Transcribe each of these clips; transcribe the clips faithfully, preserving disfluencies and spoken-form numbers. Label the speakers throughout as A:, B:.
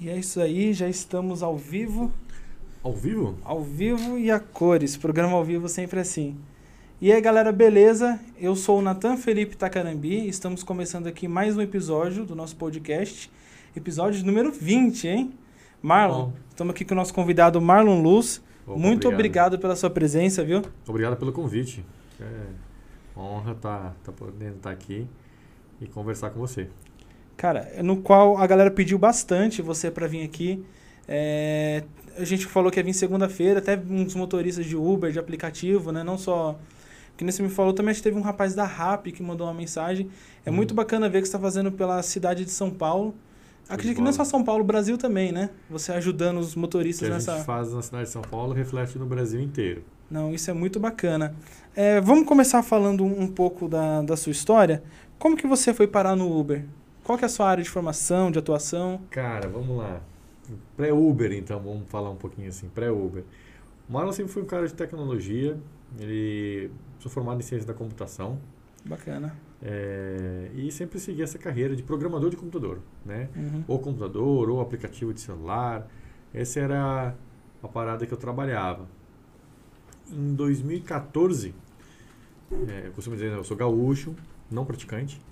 A: E é isso aí, já estamos ao vivo.
B: Ao vivo?
A: Ao vivo e a cores. Programa ao vivo sempre assim. E aí, galera, beleza? Eu sou o Nathan Felipe Tacarambi. Estamos começando aqui mais um episódio do nosso podcast. Episódio número vinte, hein? Marlon,
B: Bom.
A: estamos aqui com o nosso convidado Marlon Luz.
B: Opa,
A: Muito obrigado.
B: obrigado
A: pela sua presença, viu?
B: Obrigado pelo convite. É uma honra estar tá, tá podendo estar aqui e conversar com você.
A: Cara, no qual a galera pediu bastante você para vir aqui. É, a gente falou que ia vir segunda-feira, até uns motoristas de Uber, de aplicativo, né? Não só... Que nem você me falou, também acho que teve um rapaz da Rappi que mandou uma mensagem. É hum. muito bacana ver o que você está fazendo pela cidade de São Paulo. Acredito que não é só São Paulo, Brasil também, né? Você ajudando os motoristas
B: nessa... O que
A: nessa...
B: a gente faz na cidade de São Paulo reflete no Brasil inteiro.
A: Não, isso é muito bacana. É, vamos começar falando um pouco da, da sua história. Como que você foi parar no Uber? Qual que é a sua área de formação, de atuação?
B: Cara, vamos lá. Pré-Uber, então, vamos falar um pouquinho assim, pré-Uber. O Marlon sempre foi um cara de tecnologia, ele sou formado em ciência da computação.
A: Bacana.
B: É, e sempre segui essa carreira de programador de computador, né?
A: Uhum.
B: Ou computador, ou aplicativo de celular. Essa era a parada que eu trabalhava. Em dois mil e quatorze, é, eu costumo dizer, né, eu sou gaúcho, não praticante.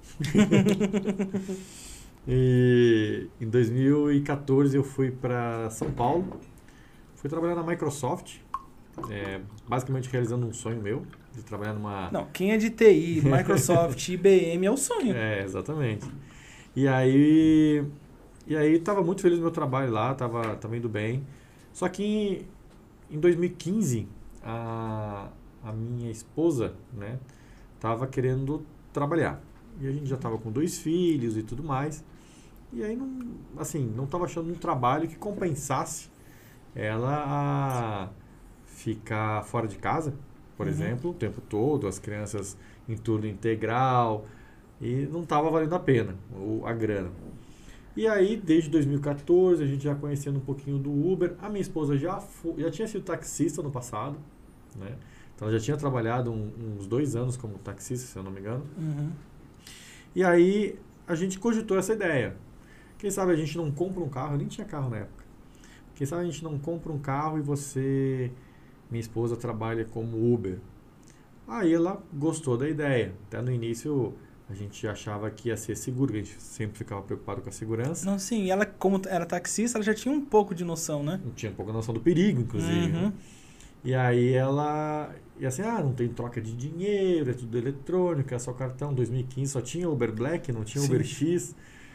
B: E em dois mil e quatorze eu fui para São Paulo, fui trabalhar na Microsoft, é, basicamente realizando um sonho meu, de trabalhar numa...
A: Não, quem é de T I, Microsoft, I B M é o sonho.
B: É, exatamente. E aí, e aí estava muito feliz no meu trabalho lá, estava tava indo bem. Só que em, em dois mil e quinze, a, a minha esposa, né, estava querendo trabalhar. E a gente já estava com dois filhos e tudo mais. E aí, não, assim, não estava achando um trabalho que compensasse ela a ficar fora de casa, por uhum. exemplo, o tempo todo, as crianças em turno integral, e não estava valendo a pena o, a grana. E aí, desde dois mil e quatorze, a gente já conhecendo um pouquinho do Uber, a minha esposa já, foi, já tinha sido taxista no passado, né? Então, ela já tinha trabalhado um, uns dois anos como taxista, se eu não me engano.
A: Uhum.
B: E aí, a gente cogitou essa ideia. Quem sabe a gente não compra um carro, eu nem tinha carro na época. Quem sabe a gente não compra um carro e você, minha esposa, trabalha como Uber. Aí ela gostou da ideia. Até no início a gente achava que ia ser seguro, a gente sempre ficava preocupado com a segurança.
A: Não, sim, ela como era taxista, ela já tinha um pouco de noção, né?
B: Tinha um pouco de noção do perigo, inclusive.
A: Uhum.
B: Né? E aí ela... E assim, ah, não tem troca de dinheiro, é tudo eletrônico, é só cartão. dois mil e quinze só tinha Uber Black, não tinha sim. Uber X.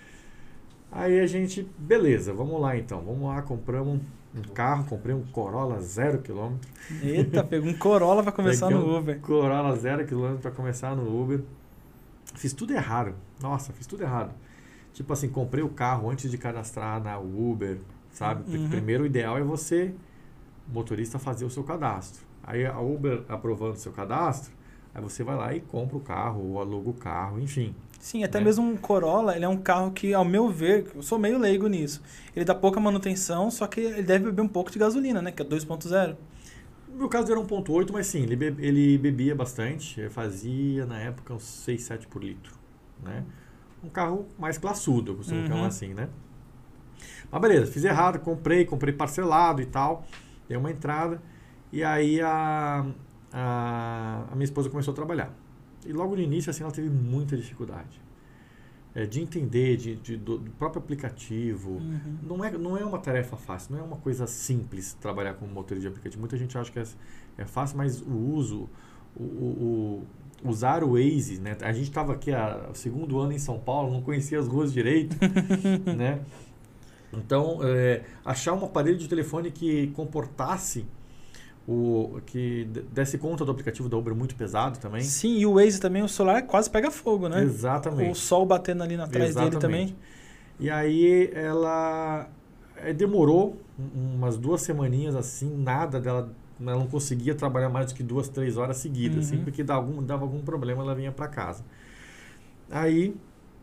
B: Aí a gente, beleza, vamos lá então, vamos lá, compramos um carro, comprei um Corolla zero quilômetro.
A: Eita, pegou um Corolla para começar
B: Peguei
A: no Uber.
B: Um Corolla zero quilômetro para começar no Uber. Fiz tudo errado, nossa, fiz tudo errado. Tipo assim, comprei o carro antes de cadastrar na Uber, sabe? Porque uhum. primeiro o ideal é você, motorista, fazer o seu cadastro. Aí a Uber aprovando o seu cadastro, aí você vai lá e compra o carro, ou aluga o carro, enfim.
A: Sim, até
B: né?
A: mesmo um Corolla, ele é um carro que, ao meu ver, eu sou meio leigo nisso, ele dá pouca manutenção, só que ele deve beber um pouco de gasolina, né? Que é dois ponto zero.
B: No meu caso era um ponto oito, mas sim, ele, be ele bebia bastante, ele fazia na época uns seis, sete por litro, né? Um carro mais classudo, eu costumo uhum. chamar assim, né? Mas beleza, fiz errado, comprei, comprei parcelado e tal, dei uma entrada, e aí a, a, a minha esposa começou a trabalhar. E logo no início, assim, ela teve muita dificuldade é, de entender, de, de, do, do próprio aplicativo.
A: Uhum.
B: Não, é, não é uma tarefa fácil, não é uma coisa simples trabalhar como motorista de aplicativo. Muita gente acha que é, é fácil, mas o uso, o, o, o, usar o Waze, né? A gente estava aqui há segundo ano em São Paulo, não conhecia as ruas direito, né? Então, é, achar um aparelho de telefone que comportasse O, que desse conta do aplicativo da Uber muito pesado também.
A: Sim, e o Waze também, o celular quase pega fogo, né?
B: Exatamente.
A: O sol batendo ali atrás
B: Exatamente.
A: dele também.
B: E aí ela é, demorou umas duas semaninhas assim, nada dela, ela não conseguia trabalhar mais do que duas, três horas seguidas, uhum. assim, porque dava algum, dava algum problema, ela vinha para casa. Aí,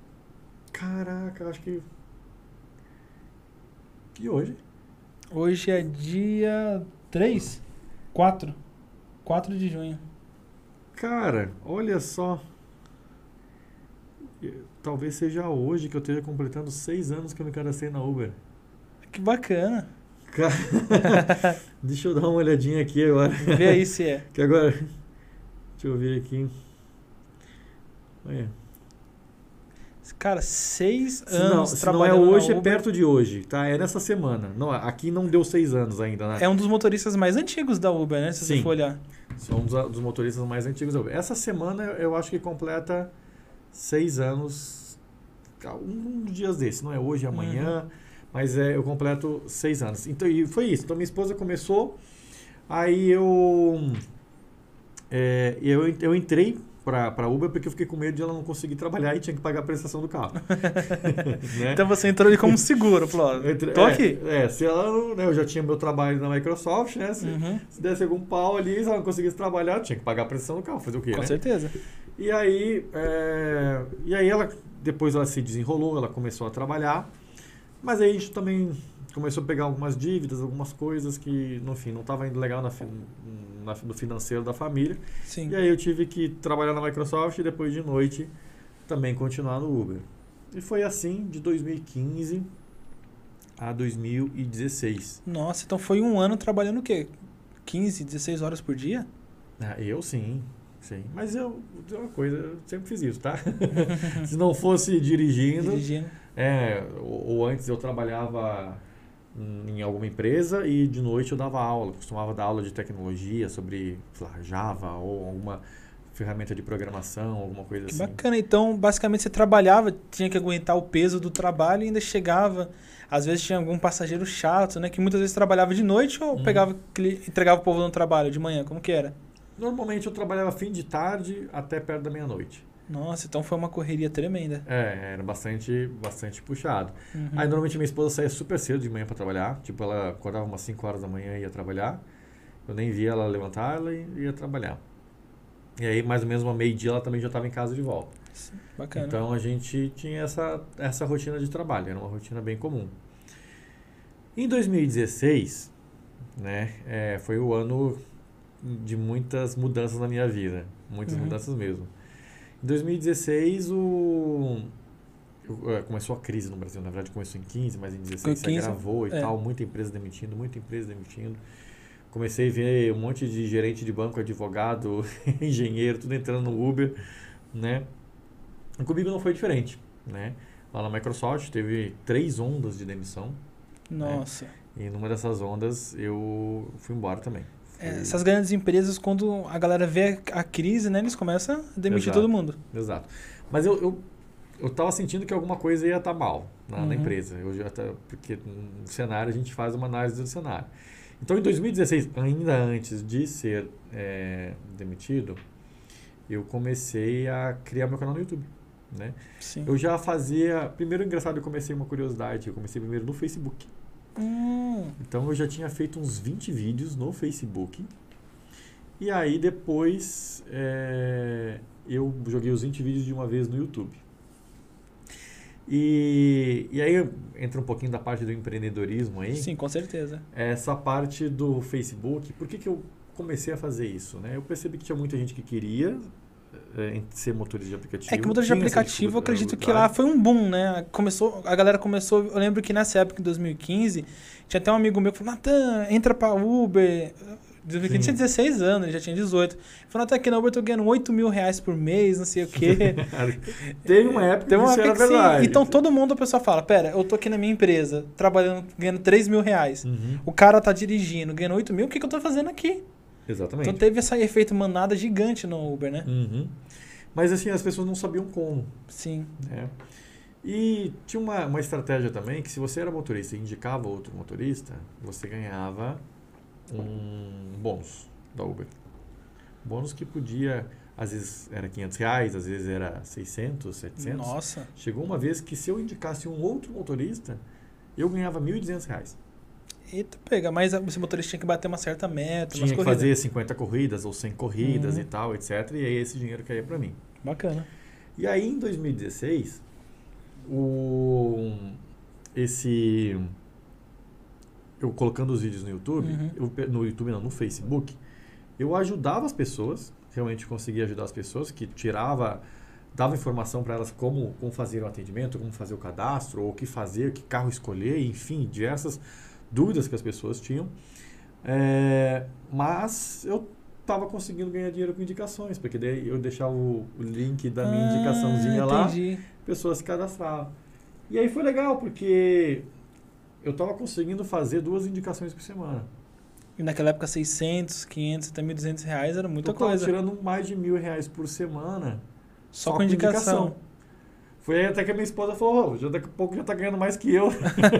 B: caraca, acho que... E hoje?
A: Hoje é dia três? quatro. quatro de junho.
B: Cara, olha só. Talvez seja hoje que eu esteja completando seis anos que eu me cadastrei na Uber.
A: Que bacana.
B: Cara, deixa eu dar uma olhadinha aqui agora.
A: Vê aí se é.
B: Que agora... Deixa eu ver aqui. Olha.
A: Cara, seis
B: Se não,
A: anos
B: se não é
A: trabalhando na
B: hoje, é
A: Uber.
B: perto de hoje, tá? É nessa semana. Não, aqui não deu seis anos ainda, né?
A: É um dos motoristas mais antigos da Uber, né? Se
B: Sim.
A: você for olhar.
B: São um dos, dos motoristas mais antigos da Uber. Essa semana eu acho que completa seis anos, um, um dias desses, não é hoje, é amanhã, uhum. mas é, eu completo seis anos. Então, e foi isso. Então minha esposa começou, aí eu, é, eu, eu entrei para a Uber porque eu fiquei com medo de ela não conseguir trabalhar e tinha que pagar a prestação do carro. Né?
A: Então você entrou ali como seguro, falou,
B: Entre,
A: tô
B: é,
A: aqui.
B: É, se ela não, né, eu já tinha meu trabalho na Microsoft, né? Se,
A: uhum.
B: se desse algum pau ali, se ela não conseguisse trabalhar, tinha que pagar a prestação do carro, fazer o quê,
A: Com
B: né?
A: certeza.
B: E aí, é, e aí ela, depois ela se desenrolou, ela começou a trabalhar, mas aí a gente também começou a pegar algumas dívidas, algumas coisas que, no fim, não estava indo legal na, na, no financeiro da família.
A: Sim.
B: E aí eu tive que trabalhar na Microsoft e depois de noite também continuar no Uber. E foi assim de dois mil e quinze a dois mil e dezesseis.
A: Nossa, então foi um ano trabalhando o quê? quinze, dezesseis horas por dia?
B: Ah, eu sim, sim. Mas eu, uma coisa, eu sempre fiz isso, tá? Se não fosse dirigindo,
A: Dirigindo.
B: É, ou, ou antes eu trabalhava em alguma empresa e de noite eu dava aula, costumava dar aula de tecnologia sobre, sei lá, Java ou alguma ferramenta de programação, alguma coisa
A: Que
B: assim.
A: bacana. Então, basicamente, você trabalhava, tinha que aguentar o peso do trabalho e ainda chegava. Às vezes tinha algum passageiro chato, né? Que muitas vezes trabalhava de noite ou
B: Uhum.
A: pegava, entregava o povo no trabalho de manhã. Como que era?
B: Normalmente eu trabalhava fim de tarde até perto da meia-noite.
A: Nossa, então foi uma correria tremenda.
B: É, era bastante, bastante puxado.
A: Uhum.
B: Aí normalmente minha esposa saía super cedo de manhã para trabalhar. Tipo, ela acordava umas cinco horas da manhã e ia trabalhar. Eu nem via ela levantar, ela ia trabalhar. E aí, mais ou menos uma meio-dia, ela também já estava em casa de volta.
A: Sim, bacana.
B: Então, a gente tinha essa, essa rotina de trabalho. Era uma rotina bem comum. Em dois mil e dezesseis, né, é, foi o ano de muitas mudanças na minha vida. Muitas
A: Uhum.
B: mudanças mesmo. Em dois mil e dezesseis, o... começou a crise no Brasil. Na verdade, começou em quinze, mas em dezesseis se agravou e
A: é.
B: tal. Muita empresa demitindo, muita empresa demitindo. Comecei a ver um monte de gerente de banco, advogado, engenheiro, tudo entrando no Uber, né? E comigo não foi diferente, né? Lá na Microsoft teve três ondas de demissão.
A: Nossa.
B: Né? E numa dessas ondas eu fui embora também. Fui...
A: É, essas grandes empresas, quando a galera vê a crise, né? Eles começam a demitir
B: Exato.
A: todo mundo.
B: Exato. Mas eu, eu, eu tava sentindo que alguma coisa ia estar mal na,
A: uhum.
B: na empresa. Eu já tá, porque no cenário a gente faz uma análise do cenário. Então, em dois mil e dezesseis, ainda antes de ser é, demitido, eu comecei a criar meu canal no YouTube, né?
A: Sim.
B: Eu já fazia... Primeiro, engraçado, eu comecei uma curiosidade. Eu comecei primeiro no Facebook.
A: Hum.
B: Então, eu já tinha feito uns vinte vídeos no Facebook. E aí, depois, é, eu joguei os vinte vídeos de uma vez no YouTube. E, e aí entra um pouquinho da parte do empreendedorismo aí.
A: Sim, com certeza.
B: Essa parte do Facebook, por que, que eu comecei a fazer isso? Né? Eu percebi que tinha muita gente que queria é, ser motorista de aplicativo.
A: É que motorista de aplicativo, eu acredito que lá foi um boom, né? Começou, a galera começou... Eu lembro que nessa época, em dois mil e quinze, tinha até um amigo meu que falou, Natan, entra pra Uber... dois mil e quinze tinha dezesseis anos, ele já tinha dezoito. Falou, até aqui na Uber eu tô ganhando oito mil reais por mês, não sei o quê.
B: Teve uma época
A: Teve uma
B: que isso
A: época
B: era
A: que
B: verdade.
A: Sim. Então todo mundo, a pessoa fala, pera, eu tô aqui na minha empresa, trabalhando, ganhando três mil reais.
B: Uhum.
A: O cara tá dirigindo, ganhando oito mil, o que, que eu tô fazendo aqui?
B: Exatamente.
A: Então teve esse efeito manada gigante no Uber, né?
B: Uhum. Mas assim, as pessoas não sabiam como.
A: Sim.
B: Né? E tinha uma, uma estratégia também que se você era motorista e indicava outro motorista, você ganhava um bônus da Uber. Bônus que podia, às vezes era quinhentos reais, às vezes era seiscentos, setecentos.
A: Nossa.
B: Chegou uma vez que se eu indicasse um outro motorista, eu ganhava mil e duzentos reais.
A: Eita, pega, mas esse motorista tinha que bater uma certa meta,
B: Tinha
A: umas
B: que
A: corridas.
B: fazer cinquenta corridas ou cem corridas
A: Uhum.
B: e tal, etcétera. E aí esse dinheiro caía para mim.
A: Bacana.
B: E aí em dois mil e dezesseis, o, esse... eu colocando os vídeos no YouTube,
A: Uhum.
B: eu, no YouTube não, no Facebook, eu ajudava as pessoas, realmente conseguia ajudar as pessoas, que tirava dava informação para elas como, como fazer o atendimento, como fazer o cadastro, ou o que fazer, que carro escolher, enfim, diversas dúvidas que as pessoas tinham. É, mas eu estava conseguindo ganhar dinheiro com indicações, porque daí eu deixava o, o link da minha
A: Ah,
B: indicaçãozinha lá,
A: entendi.
B: pessoas se cadastravam. E aí foi legal, porque eu estava conseguindo fazer duas indicações por semana.
A: E naquela época seiscentos, quinhentos, até mil e duzentos reais era muita
B: eu tava
A: coisa.
B: tirando mais de mil reais por semana
A: Só,
B: só
A: com
B: com
A: indicação.
B: indicação. Foi aí até que a minha esposa falou, oh, já daqui a pouco já tá ganhando mais que eu.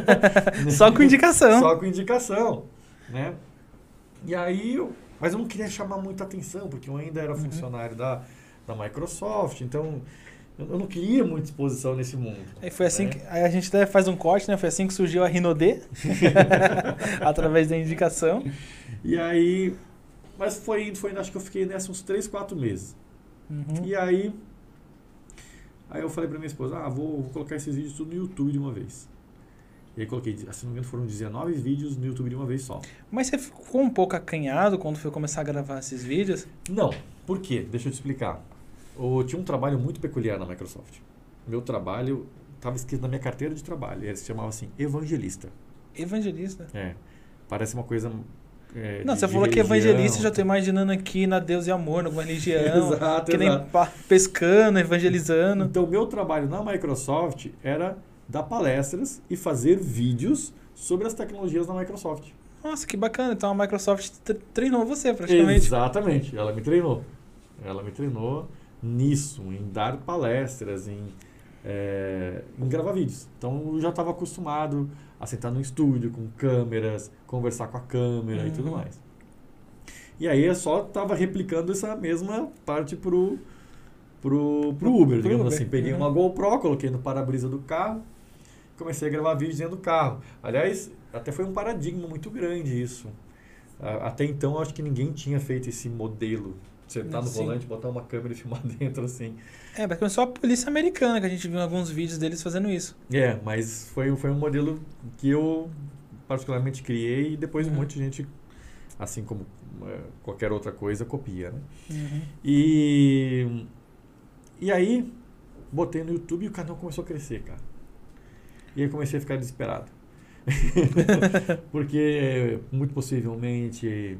A: Só com indicação.
B: Só com indicação, né? E aí, eu, mas eu não queria chamar muita atenção, porque eu ainda era funcionário uhum. da, da Microsoft, então eu não queria muita exposição nesse mundo.
A: Aí foi assim
B: né?
A: que aí a gente até faz um corte, né? Foi assim que surgiu a Rinode, através da indicação.
B: E aí, mas foi indo, foi indo, acho que eu fiquei nessa uns três, quatro meses.
A: Uhum.
B: E aí, aí eu falei pra minha esposa, ah, vou, vou colocar esses vídeos tudo no YouTube de uma vez. E aí coloquei, se não me engano, foram dezenove vídeos no YouTube de uma vez só.
A: Mas você ficou um pouco acanhado quando foi começar a gravar esses vídeos?
B: Não. Por quê? Deixa eu te explicar. Eu tinha um trabalho muito peculiar na Microsoft. Meu trabalho estava escrito na minha carteira de trabalho. Ele se chamava assim, evangelista.
A: Evangelista?
B: É. Parece uma coisa... É,
A: não,
B: de,
A: você
B: de
A: falou
B: religião.
A: que evangelista, já estou imaginando aqui na Deus e Amor, alguma religião.
B: Exato,
A: que
B: exato.
A: nem pescando, evangelizando.
B: Então, meu trabalho na Microsoft era dar palestras e fazer vídeos sobre as tecnologias da Microsoft.
A: Nossa, que bacana. Então a Microsoft treinou você praticamente.
B: Exatamente. Ela me treinou. Ela me treinou nisso, em dar palestras, em, é, em gravar vídeos. Então eu já estava acostumado a sentar no estúdio com câmeras, conversar com a câmera uhum. e tudo mais. E aí eu só estava replicando essa mesma parte pro, pro, pro Uber, pro digamos Uber. assim. Peguei uhum. uma GoPro, coloquei no para-brisa do carro, comecei a gravar vídeos dentro do carro. Aliás, até foi um paradigma muito grande isso. Até então, eu acho que ninguém tinha feito esse modelo. Sentar no Sim. volante, botar uma câmera e filmar dentro, assim.
A: É, mas começou a polícia americana, que a gente viu alguns vídeos deles fazendo isso.
B: É, mas foi, foi um modelo que eu particularmente criei e depois uhum. um monte de gente, assim como é, qualquer outra coisa, copia, né?
A: Uhum.
B: E, e aí, botei no YouTube e o canal começou a crescer, cara. E aí comecei a ficar desesperado. Porque, muito possivelmente...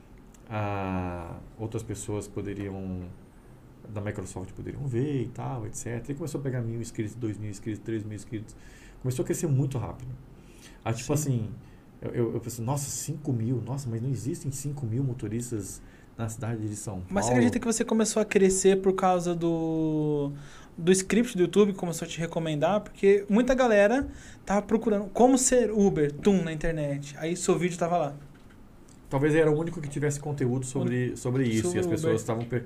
B: Ah, outras pessoas poderiam da Microsoft poderiam ver e tal, etcétera. E começou a pegar mil inscritos, dois mil inscritos, três mil inscritos. Começou a crescer muito rápido. Aí, tipo Sim. assim, eu, eu, eu pensei, nossa, cinco mil, nossa, mas não existem cinco mil motoristas na cidade de São Paulo.
A: Mas você acredita que você começou a crescer por causa do, do script do YouTube que começou a te recomendar? Porque muita galera tava procurando como ser Uber, tum, na internet. Aí seu vídeo tava lá.
B: Talvez era o único que tivesse conteúdo sobre, sobre isso. Sobre e as pessoas estavam pe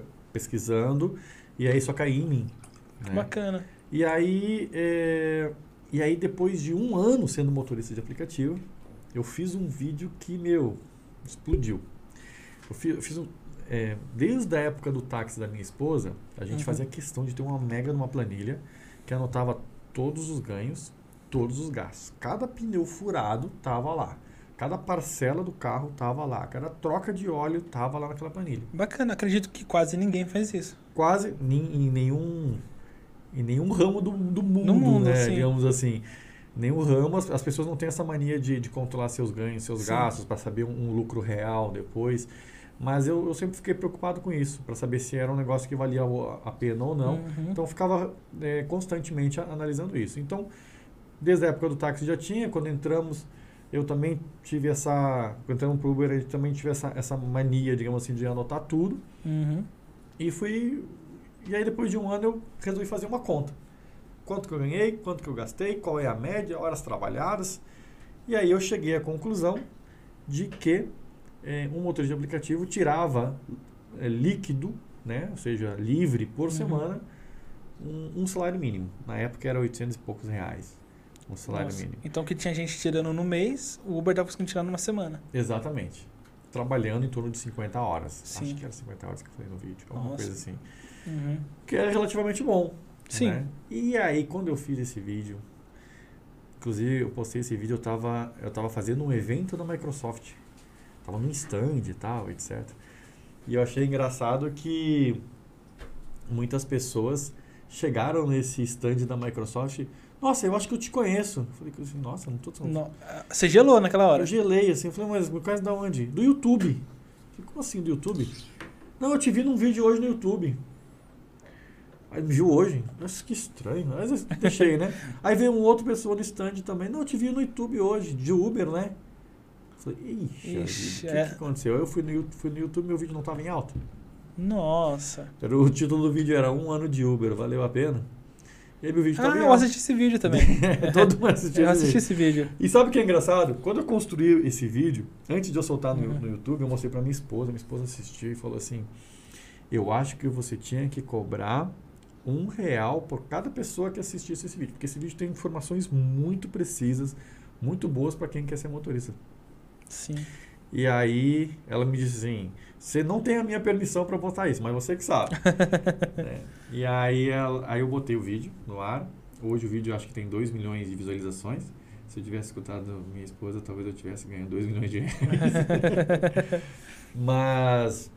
B: pesquisando e aí só caía em mim. Né?
A: Bacana.
B: E aí, é, e aí, depois de um ano sendo motorista de aplicativo, eu fiz um vídeo que, meu, explodiu. Eu fiz, eu fiz um, é, desde a época do táxi da minha esposa, a gente uhum. fazia questão de ter uma mega numa planilha que anotava todos os ganhos, todos os gastos. Cada pneu furado tava lá. Cada parcela do carro tava lá. Cada troca de óleo tava lá naquela planilha.
A: Bacana. Acredito que quase ninguém faz isso.
B: Quase em nenhum, em nenhum ramo do, do mundo,
A: no mundo
B: né?
A: Sim.
B: Digamos assim. Nenhum ramo. As, as pessoas não têm essa mania de, de controlar seus ganhos, seus sim. gastos, para saber um, um lucro real depois. Mas eu, eu sempre fiquei preocupado com isso, para saber se era um negócio que valia a pena ou não. Uhum. Então, eu ficava é, constantemente analisando isso. Então, desde a época do táxi já tinha. Quando entramos... Eu também tive essa... Quando entramos pro Uber, eu também tive essa, essa mania, digamos assim, de anotar tudo.
A: Uhum.
B: E fui... E aí, depois de um ano, eu resolvi fazer uma conta. Quanto que eu ganhei, quanto que eu gastei, qual é a média, horas trabalhadas. E aí, eu cheguei à conclusão de que é, um motorista de aplicativo tirava é, líquido, né? Ou seja, livre por uhum. semana, um, um salário mínimo. Na época, era oitocentos e poucos reais. Um salário
A: Nossa.
B: mínimo.
A: Então, que tinha gente tirando no mês, o Uber estava conseguindo tirar numa semana.
B: Exatamente. Trabalhando em torno de cinquenta horas.
A: Sim.
B: Acho que era cinquenta horas que eu falei no vídeo. Alguma
A: Nossa.
B: coisa assim.
A: Uhum.
B: Que era relativamente bom.
A: Sim.
B: Né? E aí, quando eu fiz esse vídeo... Inclusive, eu postei esse vídeo, eu estava eu tava fazendo um evento da Microsoft. Tava num stand e tal, etcétera. E eu achei engraçado que... muitas pessoas chegaram nesse stand da Microsoft. Nossa, eu acho que eu te conheço. Eu falei assim, nossa, não tô tão...
A: Não. Você gelou naquela hora?
B: Eu gelei, assim. Eu falei, mas me conhece da onde? Do YouTube. Eu falei, como assim do YouTube? Não, eu te vi num vídeo hoje no YouTube. Aí me viu hoje. Nossa, que estranho. Mas eu deixei, né? Aí veio um outro pessoa no stand também. Não, eu te vi no YouTube hoje, de Uber, né? Eu falei, ixi,
A: Ixi,
B: o que,
A: é.
B: que aconteceu? Eu fui no, fui no YouTube e meu vídeo não estava em alta.
A: Nossa.
B: Era, o título do vídeo era Um Ano de Uber, valeu a pena? E aí meu vídeo
A: Ah,
B: estava em
A: eu
B: alta.
A: assisti esse vídeo também.
B: Todo mundo assistiu
A: Eu
B: esse
A: assisti
B: vídeo.
A: esse vídeo.
B: E sabe o que é engraçado? Quando eu construí esse vídeo, antes de eu soltar no,
A: Uhum.
B: no YouTube, eu mostrei pra minha esposa. Minha esposa assistiu e falou assim, eu acho que você tinha que cobrar um real por cada pessoa que assistisse esse vídeo. Porque esse vídeo tem informações muito precisas, muito boas para quem quer ser motorista.
A: Sim.
B: E aí ela me disse assim, você não tem a minha permissão para postar isso, mas você que sabe. É. E aí, ela, aí eu botei o vídeo no ar. Hoje o vídeo eu acho que tem dois milhões de visualizações. Se eu tivesse escutado minha esposa, talvez eu tivesse ganhando dois milhões de reais. Mas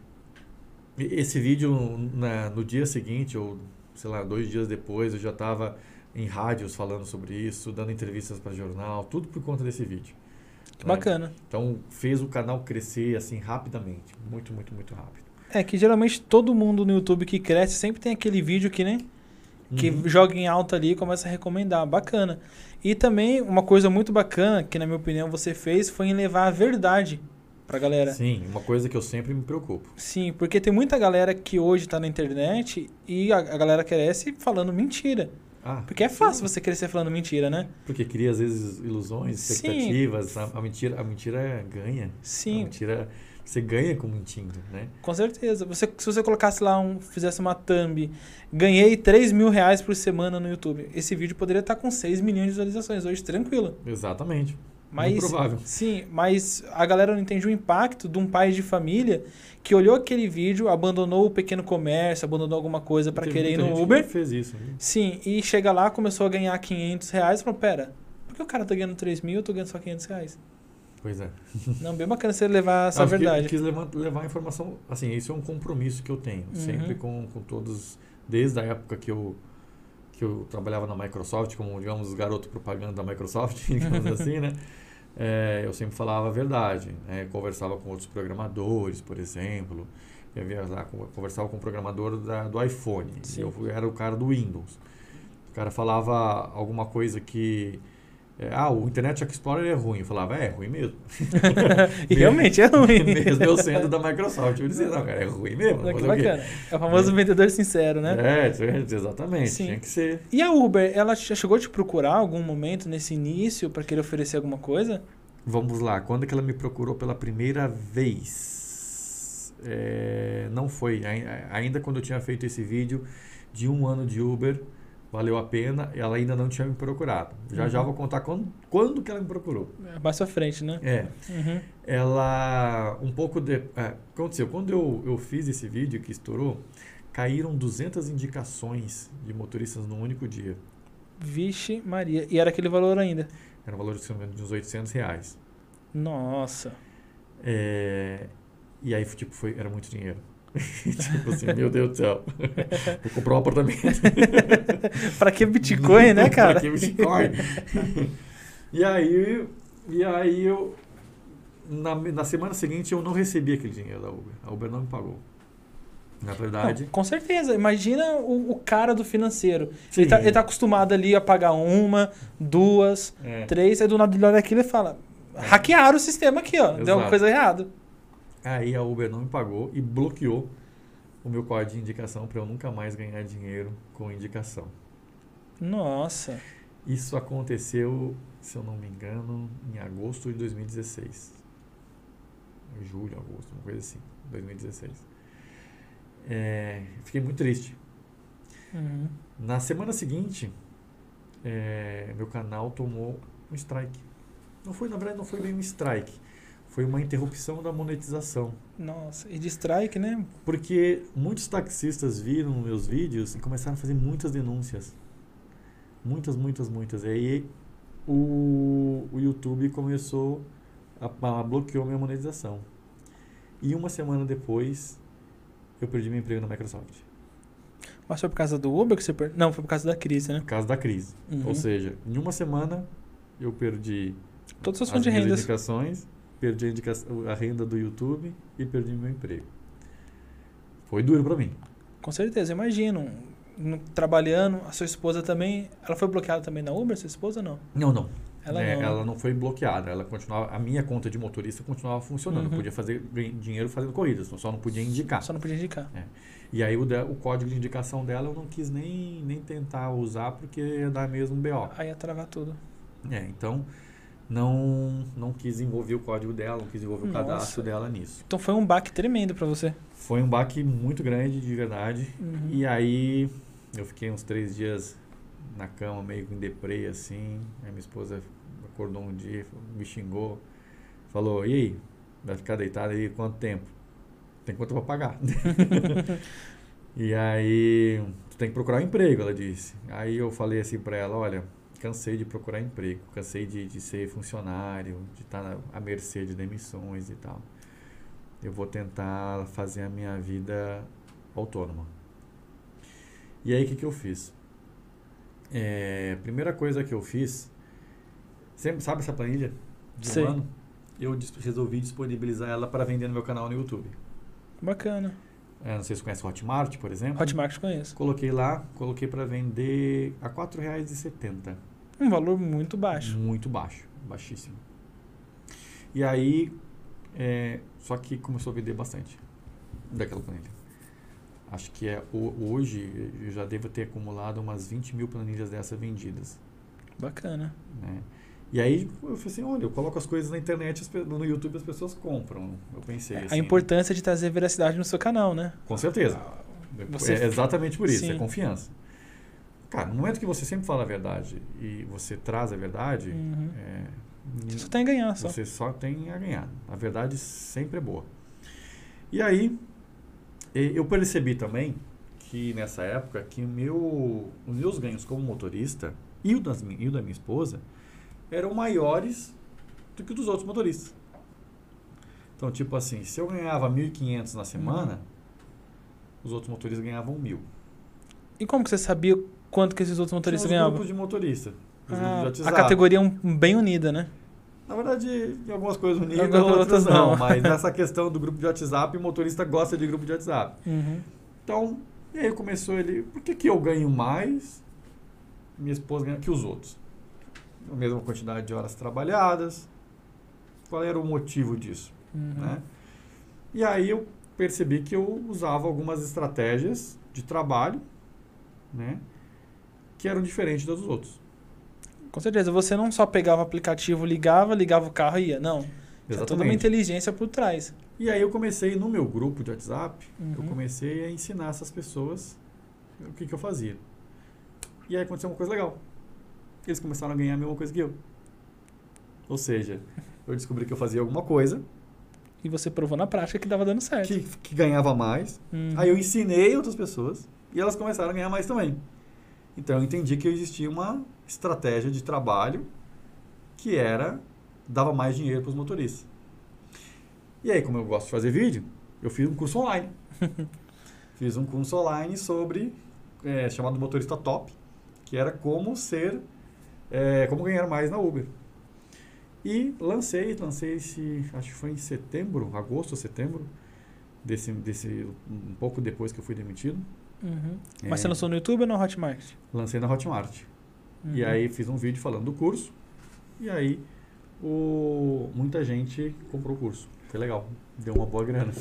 B: esse vídeo, na, no dia seguinte, ou sei lá, dois dias depois, eu já estava em rádios falando sobre isso, dando entrevistas para jornal, tudo por conta desse vídeo.
A: Que bacana.
B: Então fez o canal crescer assim rapidamente, muito, muito, muito rápido.
A: É que geralmente todo mundo no YouTube que cresce sempre tem aquele vídeo que, né, que
B: Uhum.
A: joga em alta ali e começa a recomendar. Bacana. E também uma coisa muito bacana que, na minha opinião, você fez foi em levar a verdade pra galera.
B: Sim, uma coisa que eu sempre me preocupo.
A: Sim, porque tem muita galera que hoje tá na internet e a, a galera cresce falando mentira.
B: Ah,
A: Porque é fácil
B: sim.
A: você crescer falando mentira, né?
B: Porque cria às vezes ilusões,
A: Sim.
B: expectativas. A, a mentira, a mentira ganha. A
A: Sim,
B: mentira, você ganha com mentindo, né?
A: com certeza. Você, se você colocasse lá, um, fizesse uma thumb, ganhei três mil reais por semana no YouTube. Esse vídeo poderia estar com seis milhões de visualizações hoje, tranquilo.
B: Exatamente.
A: Mas,
B: Muito provável.
A: sim, mas a galera não entende o impacto de um pai de família que olhou aquele vídeo, abandonou o pequeno comércio, abandonou alguma coisa para
B: Teve
A: querer ir
B: muita
A: no
B: gente
A: Uber.
B: que fez isso. Né?
A: Sim, e chega lá, começou a ganhar quinhentos reais e falou, pera, por que o cara tá ganhando três mil e eu tô ganhando só quinhentos reais?
B: Pois é.
A: Não, bem bacana você levar essa
B: Eu fiquei-
A: verdade.
B: quis levar, levar a informação, assim, isso é um compromisso que eu tenho,
A: Uhum.
B: sempre com, com todos, desde a época que eu, que eu trabalhava na Microsoft, como, digamos, garoto propaganda da Microsoft, digamos assim, né? É, eu sempre falava a verdade, né? Conversava com outros programadores, por exemplo, eu via lá, com- conversava com o programador da, do iPhone, e
A: Sim.
B: eu fui- era o cara do Windows. O cara falava alguma coisa que... é, ah, o Internet Explorer é ruim. Eu falava, é, é ruim mesmo.
A: E realmente é ruim.
B: Mesmo eu sendo da Microsoft. Eu dizia, não, cara, é ruim mesmo.
A: Olha que
B: fazer o quê?
A: bacana. É o famoso vendedor sincero, né?
B: É, exatamente.
A: Sim.
B: Tinha que ser.
A: E a Uber, ela já chegou a te procurar algum momento nesse início para querer oferecer alguma coisa?
B: Vamos lá, quando é que ela me procurou pela primeira vez? É, não foi. Ai- Ainda quando eu tinha feito esse vídeo de um ano de Uber, valeu a pena, ela ainda não tinha me procurado. Já já
A: Uhum.
B: vou contar quando, quando que ela me procurou.
A: É, mais pra frente, né?
B: É.
A: Uhum.
B: Ela, um pouco de... É, aconteceu, quando eu, eu fiz esse vídeo que estourou, caíram duzentas indicações de motoristas num único dia.
A: Vixe Maria. E era aquele valor ainda.
B: Era um valor de, se não me engano, de uns oitocentos reais.
A: Nossa.
B: É, e aí, tipo, foi, era muito dinheiro. Tipo assim, meu Deus do céu. Vou comprar um apartamento.
A: Pra que Bitcoin, né, cara?
B: Pra que Bitcoin? E aí, e aí eu... Na, na semana seguinte, eu não recebi aquele dinheiro da Uber. A Uber não me pagou. Na verdade...
A: Não, com certeza. Imagina o, o cara do financeiro.
B: Sim.
A: Ele tá, ele tá acostumado ali a pagar uma, duas,
B: É.
A: três, aí do nada ele olha aquilo e fala: hackearam o sistema aqui, ó. Deu
B: Exato.
A: alguma coisa errada.
B: Aí a Uber não me pagou e bloqueou o meu código de indicação para eu nunca mais ganhar dinheiro com indicação.
A: Nossa.
B: Isso aconteceu, se eu não me engano, em agosto de dois mil e dezesseis. Julho, agosto, uma coisa assim, dois mil e dezesseis. É, fiquei muito triste.
A: Uhum.
B: Na semana seguinte, é, meu canal tomou um strike. Não foi, na verdade, não foi bem um strike. Foi uma interrupção da monetização.
A: Nossa. E de strike, né?
B: Porque muitos taxistas viram meus vídeos e começaram a fazer muitas denúncias. Muitas, muitas, muitas. E aí o, o YouTube começou a, a bloquear minha monetização. E uma semana depois, eu perdi meu emprego na Microsoft.
A: Mas foi por causa do Uber que você... Per... Não, foi por causa da crise, né?
B: Por causa da crise.
A: Uhum.
B: Ou seja, em uma semana eu perdi
A: todas as
B: as
A: fontes de
B: minhas
A: rendas.
B: indicações, perdi a, indica... a renda do YouTube e perdi meu emprego. Foi duro pra mim.
A: Com certeza, eu imagino. No- Trabalhando, a sua esposa também... Ela foi bloqueada também na Uber, sua esposa, não?
B: Não, não.
A: Ela
B: É,
A: não.
B: ela não foi bloqueada. Ela continuava, a minha conta de motorista continuava funcionando.
A: Uhum.
B: Eu podia fazer ganhar dinheiro fazendo corridas, só não podia indicar.
A: Só não podia indicar.
B: E aí o, de- o código de indicação dela eu não quis nem, nem tentar usar porque ia dar mesmo B O.
A: Aí ia travar tudo.
B: É, então não, não quis envolver o código dela, não quis envolver o
A: Nossa.
B: cadastro dela nisso.
A: Então foi um baque tremendo pra você.
B: Foi um baque muito grande, de verdade.
A: Uhum.
B: E aí eu fiquei uns três dias na cama, meio em deprê, assim. Aí minha esposa acordou um dia, me xingou, falou, e aí, vai ficar deitado aí quanto tempo? Tem quanto pra pagar? E aí, tu tem que procurar um emprego, ela disse. Aí eu falei assim pra ela, olha, cansei de procurar emprego, cansei de, de ser funcionário, de estar à mercê de demissões e tal. Eu vou tentar fazer a minha vida autônoma. E aí, o que, que eu fiz? É, a primeira coisa que eu fiz, sempre sabe essa planilha de um
A: Sei.
B: ano? Eu dis- resolvi disponibilizar ela para vender no meu canal no YouTube.
A: Bacana.
B: É, não sei se você conhece o Hotmart, por exemplo.
A: Hotmart eu conheço.
B: Coloquei lá, coloquei para vender a quatro reais e setenta centavos.
A: Um valor muito baixo.
B: Muito baixo, baixíssimo. E aí, é, só que começou a vender bastante daquela planilha. Acho que é o- hoje eu já devo ter acumulado umas vinte mil planilhas dessas vendidas.
A: Bacana.
B: Né? E aí eu falei assim, olha, eu coloco as coisas na internet, as pe- no YouTube as pessoas compram. Eu pensei assim.
A: A importância de trazer veracidade no seu canal, né?
B: Com certeza.
A: Você-
B: É exatamente por isso,
A: Sim.
B: é confiança. Cara, no momento que você sempre fala a verdade e você traz a verdade,
A: Uhum.
B: é,
A: Você só tem a ganhar, só.
B: você só tem a ganhar. A verdade sempre é boa. E aí, eh, eu percebi também que nessa época que o meu, os meus ganhos como motorista e o, das, mi- e o da minha esposa eram maiores do que o dos outros motoristas. Então, tipo assim, se eu ganhava mil e quinhentos na semana, os outros motoristas ganhavam mil.
A: E como que você sabia quanto que esses outros motoristas
B: Tinha os
A: ganhavam?
B: grupos de motorista. Os grupos
A: Ah,
B: de
A: a
B: WhatsApp.
A: categoria é um- bem unida, né?
B: Na verdade, em algumas coisas unidas,
A: Algumas
B: outras
A: outras
B: não.
A: não.
B: Mas nessa questão do grupo de WhatsApp, o motorista gosta de grupo de WhatsApp.
A: Uhum.
B: Então, e aí começou ele, por que, que eu ganho mais, minha esposa ganha que os outros? A mesma quantidade de horas trabalhadas. Qual era o motivo disso?
A: Uhum.
B: Né? E aí eu percebi que eu usava algumas estratégias de trabalho, né, que eram diferentes das dos outros.
A: Com certeza, você não só pegava o aplicativo, ligava, ligava o carro e ia. Não. Tinha toda uma inteligência por trás.
B: E aí eu comecei, no meu grupo de WhatsApp,
A: Uhum.
B: eu comecei a ensinar essas pessoas o que, que eu fazia. E aí aconteceu uma coisa legal. Eles começaram a ganhar a mesma coisa que eu. Ou seja, eu descobri que eu fazia alguma coisa
A: E você provou na prática que dava dando certo.
B: que, que ganhava mais.
A: Uhum.
B: Aí eu ensinei outras pessoas e elas começaram a ganhar mais também. Então eu entendi que existia uma estratégia de trabalho que era, dava mais dinheiro para os motoristas. E aí, como eu gosto de fazer vídeo, eu fiz um curso online. Fiz um curso online sobre, é, chamado Motorista Top, que era como ser, é, como ganhar mais na Uber. E lancei, lancei esse, acho que foi em setembro, agosto ou setembro, desse, desse, um pouco depois que eu fui demitido.
A: Uhum.
B: É.
A: Mas você lançou no YouTube ou no Hotmart?
B: Lancei na Hotmart.
A: Uhum.
B: E aí fiz um vídeo falando do curso. E aí o, muita gente comprou o curso. Foi legal. Deu uma boa grana.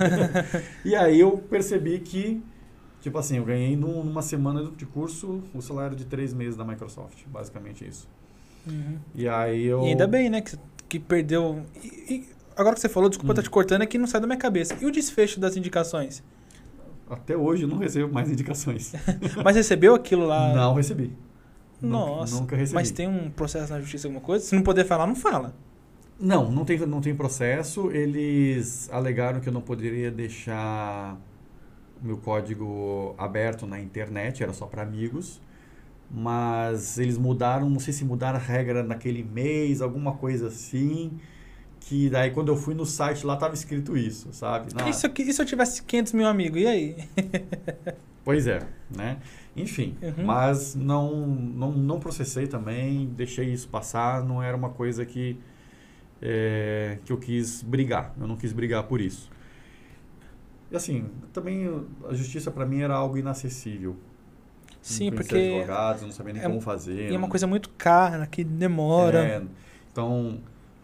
B: E aí eu percebi que, tipo assim, eu ganhei num- numa semana de curso o salário de três meses da Microsoft. Basicamente isso.
A: Uhum.
B: E aí eu...
A: E ainda bem, né? Que, que perdeu. E, e agora que você falou, desculpa
B: Hum.
A: estar te cortando, é que não sai da minha cabeça. E o desfecho das indicações?
B: Até hoje eu não recebo mais indicações.
A: Mas recebeu aquilo lá?
B: Não recebi.
A: Nossa.
B: Nunca, nunca recebi.
A: Mas tem um processo na justiça, alguma coisa? Se não poder falar, não fala.
B: Não, não tem, não tem processo. Eles alegaram que eu não poderia deixar o meu código aberto na internet, era só para amigos. Mas eles mudaram, não sei se mudaram a regra naquele mês, alguma coisa assim. Que daí quando eu fui no site lá tava escrito isso, sabe? Na-
A: E se, eu- e se eu tivesse quinhentos mil amigos? E aí?
B: Pois é, né? Enfim,
A: Uhum.
B: mas não, não, não processei também, deixei isso passar, não era uma coisa que, é, que eu quis brigar, eu não quis brigar por isso. E assim, também a justiça para mim era algo inacessível.
A: Sim,
B: Não conhecia
A: porque
B: advogados, não sabia nem
A: é,
B: como fazer.
A: e é uma
B: não-
A: coisa muito cara, que demora.
B: É, então,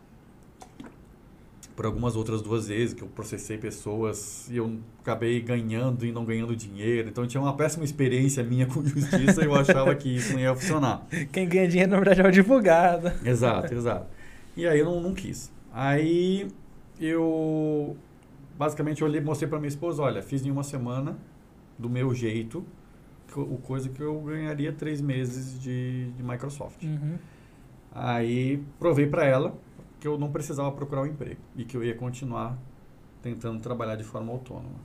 B: por algumas outras duas vezes que eu processei pessoas e eu acabei ganhando e não ganhando dinheiro. Então, tinha uma péssima experiência minha com justiça e eu achava que isso não ia funcionar.
A: Quem ganha dinheiro, na verdade, é o advogado.
B: Exato, exato. E aí eu não, não quis. Aí eu basicamente olhei e mostrei para minha esposa, olha, fiz em uma semana, do meu jeito, co- o coisa que eu ganharia três meses de, de Microsoft.
A: Uhum.
B: Aí provei para ela que eu não precisava procurar um emprego e que eu ia continuar tentando trabalhar de forma autônoma.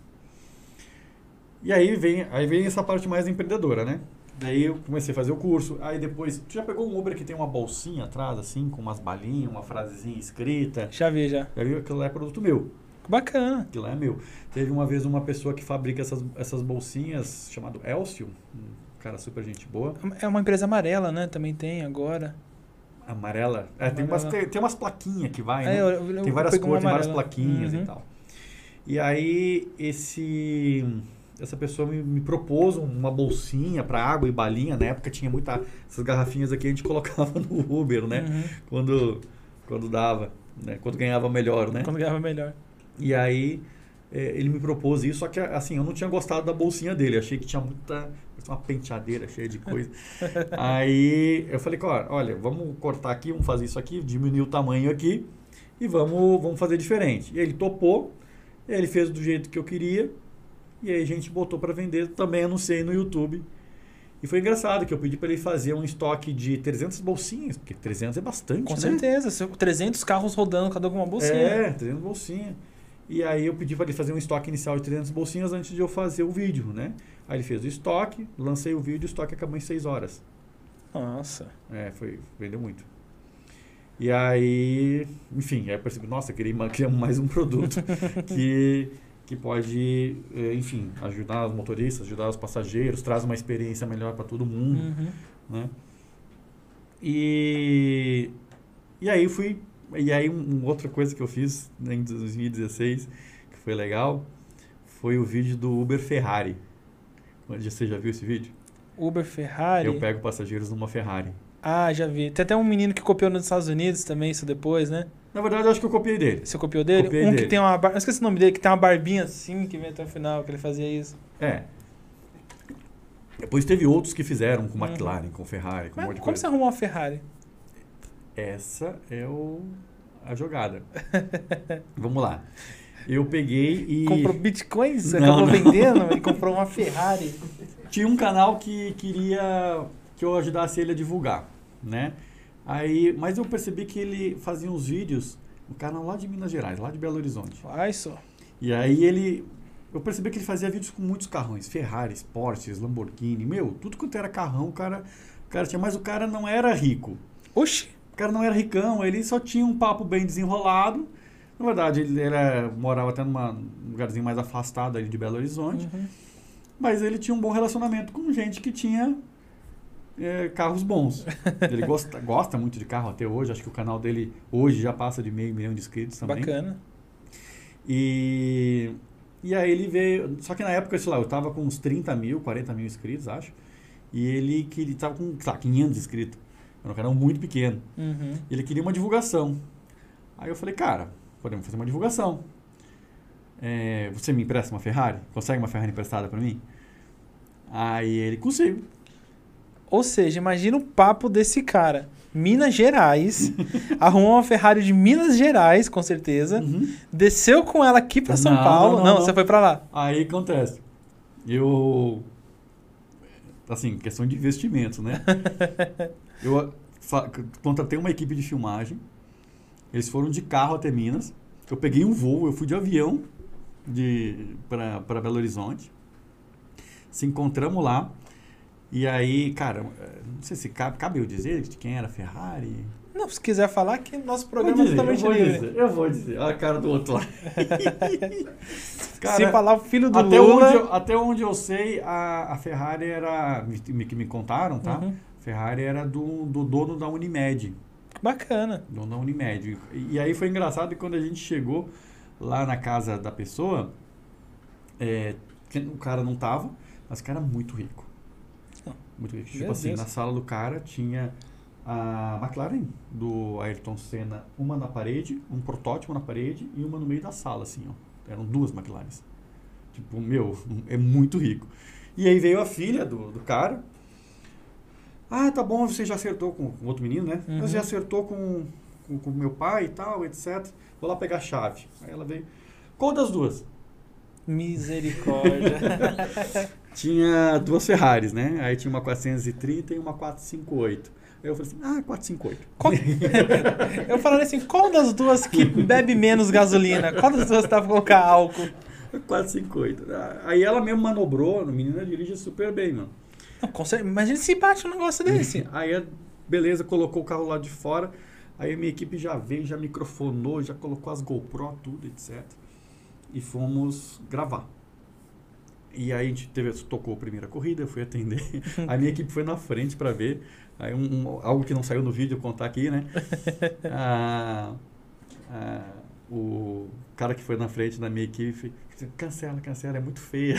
B: E aí vem, aí vem essa parte mais empreendedora, né? Daí eu comecei a fazer o curso, aí depois... Tu já pegou um Uber que tem uma bolsinha atrás, assim, com umas balinhas, uma frasezinha escrita?
A: Já vi, já.
B: Já viu? Aquilo lá é produto meu.
A: Bacana.
B: Aquilo lá é meu. Teve uma vez uma pessoa que fabrica essas, essas bolsinhas, chamado Elcio, um cara super gente boa.
A: É uma empresa amarela, né? Também tem agora.
B: Amarela. É, tem, umas,
A: Amarela.
B: tem, tem umas plaquinhas que vai,
A: É,
B: né?
A: eu- eu- eu
B: Tem várias
A: peguei uma
B: cores, tem várias
A: amarela.
B: plaquinhas
A: Uhum.
B: e tal. E aí, esse, essa pessoa me, me propôs uma bolsinha para água e balinha. Na época tinha muita... Essas garrafinhas aqui a gente colocava no Uber, né?
A: Uhum.
B: Quando, quando dava, né? Quando ganhava melhor, né?
A: Quando ganhava melhor.
B: E aí, é, ele me propôs isso, só que assim, eu não tinha gostado da bolsinha dele. Achei que tinha muita... uma penteadeira cheia de coisa. Aí, eu falei, olha, olha, vamos cortar aqui, vamos fazer isso aqui, diminuir o tamanho aqui e vamos, vamos fazer diferente. E ele topou, ele fez do jeito que eu queria e aí a gente botou para vender. Também anunciei no YouTube. E foi engraçado que eu pedi para ele fazer um estoque de trezentas bolsinhas, porque trezentas é bastante,
A: Com
B: né?
A: certeza. se- trezentos carros rodando, cada um com uma bolsinha.
B: É, trezentas bolsinhas. E aí eu pedi para ele fazer um estoque inicial de trezentas bolsinhas antes de eu fazer o vídeo, né? Aí ele fez o estoque, lancei o vídeo, o estoque acabou em seis horas.
A: Nossa.
B: É, foi, vendeu muito. E aí, enfim, aí eu percebi, nossa, eu queria ma- criar mais um produto que, que pode, eh, enfim, ajudar os motoristas, ajudar os passageiros, traz uma experiência melhor para todo mundo,
A: Uhum.
B: né? E, e aí fui, e aí um, um outra coisa que eu fiz né, em dois mil e dezesseis, que foi legal, foi o vídeo do Uber Ferrari. Você já viu esse vídeo?
A: Uber Ferrari.
B: Eu pego passageiros numa Ferrari.
A: Ah, já vi. Tem até um menino que copiou nos Estados Unidos também, isso depois, né?
B: Na verdade, eu acho que eu copiei dele.
A: Você copiou dele?
B: Copiei
A: um
B: dele.
A: que tem uma bar... Eu esqueci o nome dele, que tem uma barbinha assim, que vem até o final, que ele fazia isso.
B: É. Depois teve outros que fizeram com
A: Uhum.
B: McLaren, com Ferrari, com um
A: Mas
B: monte de
A: como você
B: coisa.
A: arrumou uma Ferrari?
B: Essa é o, a jogada. Vamos lá. Eu peguei e...
A: Comprou bitcoins?
B: Não,
A: Acabou
B: não.
A: vendendo e comprou uma Ferrari.
B: Tinha um canal que queria que eu ajudasse ele a divulgar, né? Aí, mas eu percebi que ele fazia uns vídeos, um canal lá de Minas Gerais, lá de Belo Horizonte.
A: Ai, só.
B: E aí ele... Eu percebi que ele fazia vídeos com muitos carrões. Ferraris, Porsches, Lamborghini. Meu, tudo quanto era carrão, o cara, o cara tinha. Mas o cara não era rico.
A: Oxi.
B: O cara não era ricão, ele só tinha um papo bem desenrolado. Na verdade, ele era, morava até numa- num lugarzinho mais afastado ali de Belo Horizonte.
A: Uhum.
B: Mas ele tinha um bom relacionamento com gente que tinha é, carros bons. Ele gosta, gosta muito de carro até hoje. Acho que o canal dele hoje já passa de meio milhão de inscritos também.
A: Bacana.
B: E, e aí ele veio... Só que na época, sei lá, eu tava com uns trinta mil, quarenta mil inscritos, acho. E ele, que ele tava com, sei lá, quinhentos inscritos. Era um canal muito pequeno.
A: Uhum.
B: Ele queria uma divulgação. Aí eu falei, cara, podemos fazer uma divulgação. É, você me empresta uma Ferrari? Consegue uma Ferrari emprestada para mim? Aí ele, consigo.
A: Ou seja, imagina o papo desse cara. Minas Gerais, arrumou uma Ferrari de Minas Gerais, com certeza.
B: Uhum.
A: Desceu com ela aqui pra São
B: Não,
A: Paulo.
B: não,
A: Não,
B: não,
A: você
B: não.
A: foi pra lá.
B: Aí acontece. Eu... Assim, questão de investimento, né? Eu fa- contratei uma equipe de filmagem. Eles foram de carro até Minas. Eu peguei um voo, eu fui de avião de, para Belo Horizonte. Se encontramos lá. E aí, cara, não sei se cabe, cabe eu dizer de quem era a Ferrari.
A: Não, se quiser falar, que nosso programa
B: Vou
A: é
B: dizer,
A: totalmente
B: eu vou
A: livre.
B: dizer, eu vou dizer. Olha a cara do outro lá. Cara,
A: se falar o filho do
B: até
A: Lula...
B: Onde eu, até onde eu sei, a, a Ferrari era... Me, que me contaram, tá?
A: Uhum.
B: A Ferrari era do, do dono da Unimed.
A: Bacana.
B: Dono da Unimed. E, e aí foi engraçado que quando a gente chegou lá na casa da pessoa, é, o cara não tava, mas o cara era muito rico. Muito rico. Tipo assim, Deus. Na sala do cara tinha a McLaren do Ayrton Senna, uma na parede, um protótipo na parede e uma no meio da sala, assim, ó. Eram duas McLarens. Tipo, meu, é muito rico. E aí veio a filha do, do cara. Ah, tá bom, você já acertou com o outro menino, né?
A: Uhum.
B: Você já acertou com o com meu pai e tal, etcétera. Vou lá pegar a chave. Aí ela veio. Qual das duas?
A: Misericórdia.
B: Tinha duas Ferraris, né? Aí tinha uma quatrocentos e trinta e uma quatrocentos e cinquenta e oito. Aí eu falei assim, ah, quatrocentos e cinquenta e oito.
A: Qual... eu falei assim, qual das duas que bebe menos gasolina? Qual das duas dá pra colocar álcool?
B: quatrocentos e cinquenta e oito. Aí ela mesmo manobrou, a menina dirige super bem, mano.
A: Não, com certeza. Imagina se bate um negócio desse.
B: Aí, beleza, colocou o carro lá de fora. Aí a minha equipe já veio, já microfonou, já colocou as GoPro, tudo, etcétera. E fomos gravar. E aí a gente teve, tocou a primeira corrida, eu fui atender. A minha equipe foi na frente para ver. Aí um, um, algo que não saiu no vídeo, eu contar aqui, né? ah, ah, o cara que foi na frente da minha equipe disse, cancela, cancela, é muito feia.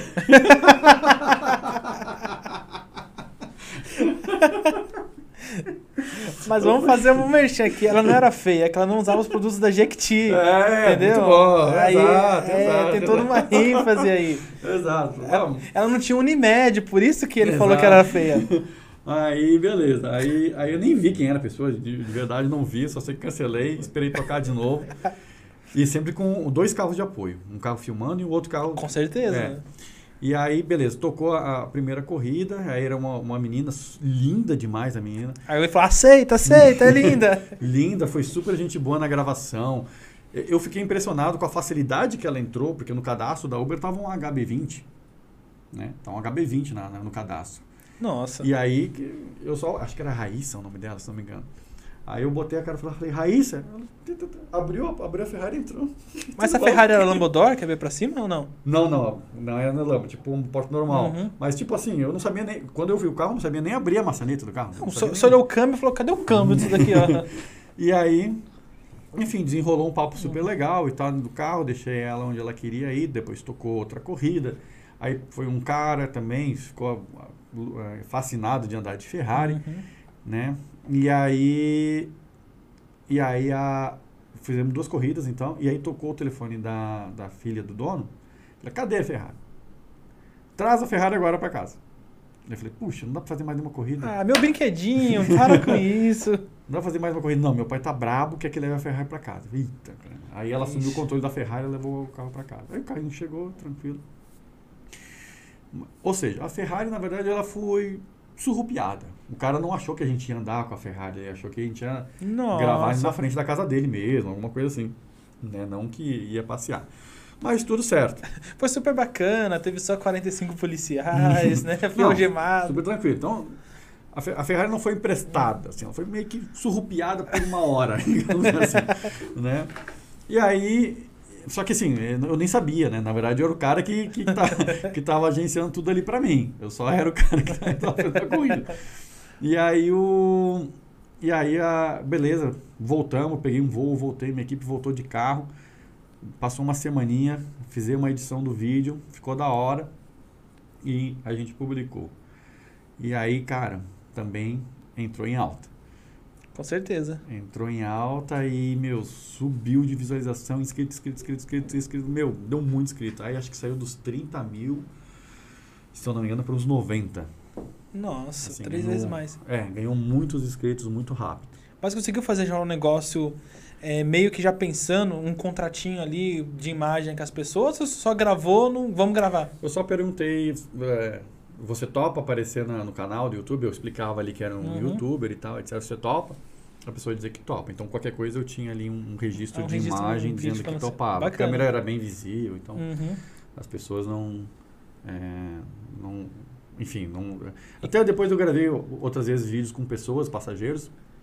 A: Mas vamos fazer um merchan aqui. Ela não era feia, é que ela não usava os produtos da Jequiti.
B: É,
A: entendeu?
B: Muito bom.
A: Aí,
B: Exato,
A: é,
B: exato.
A: Tem toda uma ênfase aí.
B: Exato.
A: Ela, ela não tinha Unimed, por isso que ele
B: Exato.
A: falou que era feia.
B: Aí, beleza. Aí, aí eu nem vi quem era a pessoa, de, de verdade não vi, só sei que cancelei, esperei tocar de novo. E sempre com dois carros de apoio. Um carro filmando e o outro carro...
A: Com certeza.
B: É.
A: Né?
B: E aí, beleza, tocou a, a primeira corrida, aí era uma, uma menina, linda demais a menina.
A: Aí eu ia falar, aceita, aceita, é linda.
B: Linda, foi super gente boa na gravação. Eu fiquei impressionado com a facilidade que ela entrou, porque no cadastro da Uber tava um H B vinte, né? Tava um H B vinte na, na, no cadastro.
A: Nossa.
B: E aí, eu só, acho que era Raíssa o nome dela, se não me engano. Aí eu botei a cara e falei, Raíssa, ela abriu, abriu a Ferrari e entrou.
A: Mas a Ferrari era Lambodor, quer ver pra cima ou não?
B: Não, não, não era na lama, tipo um porta normal.
A: Uhum.
B: Mas tipo assim, eu não sabia nem, quando eu vi o carro, eu não sabia nem abrir a maçaneta do carro.
A: Não, só, nem... só olhou o câmbio e falou, cadê o câmbio disso daqui, ó?
B: E aí, enfim, desenrolou um papo super legal e tal do carro, deixei ela onde ela queria ir, depois tocou outra corrida. Aí foi um cara também, ficou fascinado de andar de Ferrari, uhum. né? E aí, e aí a, fizemos duas corridas então, e aí tocou o telefone da, da filha do dono. Falei, cadê a Ferrari? Traz a Ferrari agora para casa. Eu falei, puxa, não dá para fazer mais uma corrida?
A: Ah, meu brinquedinho, para com isso.
B: Não dá pra fazer mais uma corrida? Não, meu pai tá brabo, quer que leve a Ferrari para casa. Eita, cara. Aí ela Ixi. assumiu o controle da Ferrari e levou o carro para casa. Aí o carro chegou, tranquilo. Ou seja, a Ferrari, na verdade, ela foi surrupiada. O cara não achou que a gente ia andar com a Ferrari, ele achou que a gente ia
A: Nossa.
B: gravar na frente da casa dele mesmo, alguma coisa assim. Né? Não que ia passear. Mas tudo certo.
A: Foi super bacana, teve só quarenta e cinco policiais, né? Foi algemado.
B: Super tranquilo. Então, a Ferrari não foi emprestada, assim, ela foi meio que surrupiada por uma hora, digamos assim, né? E aí, só que assim, eu nem sabia, né? Na verdade, eu era o cara que, que, tá, que tava agenciando tudo ali pra mim. Eu só era o cara que tava fazendo a corrida. E aí, o... E aí, a... beleza, voltamos, peguei um voo, voltei, minha equipe voltou de carro. Passou uma semaninha, fizemos uma edição do vídeo, ficou da hora e a gente publicou. E aí, cara, também entrou em alta.
A: Com certeza.
B: Entrou em alta e, meu, subiu de visualização, inscrito, inscrito, inscrito, inscrito, inscrito. Meu, deu muito inscrito. Aí acho que saiu dos trinta mil, se eu não me engano, para uns noventa.
A: Nossa,
B: assim,
A: três
B: ganhou,
A: vezes mais.
B: É, ganhou muitos inscritos muito rápido.
A: Mas conseguiu fazer já um negócio... É, meio que já pensando um contratinho ali de imagem com as pessoas, ou você só gravou, não vamos gravar?
B: Eu só perguntei, é, você topa aparecer na, no canal do YouTube? Eu explicava ali que era um uhum. youtuber e tal, etcétera. Você topa? A pessoa dizia que topa. Então, qualquer coisa, eu tinha ali um, um registro ah, um de registro, imagem um dizendo que topava. A câmera era bem visível, então uhum. as pessoas não, é, não... Enfim, não... Até depois eu gravei outras vezes vídeos com pessoas, passageiros,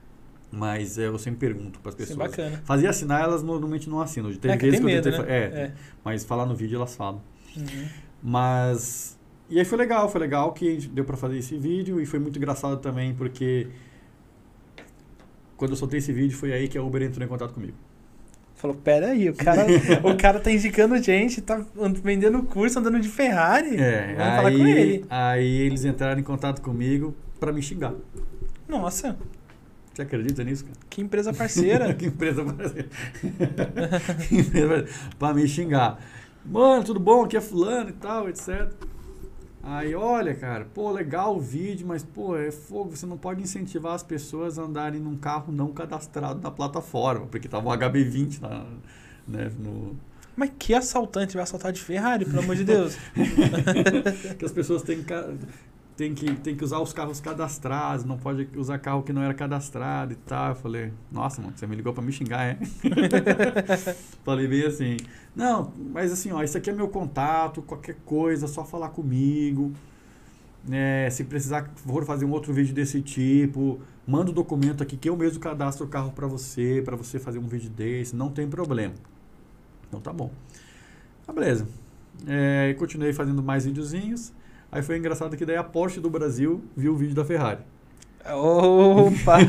B: Mas é, eu sempre pergunto para as pessoas.
A: Sim, bacana.
B: Fazia assinar, elas normalmente não assinam. Teve
A: É que
B: vezes
A: tem
B: que eu
A: medo,
B: tentei
A: né?
B: fa- é,
A: É.
B: mas falar no vídeo elas falam.
A: Uhum.
B: Mas... E aí foi legal, foi legal que deu para fazer esse vídeo. E foi muito engraçado também, porque... Quando eu soltei esse vídeo, foi aí que a Uber entrou em contato comigo.
A: Falou, pera aí, o cara, o cara tá indicando gente, tá vendendo curso, andando de Ferrari.
B: É,
A: Vamos falar com
B: aí,
A: ele.
B: aí eles entraram em contato comigo para me xingar.
A: Nossa,
B: Você acredita nisso, cara?
A: que empresa parceira.
B: Que empresa parceira. Que empresa pra me xingar. Mano, tudo bom? Aqui é fulano e tal, etcétera. Aí, olha, cara, pô, legal o vídeo, mas, pô, é fogo, você não pode incentivar as pessoas a andarem num carro não cadastrado na plataforma, porque tava um H B vinte na, né, no...
A: Mas que assaltante vai assaltar de Ferrari, pelo amor de Deus?
B: que as pessoas têm, ca- têm, que, têm que usar os carros cadastrados, não pode usar carro que não era cadastrado e tal. Eu falei, nossa, mano, você me ligou pra me xingar, é? Falei bem assim, não, mas assim, ó, esse aqui é meu contato, qualquer coisa, só falar comigo. É, se precisar for fazer um outro vídeo desse tipo, manda o documento aqui que eu mesmo cadastro o carro pra você, pra você fazer um vídeo desse, não tem problema. Então tá bom. Ah, beleza. É, continuei fazendo mais videozinhos. Aí foi engraçado que daí a Porsche do Brasil viu o vídeo da Ferrari.
A: Opa!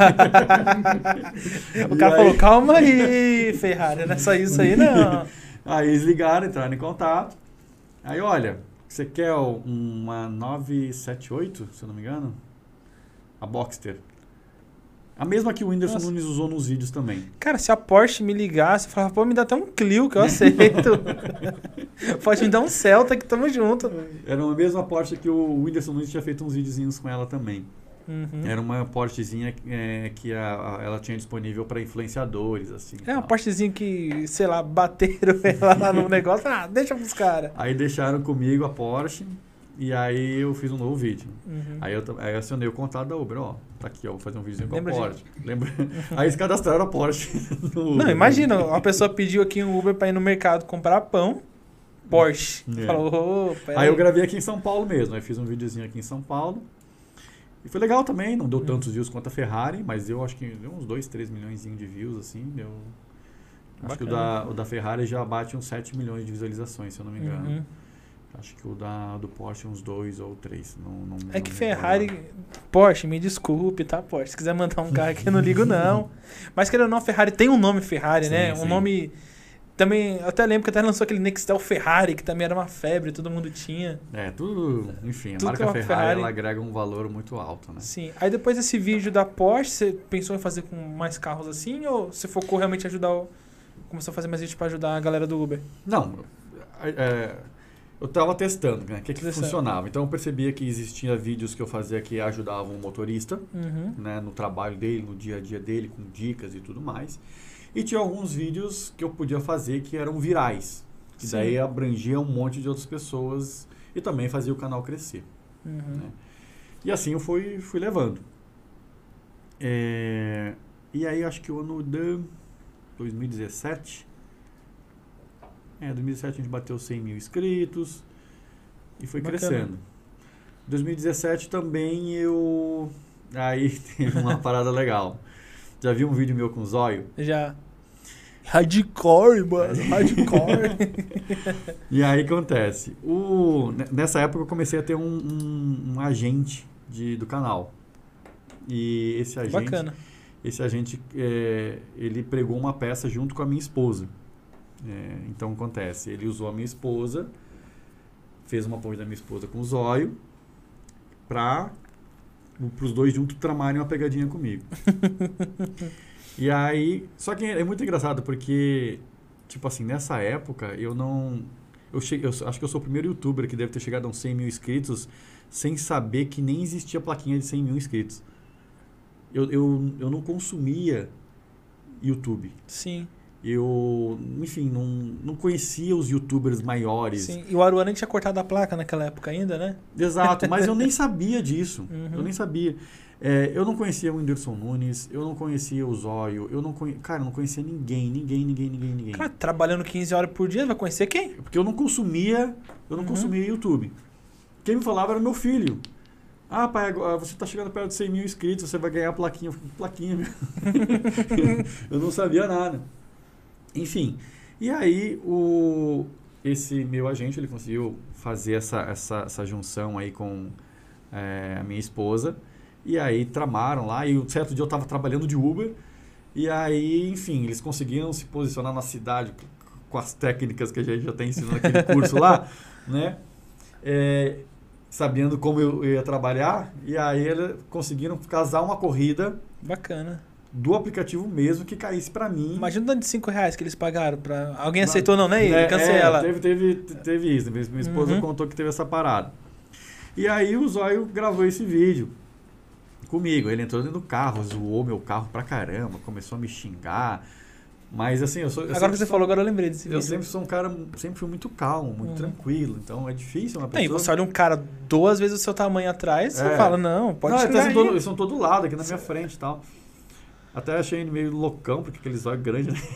A: O cara
B: E
A: falou,
B: aí-
A: calma aí, Ferrari, não é só isso aí não.
B: Aí eles ligaram, entraram em contato. Aí, olha, você quer uma nove sete oito, se eu não me engano? A Boxster. A mesma que o Whindersson
A: Nossa.
B: Nunes usou nos vídeos também.
A: Cara, se a Porsche me ligasse, eu falava, pô, me dá até um Clio que eu aceito. Pode me dar um Celta que tamo junto.
B: Era a mesma Porsche que o Whindersson Nunes tinha feito uns videozinhos com ela também.
A: Uhum.
B: Era uma Porschezinha é, que a, a- ela tinha disponível para influenciadores, assim.
A: É uma
B: tal.
A: Porschezinha que, sei lá, bateram ela lá no negócio. Ah, deixa pros caras.
B: Aí deixaram comigo a Porsche e aí eu fiz um novo vídeo.
A: Uhum.
B: Aí eu, aí eu acionei o contato da Uber, ó, tá aqui, ó, vou fazer um videozinho com
A: Lembra,
B: a Porsche. Lembra? Aí eles cadastraram a Porsche. no
A: Não,
B: Uber.
A: imagina, uma pessoa pediu aqui um Uber pra ir no mercado comprar pão, Porsche.
B: É.
A: Falou, ô, pera
B: Aí eu gravei aqui em São Paulo mesmo, aí fiz um videozinho aqui em São Paulo. E foi legal também, não deu tantos views quanto a Ferrari, mas eu acho que deu uns dois, três milhões de views, assim, deu... Acho que o da, o da Ferrari já bate uns sete milhões de visualizações, se eu não me engano.
A: Uhum.
B: Acho que o da, do Porsche uns dois ou três. Não, não,
A: É
B: não
A: que
B: me
A: Ferrari,
B: recordo.
A: Porsche, me desculpe, tá, Porsche? Se quiser mandar um carro aqui, eu não ligo, não. Mas querendo ou não, a Ferrari tem um nome Ferrari,
B: Sim,
A: né? Um
B: sim.
A: nome... Também, eu até lembro que até lançou aquele Nextel Ferrari, que também era uma febre, todo mundo tinha.
B: É, tudo... Enfim, a
A: Tudo
B: marca
A: que é uma
B: Ferrari,
A: Ferrari.
B: ela agrega um valor muito alto, né?
A: Sim. Aí depois desse vídeo da Porsche, você pensou em fazer com mais carros assim? Ou você focou realmente em ajudar o... Começou a fazer mais vídeo pra ajudar a galera do Uber?
B: Não, é, eu tava testando, né? O que que
A: Testando.
B: funcionava. Então eu percebia que existia vídeos que eu fazia que ajudavam o motorista,
A: Uhum.
B: né? No trabalho dele, no dia a dia dele, com dicas e tudo mais. E tinha alguns vídeos que eu podia fazer que eram virais. Que
A: Sim.
B: daí abrangia um monte de outras pessoas e também fazia o canal crescer.
A: Uhum.
B: Né? E assim eu fui, fui levando. É, e aí acho que o ano de dois mil e dezessete... É, dois mil e dezessete a gente bateu cem mil inscritos e foi
A: Bacana.
B: crescendo. dois mil e dezessete também eu... Aí teve uma parada legal. Já viu um vídeo meu com o Zóio?
A: Já. Hardcore, mano. Hardcore.
B: E aí acontece. O, ne- nessa época eu comecei a ter um, um, um agente de, do canal. E esse agente,
A: Bacana.
B: esse agente é, ele pregou uma peça junto com a minha esposa. É, então acontece, ele usou a minha esposa, fez uma ponte da minha esposa com o Zóio para os dois juntos tramarem uma pegadinha comigo. E aí, só que é muito engraçado porque, tipo assim, nessa época eu não, eu, cheguei, eu acho que eu sou o primeiro youtuber que deve ter chegado a uns cem mil inscritos sem saber que nem existia plaquinha de cem mil inscritos. Eu, eu, eu não consumia YouTube.
A: Sim,
B: Eu, enfim, não, não conhecia os youtubers maiores.
A: sim. E o Aruana tinha cortado a placa naquela época ainda, né?
B: Exato, mas eu nem sabia disso.
A: Uhum.
B: Eu nem sabia. É, eu não conhecia o Whindersson Nunes, eu não conhecia o Zóio, eu não conhe... cara, eu não conhecia ninguém, ninguém, ninguém, ninguém, ninguém.
A: Cara, trabalhando quinze horas por dia, vai conhecer quem?
B: Porque eu não consumia, eu não
A: Uhum.
B: consumia YouTube. Quem me falava era meu filho. Ah, pai, agora você tá chegando perto de cem mil inscritos, você vai ganhar a plaquinha. Eu falei, plaquinha, meu. Eu não sabia nada. Enfim, e aí o, esse meu agente, ele conseguiu fazer essa, essa, essa junção aí com é, a minha esposa, e aí tramaram lá, e um certo dia eu estava trabalhando de Uber, e aí, enfim, eles conseguiram se posicionar na cidade com as técnicas que a gente já tem ensinado naquele curso lá, né? É, sabendo como eu ia trabalhar, e aí eles conseguiram casar uma corrida
A: Bacana.
B: do aplicativo mesmo que caísse para mim.
A: Imagina o tanto de cinco reais que eles pagaram para alguém aceitou não, né?
B: É,
A: Cancela.
B: É, teve, teve, teve isso. Minha esposa
A: Uhum.
B: contou que teve essa parada. E aí o Zóio gravou esse vídeo comigo. Ele entrou dentro do carro, zoou meu carro pra caramba, começou a me xingar. Mas assim, eu sou... Eu
A: Agora que você
B: sou,
A: falou, agora eu lembrei desse
B: eu
A: vídeo.
B: sempre sou um cara, sempre fui muito calmo, muito
A: Uhum.
B: tranquilo. Então é difícil uma
A: Não, e
B: pessoa...
A: você olha um cara duas vezes o seu tamanho atrás,
B: É.
A: você fala, não, pode
B: Não,
A: xingar
B: eles estão
A: aí.
B: todo, eles estão todo lado aqui na minha frente e tal. Até achei ele meio loucão, porque aqueles olhos grandes, né?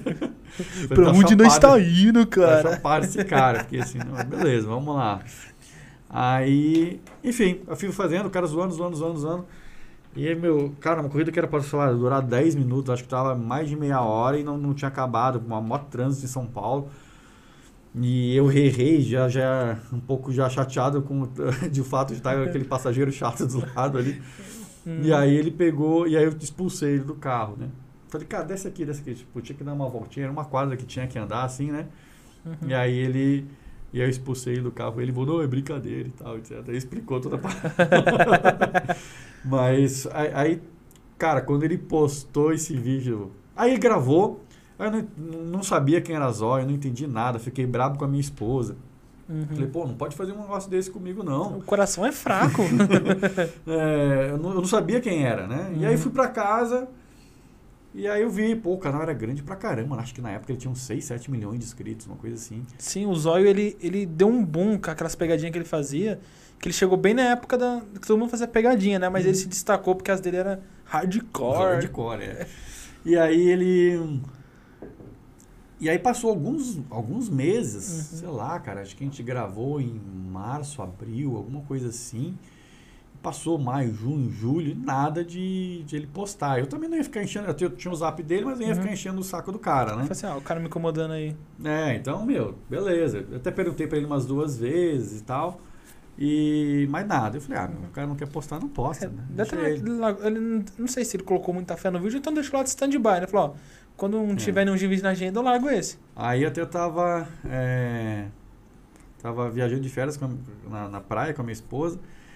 A: Pra onde não está indo,
B: Cara,
A: cara?
B: para esse cara, porque assim, não, beleza, vamos lá. Aí, enfim, eu fui fazendo, o cara zoando, zoando, zoando, zoando. E aí, meu, cara, uma corrida que era para, sei lá, durar dez minutos, acho que tava mais de meia hora e não, não tinha acabado, uma moto trânsito em São Paulo. E eu errei, já, já um pouco já chateado com de fato de estar aquele passageiro chato do lado ali. Hum. E aí ele pegou, e aí eu expulsei ele do carro, né? Falei, cara, desce aqui, desce aqui. Tipo, tinha que dar uma voltinha, era uma quadra que tinha que andar assim, né? Uhum. E aí ele... E aí eu expulsei ele do carro. Ele falou, não, é brincadeira e tal, etcétera. Aí explicou toda a parada. Mas aí, aí, cara, quando ele postou esse vídeo... Aí ele gravou. Aí eu não, não sabia quem era Zóio, eu não entendi nada. Fiquei bravo com a minha esposa. Uhum. Falei, pô, não pode fazer um negócio desse comigo, não.
A: O coração é fraco.
B: é, eu, não, eu não sabia quem era, né? Uhum. E aí fui pra casa... E aí eu vi, pô, o canal era grande pra caramba. Acho que na época ele tinha uns seis, sete milhões de inscritos, uma coisa assim.
A: Sim, o Zóio, ele, ele deu um boom com aquelas pegadinhas que ele fazia. Que ele chegou bem na época da, que todo mundo fazia pegadinha, né? Mas hum. ele se destacou porque as dele era hardcore.
B: Hardcore, é. E aí ele... E aí passou alguns, alguns meses, uhum. sei lá, cara. Acho que a gente gravou em março, abril, alguma coisa assim. Passou maio, junho, julho, nada de, de ele postar. Eu também não ia ficar enchendo, eu tinha o zap dele, mas não ia uhum. ficar enchendo o saco do cara, né?
A: Eu falei assim, ah, o cara me incomodando aí.
B: É, então, meu, beleza. Eu até perguntei pra ele umas duas vezes e tal, e mais nada. Eu falei, ah, meu, o cara não quer postar, não posta, é, né?
A: Deixa ele. Ele, não sei se ele colocou muita fé no vídeo, então deixa lá de stand-by, né? Falou, ó, quando não tiver é. nenhum vídeo na agenda, eu largo esse.
B: Aí até eu tava, é, tava viajando de férias com a, na, na praia com a minha esposa.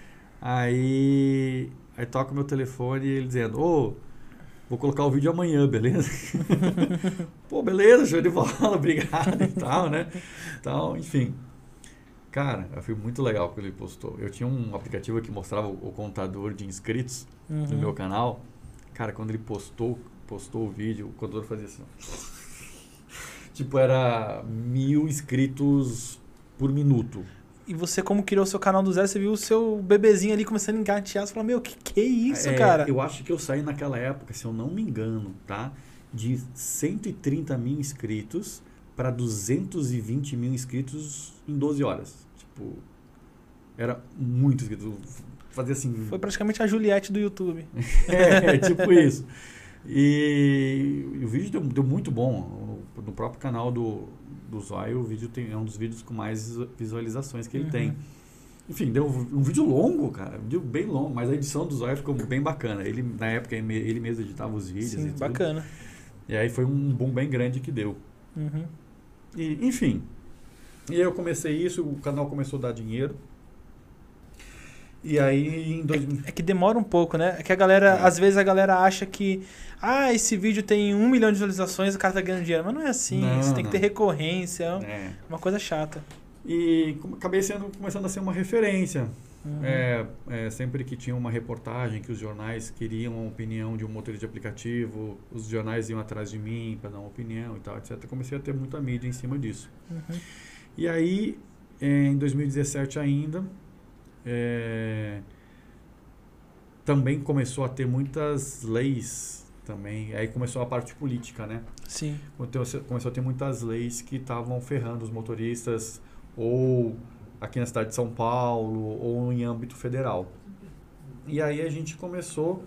B: Aí, aí toca o meu telefone e ele dizendo, ô, oh, vou colocar o vídeo amanhã, beleza? Pô, beleza, show de bola, obrigado e tal, né? Então, enfim. Cara, foi muito legal que ele postou. Eu tinha um aplicativo que mostrava o, o contador de inscritos uhum. no meu canal. Cara, quando ele postou, postou o vídeo, o contador fazia assim, ó. Tipo, era mil inscritos por minuto.
A: E você, como criou seu canal do zero, você viu o seu bebezinho ali começando a engatear. Você falou, meu, que que é isso,
B: é,
A: cara?
B: Eu acho que eu saí naquela época, se eu não me engano, tá? De cento e trinta mil inscritos para duzentos e vinte mil inscritos em doze horas. Tipo, era muito inscrito. Fazia assim...
A: Foi praticamente a Juliette do YouTube.
B: é, tipo isso. E, e o vídeo deu, deu muito bom. No, no próprio canal do... do Zóio, o vídeo tem, é um dos vídeos com mais visualizações que ele uhum. tem. Enfim, deu um, um vídeo longo, cara, um vídeo bem longo, mas a edição do Zóio ficou bem bacana. Ele, na época, ele mesmo editava os vídeos.
A: Sim,
B: e tudo.
A: Bacana.
B: E aí foi um boom bem grande que deu.
A: Uhum.
B: E, enfim, e aí eu comecei isso, o canal começou a dar dinheiro. E aí em dois mil...
A: é, é que demora um pouco, né? É que a galera, é. às vezes a galera acha que ah, esse vídeo tem um milhão de visualizações e o cara tá ganhando dinheiro. Mas não é assim, não, você tem não. que ter recorrência, é uma coisa chata.
B: E acabei sendo, começando a ser uma referência.
A: Uhum.
B: É, é, sempre que tinha uma reportagem que os jornais queriam a opinião de um motorista de aplicativo, os jornais iam atrás de mim para dar uma opinião e tal, etcétera. Comecei a ter muita mídia em cima disso.
A: Uhum.
B: E aí, em dois mil e dezessete ainda, é, também começou a ter muitas leis também. Aí começou a parte política, né?
A: Sim.
B: Começou a ter muitas leis que estavam ferrando os motoristas, ou aqui na cidade de São Paulo, ou em âmbito federal. E aí a gente começou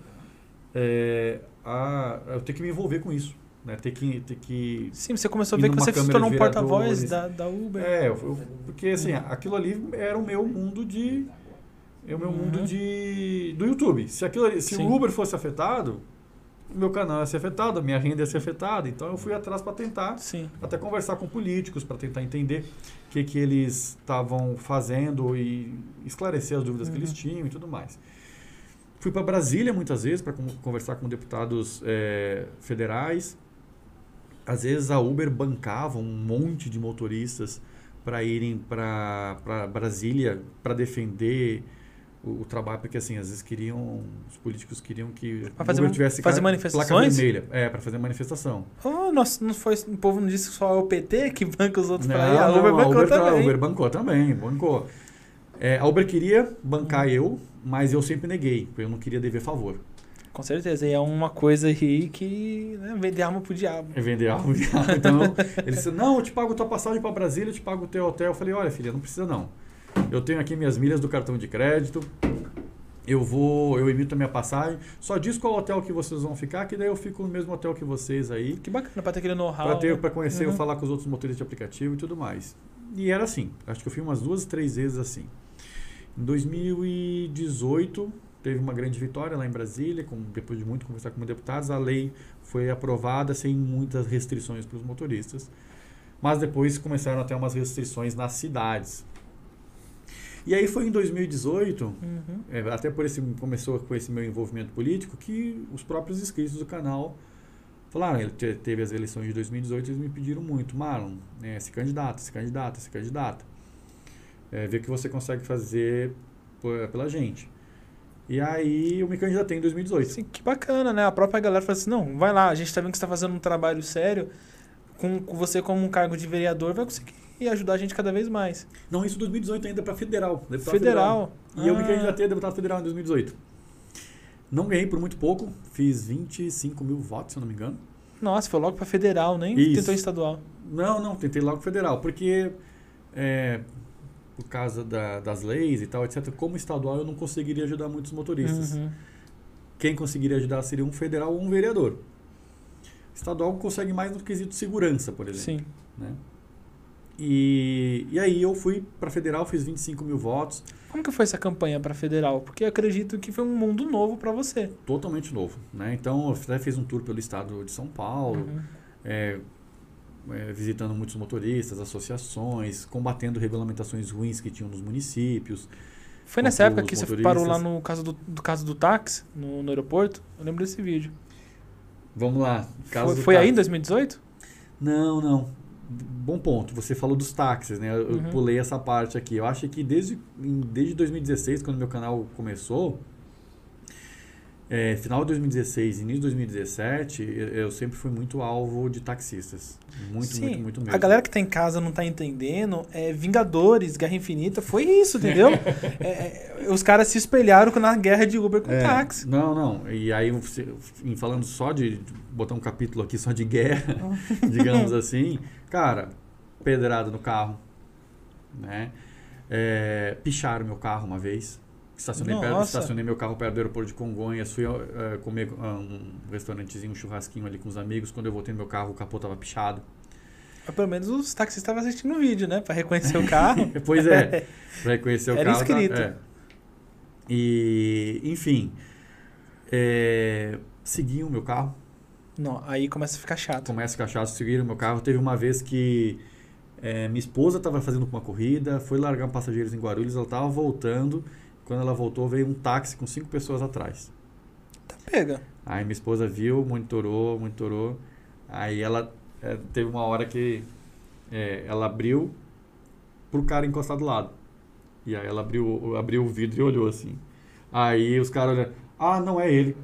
B: é, a, a ter que me envolver com isso. Né? Ter que, ter que
A: Sim, você começou a ver que você se tornou um porta-voz da, da Uber.
B: É, eu, porque assim, uhum. aquilo ali era o meu mundo de... É o meu uhum. mundo de, do YouTube. Se, aquilo ali, se o Uber fosse afetado, o meu canal ia ser afetado, a minha renda ia ser afetada. Então eu fui atrás para tentar, Sim. até conversar com políticos, para tentar entender o que, que eles estavam fazendo e esclarecer as dúvidas uhum. que eles tinham e tudo mais. Fui para Brasília muitas vezes para conversar com deputados é, federais. Às vezes a Uber bancava um monte de motoristas para irem para Brasília para defender o, o trabalho, porque assim, às vezes queriam, os políticos queriam que
A: o Uber
B: man, tivesse
A: fazer manifestações?
B: Placa vermelha. É, para fazer manifestação.
A: Oh, nossa, não foi, o povo não disse que só é o P T que banca os outros para ir?
B: A
A: Uber
B: não,
A: bancou
B: a Uber,
A: também.
B: A Uber bancou também, bancou. É, a Uber queria bancar hum. eu, mas eu sempre neguei, porque eu não queria dever favor.
A: Com certeza, e é uma coisa aí que né, vender alma pro diabo.
B: É vender alma pro diabo. Então, ele disse, não, eu te pago a tua passagem para Brasília, eu te pago o teu hotel. Eu falei, olha filha, não precisa não. Eu tenho aqui minhas milhas do cartão de crédito, eu vou, eu emito a minha passagem, só diz qual hotel que vocês vão ficar, que daí eu fico no mesmo hotel que vocês aí.
A: Que bacana, para ter aquele know-how.
B: Para ter,
A: né?
B: para conhecer,
A: uhum.
B: eu falar com os outros motoristas de aplicativo e tudo mais. E era assim, acho que eu fui umas duas, três vezes assim. Em dois mil e dezoito... teve uma grande vitória lá em Brasília, com, depois de muito conversar com deputados, a lei foi aprovada sem muitas restrições para os motoristas. Mas depois começaram a ter umas restrições nas cidades. E aí foi em dois mil e dezoito, uhum. é, até por esse começou com esse meu envolvimento político, que os próprios inscritos do canal falaram, ele teve as eleições de dois mil e dezoito, eles me pediram muito, Marlon, né, se candidata, se candidata, se candidata. É, ver o que você consegue fazer por, pela gente. E aí eu me candidatei em dois mil e dezoito.
A: Sim, que bacana, né? A própria galera falou assim, não, vai lá, a gente tá vendo que você tá fazendo um trabalho sério, com, com você como um cargo de vereador, vai conseguir ajudar a gente cada vez mais.
B: Não, isso em dois mil e dezoito ainda para federal.
A: Deputado federal.
B: federal. E ah. eu me candidatei a deputado federal em dois mil e dezoito. Não ganhei por muito pouco, fiz vinte e cinco mil votos, se eu não me engano.
A: Nossa, foi logo para federal, nem
B: isso.
A: tentou estadual.
B: Não, não, tentei logo federal, porque... É, por causa da, das leis e tal, etcétera, como estadual eu não conseguiria ajudar muitos motoristas. Uhum. Quem conseguiria ajudar seria um federal ou um vereador. Estadual consegue mais no quesito segurança, por exemplo.
A: Sim.
B: Né? E, e aí eu fui para federal, fiz vinte e cinco mil votos.
A: Como que foi essa campanha para federal? Porque eu acredito que foi um mundo novo para você.
B: Totalmente novo. Né? Então eu até fiz um tour pelo estado de São Paulo, uhum. é, É, visitando muitos motoristas, associações, combatendo regulamentações ruins que tinham nos municípios.
A: Foi nessa época que motoristas. Você parou lá no caso do, do caso do táxi, no, no aeroporto? Eu lembro desse vídeo.
B: Vamos lá. Caso
A: foi
B: do
A: foi
B: táxi.
A: aí em dois mil e dezoito?
B: Não, não. Bom ponto. Você falou dos táxis, né? Eu uhum. pulei essa parte aqui. Eu acho que desde, desde dois mil e dezesseis, quando meu canal começou, É, final de dois mil e dezesseis, início de dois mil e dezessete, eu, eu sempre fui muito alvo de taxistas. Muito,
A: Sim,
B: muito, muito mesmo.
A: A galera que tá em casa não tá entendendo, é, Vingadores, Guerra Infinita, foi isso, entendeu? é, é, os caras se espelharam na guerra de Uber com
B: é,
A: táxi.
B: Não, não. E aí, em falando só de, botar um capítulo aqui só de guerra, digamos assim, cara, pedrada no carro, né? É, picharam meu carro uma vez. Estacionei, perto, estacionei meu carro perto do aeroporto de Congonhas, fui uh, comer uh, um restaurantezinho, um churrasquinho ali com os amigos. Quando eu voltei no meu carro, o capô estava pichado.
A: Mas pelo menos os taxistas estavam assistindo o vídeo, né? Para reconhecer o carro.
B: Pois é, para reconhecer o
A: Era
B: carro.
A: Era escrito.
B: Tá, é. E, enfim, é, seguiam o meu carro.
A: Não, aí começa a ficar chato.
B: Começa a ficar chato, seguiram o meu carro. Teve uma vez que é, minha esposa estava fazendo uma corrida, foi largar passageiros em Guarulhos, ela estava voltando. Quando ela voltou, veio um táxi com cinco pessoas atrás.
A: Tá pega.
B: Aí minha esposa viu, monitorou, monitorou. Aí ela é, teve uma hora que é, ela abriu pro cara encostar do lado. E aí ela abriu, abriu o vidro e olhou assim. Aí os caras olharam, ah, não é ele.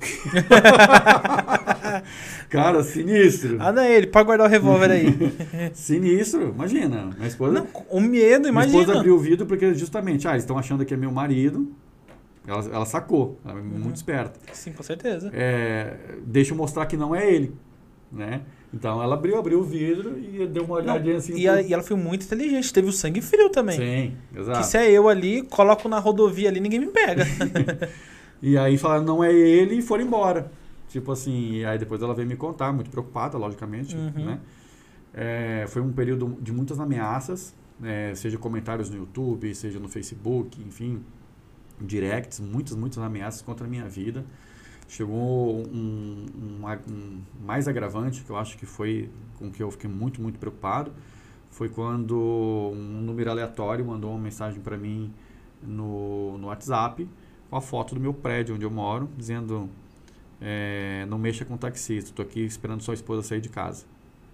B: Cara, sinistro.
A: Ah, não é ele, pode guardar o revólver aí.
B: Sinistro, imagina. Minha esposa,
A: não, o medo, imagina.
B: Minha esposa abriu o vidro porque justamente, ah, eles estão achando que é meu marido. Ela, ela sacou, ela é uhum. muito esperta.
A: Sim, com certeza.
B: É, deixa eu mostrar que não é ele, né? Então ela abriu, abriu o vidro e deu uma olhadinha assim.
A: E, a, e ela foi muito inteligente, teve o sangue frio também.
B: Sim, exato.
A: Que se é eu ali, coloco na rodovia ali, ninguém me pega.
B: E aí falaram, não é ele, e foram embora. Tipo assim, aí depois ela veio me contar, muito preocupada, logicamente,
A: Uhum.
B: né? É, foi um período de muitas ameaças, é, seja comentários no YouTube, seja no Facebook, enfim, directs, muitas, muitas ameaças contra a minha vida. Chegou um, um, um mais agravante, que eu acho que foi com que eu fiquei muito, muito preocupado, foi quando um número aleatório mandou uma mensagem para mim no, no WhatsApp com a foto do meu prédio onde eu moro, dizendo, é, não mexa com taxista, estou aqui esperando sua esposa sair de casa.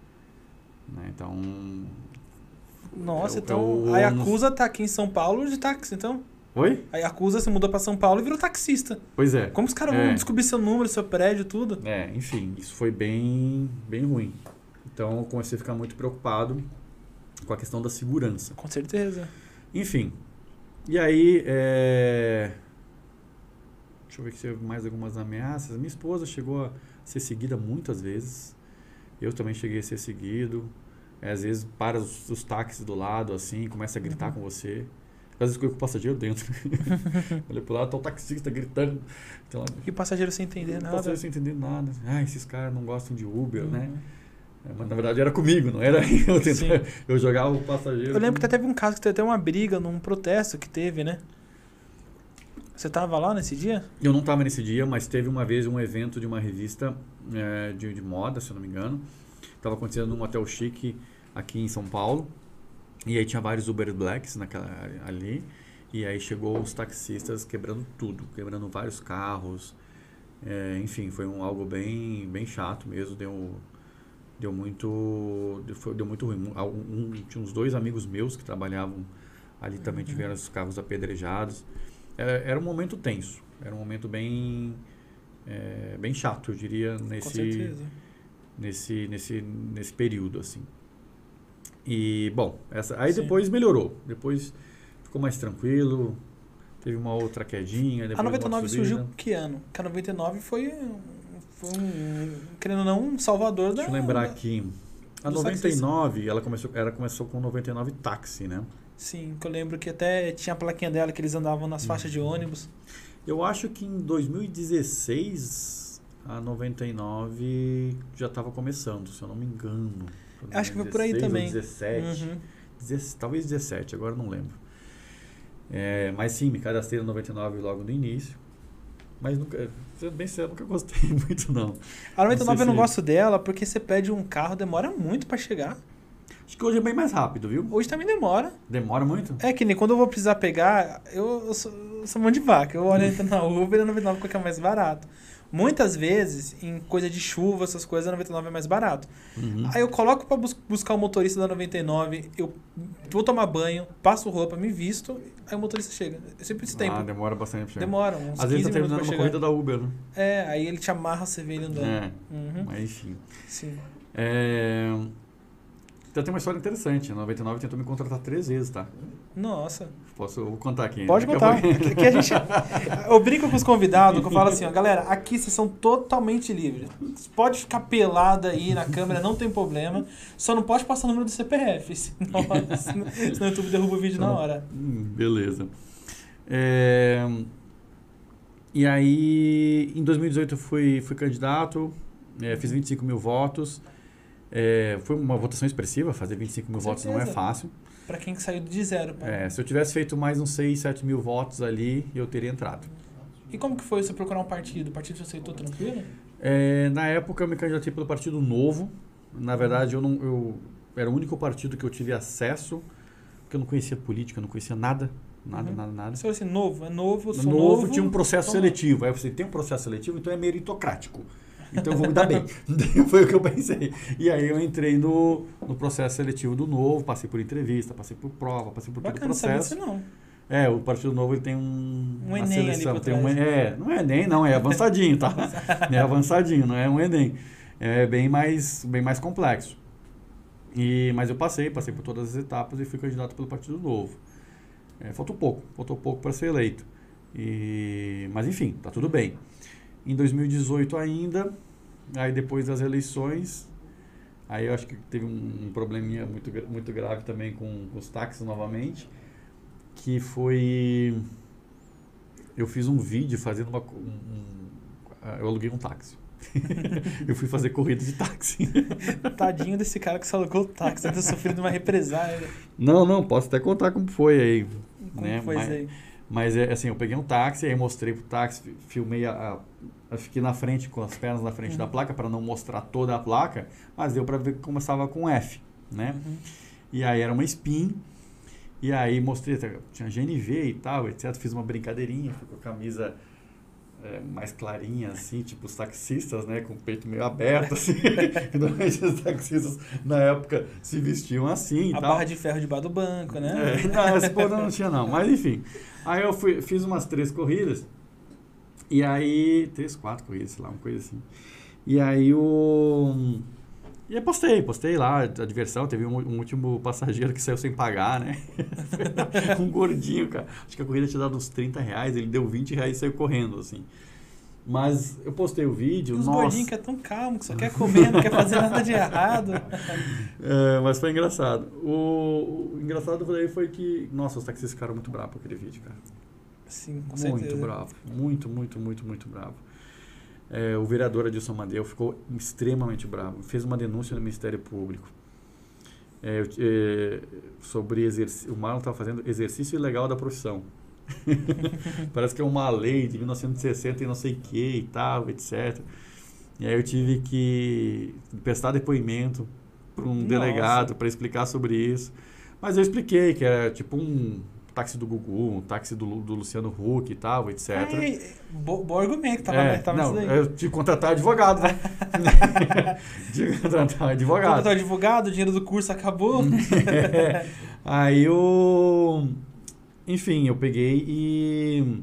B: Né? Então...
A: Nossa,
B: é,
A: então
B: é o,
A: a Yakuza tá aqui em São Paulo de táxi, então?
B: Oi?
A: A Yakuza se mudou pra São Paulo e virou taxista.
B: Pois é.
A: Como os caras
B: é.
A: vão descobrir seu número, seu prédio, tudo?
B: É, enfim, isso foi bem, bem ruim. Então eu comecei a ficar muito preocupado com a questão da segurança.
A: Com certeza.
B: Enfim, e aí, é... deixa eu ver se teve mais algumas ameaças. Minha esposa chegou a ser seguida muitas vezes. Eu também cheguei a ser seguido. É, às vezes para os, os táxis do lado, assim, começa a gritar uhum. com você. Às vezes com o passageiro dentro. Olha pro lado, tá o taxista gritando. Então,
A: e o passageiro sem entender nada.
B: O passageiro sem entender nada. Ah, esses caras não gostam de Uber, uhum. né? Mas na verdade era comigo, não era eu tentando, eu jogava o passageiro.
A: Eu lembro que até teve um caso que teve até uma briga num protesto que teve, né? Você tava lá nesse dia?
B: Eu não tava nesse dia, mas teve uma vez um evento de uma revista é, de, de moda, se eu não me engano. Tava acontecendo num hotel chique aqui em São Paulo. E aí tinha vários Uber Blacks naquela, ali. E aí chegou os taxistas quebrando tudo, quebrando vários carros. É, enfim, foi um, algo bem, bem chato mesmo. Deu, deu, muito, deu, deu muito ruim. Um, um, tinha uns dois amigos meus que trabalhavam ali também, uhum. tiveram os carros apedrejados. Era, era um momento tenso. Era um momento bem, é, bem chato, eu diria, nesse, nesse, nesse, nesse período, assim. E, bom, essa, aí Sim. depois melhorou. Depois ficou mais tranquilo. Teve uma outra quedinha. Depois
A: a noventa e nove surgiu
B: que
A: que ano? Porque a noventa e nove foi, foi um, querendo ou não, um salvador da...
B: Deixa eu lembrar aqui. A noventa e nove, ela começou, ela começou com noventa e nove táxi, né?
A: Sim, que eu lembro que até tinha a plaquinha dela que eles andavam nas faixas de ônibus.
B: Eu acho que em dois mil e dezesseis a noventa e nove já estava começando, se eu não me engano.
A: Acho que foi por aí também.
B: dezessete, uhum. dezessete, talvez dezessete, agora não lembro. É, mas sim, me cadastrei no noventa e nove logo no início. Mas nunca, sendo bem sério, nunca gostei muito não.
A: A noventa e nove não eu não se... gosto dela porque você pede um carro, demora muito para chegar.
B: Acho que hoje é bem mais rápido, viu?
A: Hoje também demora.
B: Demora muito?
A: É que nem quando eu vou precisar pegar, eu, eu, sou, eu sou mão de vaca. Eu olho entrando na Uber e a noventa e nove porque é mais barato. Muitas vezes, em coisa de chuva, essas coisas, a noventa e nove é mais barato.
B: Uhum.
A: Aí eu coloco pra bus- buscar o motorista da noventa e nove, eu vou tomar banho, passo roupa, me visto, aí o motorista chega. É sempre esse tempo.
B: Ah, demora bastante pra chegar.
A: Demora, uns
B: Às vezes tá terminando uma
A: chegar.
B: corrida da Uber, né?
A: É, aí ele te amarra, você vê ele andando.
B: É,
A: uhum.
B: mas enfim.
A: Sim.
B: É... Então tem uma história interessante. A noventa e nove tentou me contratar três vezes, tá?
A: Nossa.
B: Posso, eu vou contar aqui.
A: Pode contar. Aqui a gente, eu brinco com os convidados, que eu falo assim, ó, galera, aqui vocês são totalmente livres. Você pode ficar pelado aí na câmera, não tem problema. Só não pode passar o número do C P F, senão, senão, senão o YouTube derruba o vídeo então, na hora.
B: Hum, beleza. É... E aí, em dois mil e dezoito eu fui, fui candidato, é, fiz vinte e cinco mil votos. É, foi uma votação expressiva, fazer vinte e cinco mil votos não é fácil.
A: Para quem que saiu de zero.
B: É, se eu tivesse feito mais uns seis, sete mil votos ali, eu teria entrado.
A: E como que foi você procurar um partido? O partido você aceitou tranquilo?
B: É, na época eu me candidatei pelo Partido Novo. Na verdade, eu não, eu, era o único partido que eu tive acesso, porque eu não conhecia política, eu não conhecia nada. Nada, uhum. nada, nada.
A: Você falou assim, novo, é novo, eu sou
B: novo.
A: Novo
B: tinha um processo
A: então...
B: seletivo. Aí você tem um processo seletivo, então é meritocrático. Então eu vou me dar bem. Foi o que eu pensei. E aí eu entrei no, no processo seletivo do Novo, passei por entrevista, passei por prova, passei por
A: Bacana,
B: todo o processo.
A: Não sabia isso não.
B: É, o Partido Novo ele tem um,
A: um
B: uma
A: Enem
B: seleção.
A: Ali
B: tem um, é, não é Enem, não, é avançadinho, tá? É avançadinho, não é um Enem. É bem mais, bem mais complexo. E, mas eu passei, passei por todas as etapas e fui candidato pelo Partido Novo. É, faltou pouco, faltou pouco para ser eleito. E, mas enfim, tá tudo bem. Em dois mil e dezoito ainda, aí depois das eleições, aí eu acho que teve um, um probleminha muito, muito grave também com, com os táxis novamente, que foi eu fiz um vídeo fazendo uma... Um, um, eu aluguei um táxi. Eu fui fazer corrida de táxi.
A: Tadinho desse cara que só alugou o táxi, deve ter sofrido uma represália.
B: Não, não, posso até contar como foi aí.
A: Como
B: né?
A: foi
B: mas,
A: isso aí?
B: Mas, assim, eu peguei um táxi, aí mostrei pro táxi, filmei a... a eu fiquei na frente, com as pernas na frente uhum. da placa, para não mostrar toda a placa, mas deu para ver que começava com F, né? Uhum. E aí era uma Spin, e aí mostrei, tinha G N V e tal, etcétera. Fiz uma brincadeirinha, fui com a camisa é, mais clarinha, assim, tipo os taxistas, né? Com o peito meio aberto, assim. Normalmente os taxistas, na época, se vestiam assim e
A: a
B: tal.
A: barra de ferro debaixo do banco, né?
B: É, não, esse porra não tinha não, mas enfim. Aí eu fui, fiz umas três corridas, e aí... Três, quatro corridas, sei lá, uma coisa assim. E aí o... E aí postei, postei lá a diversão. Teve um, um último passageiro que saiu sem pagar, né? Um gordinho, cara. Acho que a corrida tinha dado uns trinta reais, ele deu vinte reais e saiu correndo, assim. Mas eu postei o vídeo,
A: Os
B: nossa...
A: gordinhos que é tão calmo, que só quer comer, não quer fazer nada de errado.
B: É, mas foi engraçado. O, o engraçado daí foi que... Nossa, os taxistas ficaram muito bravos com aquele vídeo, cara.
A: Sim, com
B: muito
A: certeza.
B: bravo. Muito, muito, muito, muito bravo. É, o vereador Adilson Amadeu ficou extremamente bravo. Fez uma denúncia no Ministério Público. É, é, sobre exercício, o Marlon estava fazendo exercício ilegal da profissão. Parece que é uma lei de mil novecentos e sessenta e não sei o que e tal, etcétera. E aí eu tive que prestar depoimento para um Nossa. delegado para explicar sobre isso. Mas eu expliquei que era tipo um táxi do Gugu, um táxi do, do Luciano Huck e tal, etcétera.
A: É, bo, bom argumento, tava,
B: é,
A: tava
B: não,
A: nisso daí.
B: Eu tive que contratar advogado, né? Tive que contratar advogado.
A: Contratar advogado, o dinheiro do curso acabou.
B: É, aí eu... Enfim, eu peguei e...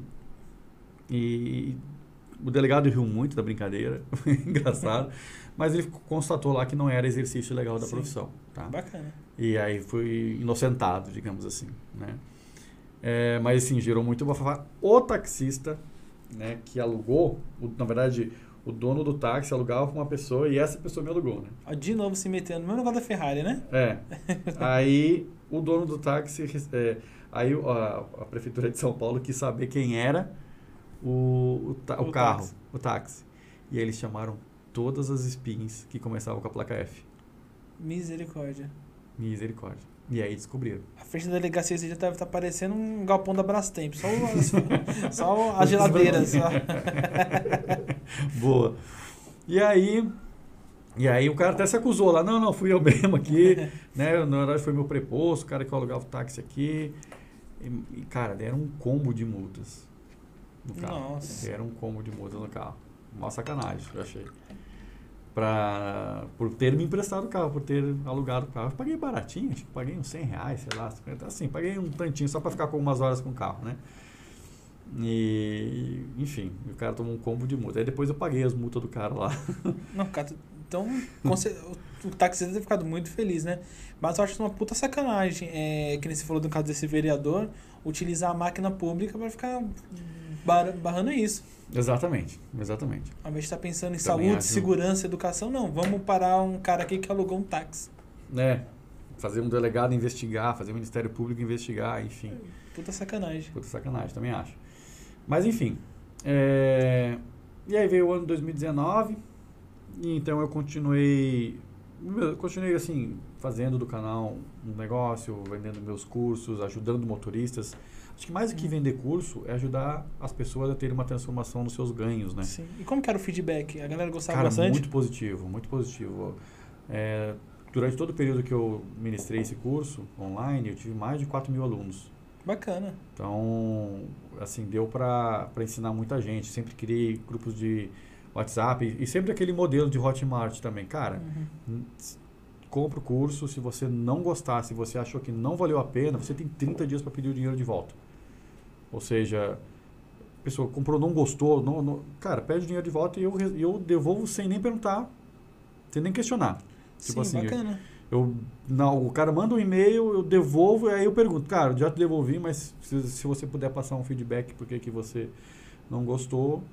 B: E o delegado riu muito da brincadeira, engraçado, mas ele constatou lá que não era exercício legal da Sim. profissão. Tá?
A: Bacana.
B: E aí fui inocentado, digamos assim, né? É, mas assim, gerou muito bafafá. O taxista, né, que alugou, o, na verdade, o dono do táxi alugava para uma pessoa e essa pessoa me alugou, né?
A: De novo se metendo no mesmo negócio da Ferrari, né?
B: É. Aí o dono do táxi, é, aí a, a prefeitura de São Paulo quis saber quem era o, o, ta, o, o carro, táxi. o táxi. E aí eles chamaram todas as spins que começavam com a placa F.
A: Misericórdia.
B: Misericórdia. E aí descobriram.
A: A frente da delegacia já deve estar parecendo um galpão da Brastemp. Só, as, só as geladeiras. Só.
B: Boa. E aí, e aí o cara até se acusou lá. Não, não, fui eu mesmo aqui. né? Na verdade foi meu preposto, o cara que alugava o táxi aqui. E, e, cara, deram um combo de multas no carro.
A: Nossa.
B: Deram um combo de multas no carro. Uma sacanagem, eu achei. Pra, por ter me emprestado o carro, por ter alugado o carro. Eu paguei baratinho, acho que paguei uns cem reais, sei lá, cinquenta, assim, paguei um tantinho só para ficar com umas horas com o carro, né? E, enfim, o cara tomou um combo de multa. Aí depois eu paguei as multas do cara lá.
A: Não, cara, então o taxista deve ter ficado muito feliz, né? Mas eu acho uma puta sacanagem, é, que nem você falou do caso desse vereador, utilizar a máquina pública para ficar bar, barrando isso.
B: Exatamente, exatamente.
A: Ao invés de estar pensando em
B: Também
A: saúde,
B: acho...
A: segurança, educação, não. Vamos parar um cara aqui que alugou um táxi.
B: É, fazer um delegado investigar, fazer o Ministério Público investigar, enfim.
A: Puta sacanagem.
B: Puta sacanagem, também acho. Mas enfim, é... e aí veio o ano dois mil e dezenove, e então eu continuei, eu continuei assim, fazendo do canal um negócio, vendendo meus cursos, ajudando motoristas. Acho que mais do que vender curso é ajudar as pessoas a terem uma transformação nos seus ganhos, né?
A: Sim. E como que era o feedback? A galera gostava
B: Cara,
A: bastante?
B: muito positivo, muito positivo. É, durante todo o período que eu ministrei esse curso online, eu tive mais de quatro mil alunos.
A: Bacana.
B: Então, assim, deu para ensinar muita gente. Sempre criei grupos de WhatsApp e sempre aquele modelo de Hotmart também. Cara, uhum. compra o curso, se você não gostar, se você achou que não valeu a pena, você tem trinta dias para pedir o dinheiro de volta. Ou seja, a pessoa comprou, não gostou, não, não, cara, pede o dinheiro de volta e eu, eu devolvo sem nem perguntar, sem nem questionar. Tipo
A: Sim,
B: assim,
A: bacana.
B: Eu, não, o cara manda um e-mail, eu devolvo, e aí eu pergunto, cara, já te devolvi, mas se, se você puder passar um feedback porque que você não gostou,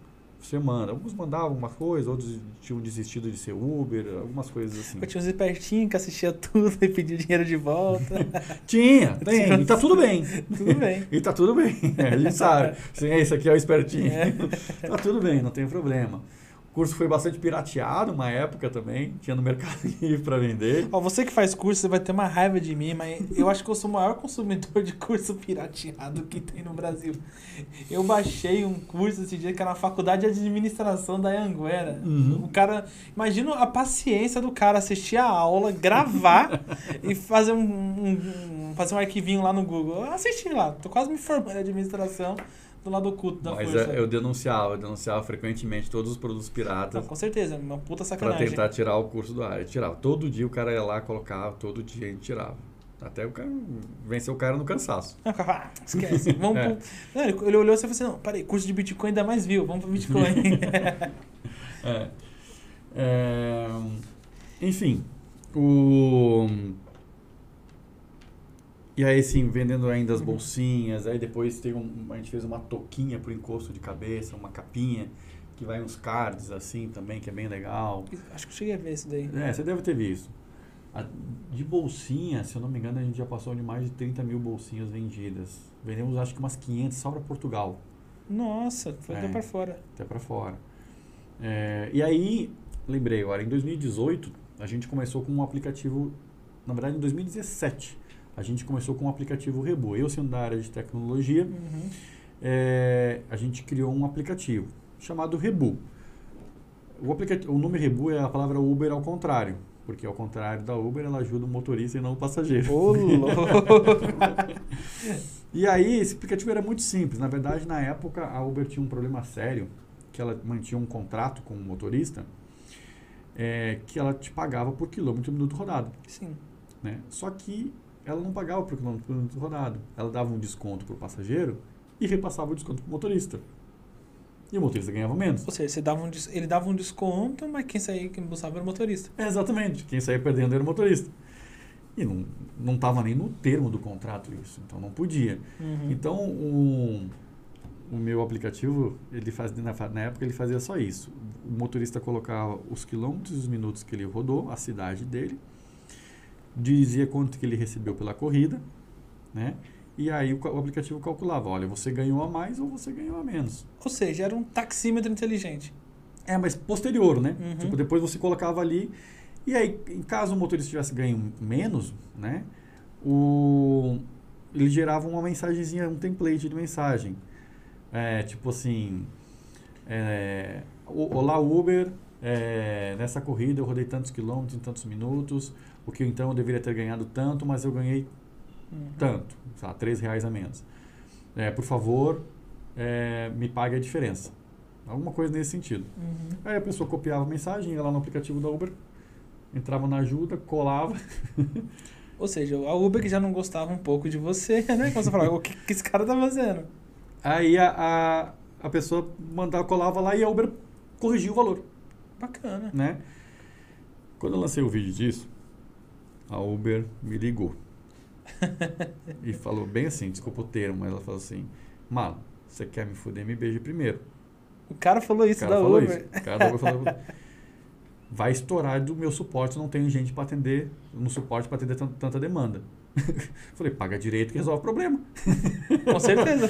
B: você manda. Alguns mandavam alguma coisa, outros tinham desistido de ser Uber, algumas coisas assim.
A: Eu tinha uns espertinhos que assistia tudo e pedia dinheiro de volta.
B: Tinha, tem, e tá tudo bem.
A: Tudo bem.
B: E tá tudo bem, é, a gente sabe. Sim, esse aqui é o espertinho.
A: É.
B: Tá tudo bem, não tem problema. O curso foi bastante pirateado uma época também, tinha no Mercado Livre para vender.
A: Ó, você que faz curso, você vai ter uma raiva de mim, mas eu acho que eu sou o maior consumidor de curso pirateado que tem no Brasil. Eu baixei um curso esse dia que era na Faculdade de Administração da Anhanguera.
B: Uhum.
A: O cara, imagina a paciência do cara assistir a aula, gravar e fazer um, um, um, fazer um arquivinho lá no Google. Eu assisti lá, tô quase me formando em administração. Do lado oculto da
B: Mas
A: força.
B: eu denunciava, eu denunciava frequentemente todos os produtos piratas.
A: Não, com certeza, uma puta
B: Pra
A: sacanagem.
B: tentar tirar o curso do ar. Eu tirava. Todo dia o cara ia lá, colocava, todo dia a gente tirava. Até o cara vencer o cara no cansaço.
A: Não, ah, esquece. Vamos
B: É.
A: pro... Não, ele ele olhou e falou assim, não, peraí, curso de Bitcoin ainda mais viu, vamos pro Bitcoin.
B: É. É, enfim, o... E aí, sim, vendendo ainda as bolsinhas, aí depois tem um, a gente fez uma touquinha pro encosto de cabeça, uma capinha, que vai uns cards assim também, que é bem legal.
A: Acho que eu cheguei a ver isso daí.
B: É, você deve ter visto. A- de bolsinha, se eu não me engano, a gente já passou de mais de trinta mil bolsinhas vendidas. Vendemos acho que umas quinhentas só para Portugal,
A: Nossa, foi
B: É.
A: até pra fora.
B: até para fora. É, e aí, lembrei agora, em dois mil e dezoito, a gente começou com um aplicativo, na verdade em dois mil e dezessete, a gente começou com um aplicativo Rebu. Eu sendo da área de tecnologia,
A: Uhum.
B: é, a gente criou um aplicativo chamado Rebu. O, aplicativo, o nome Rebu é a palavra Uber ao contrário, porque ao contrário da Uber, ela ajuda o motorista e não o passageiro.
A: Ô, louco!
B: E aí, esse aplicativo era muito simples. Na verdade, na época, a Uber tinha um problema sério, que ela mantinha um contrato com o motorista, é, que ela te pagava por quilômetro e minuto rodado.
A: Sim.
B: Né? Só que ela não pagava por quilômetro por minuto rodado. Ela dava um desconto para o passageiro e repassava o desconto para o motorista. E o motorista ganhava menos.
A: Ou seja, você dava um, des- ele dava um desconto, mas quem saía, quem buscava era o motorista.
B: É, exatamente. Quem saía perdendo era o motorista. E não não estava nem no termo do contrato isso. Então não podia.
A: Uhum.
B: Então o, o meu aplicativo, ele faz, na, fa- na época ele fazia só isso. O motorista colocava os quilômetros e os minutos que ele rodou, a cidade dele, dizia quanto que ele recebeu pela corrida, né? E aí o, ca- o aplicativo calculava, olha, você ganhou a mais ou você ganhou a menos.
A: Ou seja, era um taxímetro inteligente.
B: É, mas posterior, né?
A: Uhum.
B: Tipo, depois você colocava ali. E aí, em caso o motorista tivesse ganho menos, né? O, ele gerava uma mensagenzinha, um template de mensagem. É, tipo assim, é, "O- olá Uber, é, nessa corrida eu rodei tantos quilômetros em tantos minutos, o que então eu deveria ter ganhado tanto, mas eu ganhei
A: Uhum.
B: tanto, sei lá, três reais a menos. É, por favor, é, me pague a diferença. Alguma coisa nesse sentido.
A: Uhum.
B: Aí a pessoa copiava a mensagem, ia lá no aplicativo da Uber, entrava na ajuda, colava.
A: Ou seja, a Uber que já não gostava um pouco de você, né? Quando você falava, o que, que esse cara tá fazendo?
B: Aí a, a, a pessoa mandava, colava lá e a Uber corrigia o valor,
A: Bacana.
B: né? Quando eu lancei o vídeo disso, a Uber me ligou. E falou bem assim, desculpa o termo, mas ela falou assim, Malo, você quer me fuder, me beije primeiro.
A: O cara falou
B: O
A: isso
B: cara
A: da
B: falou
A: Uber.
B: isso. O cara da Uber falou, vai estourar do meu suporte, não tenho gente para atender, no suporte para atender tan- tanta demanda. Falei, paga direito que resolve o problema.
A: Com certeza.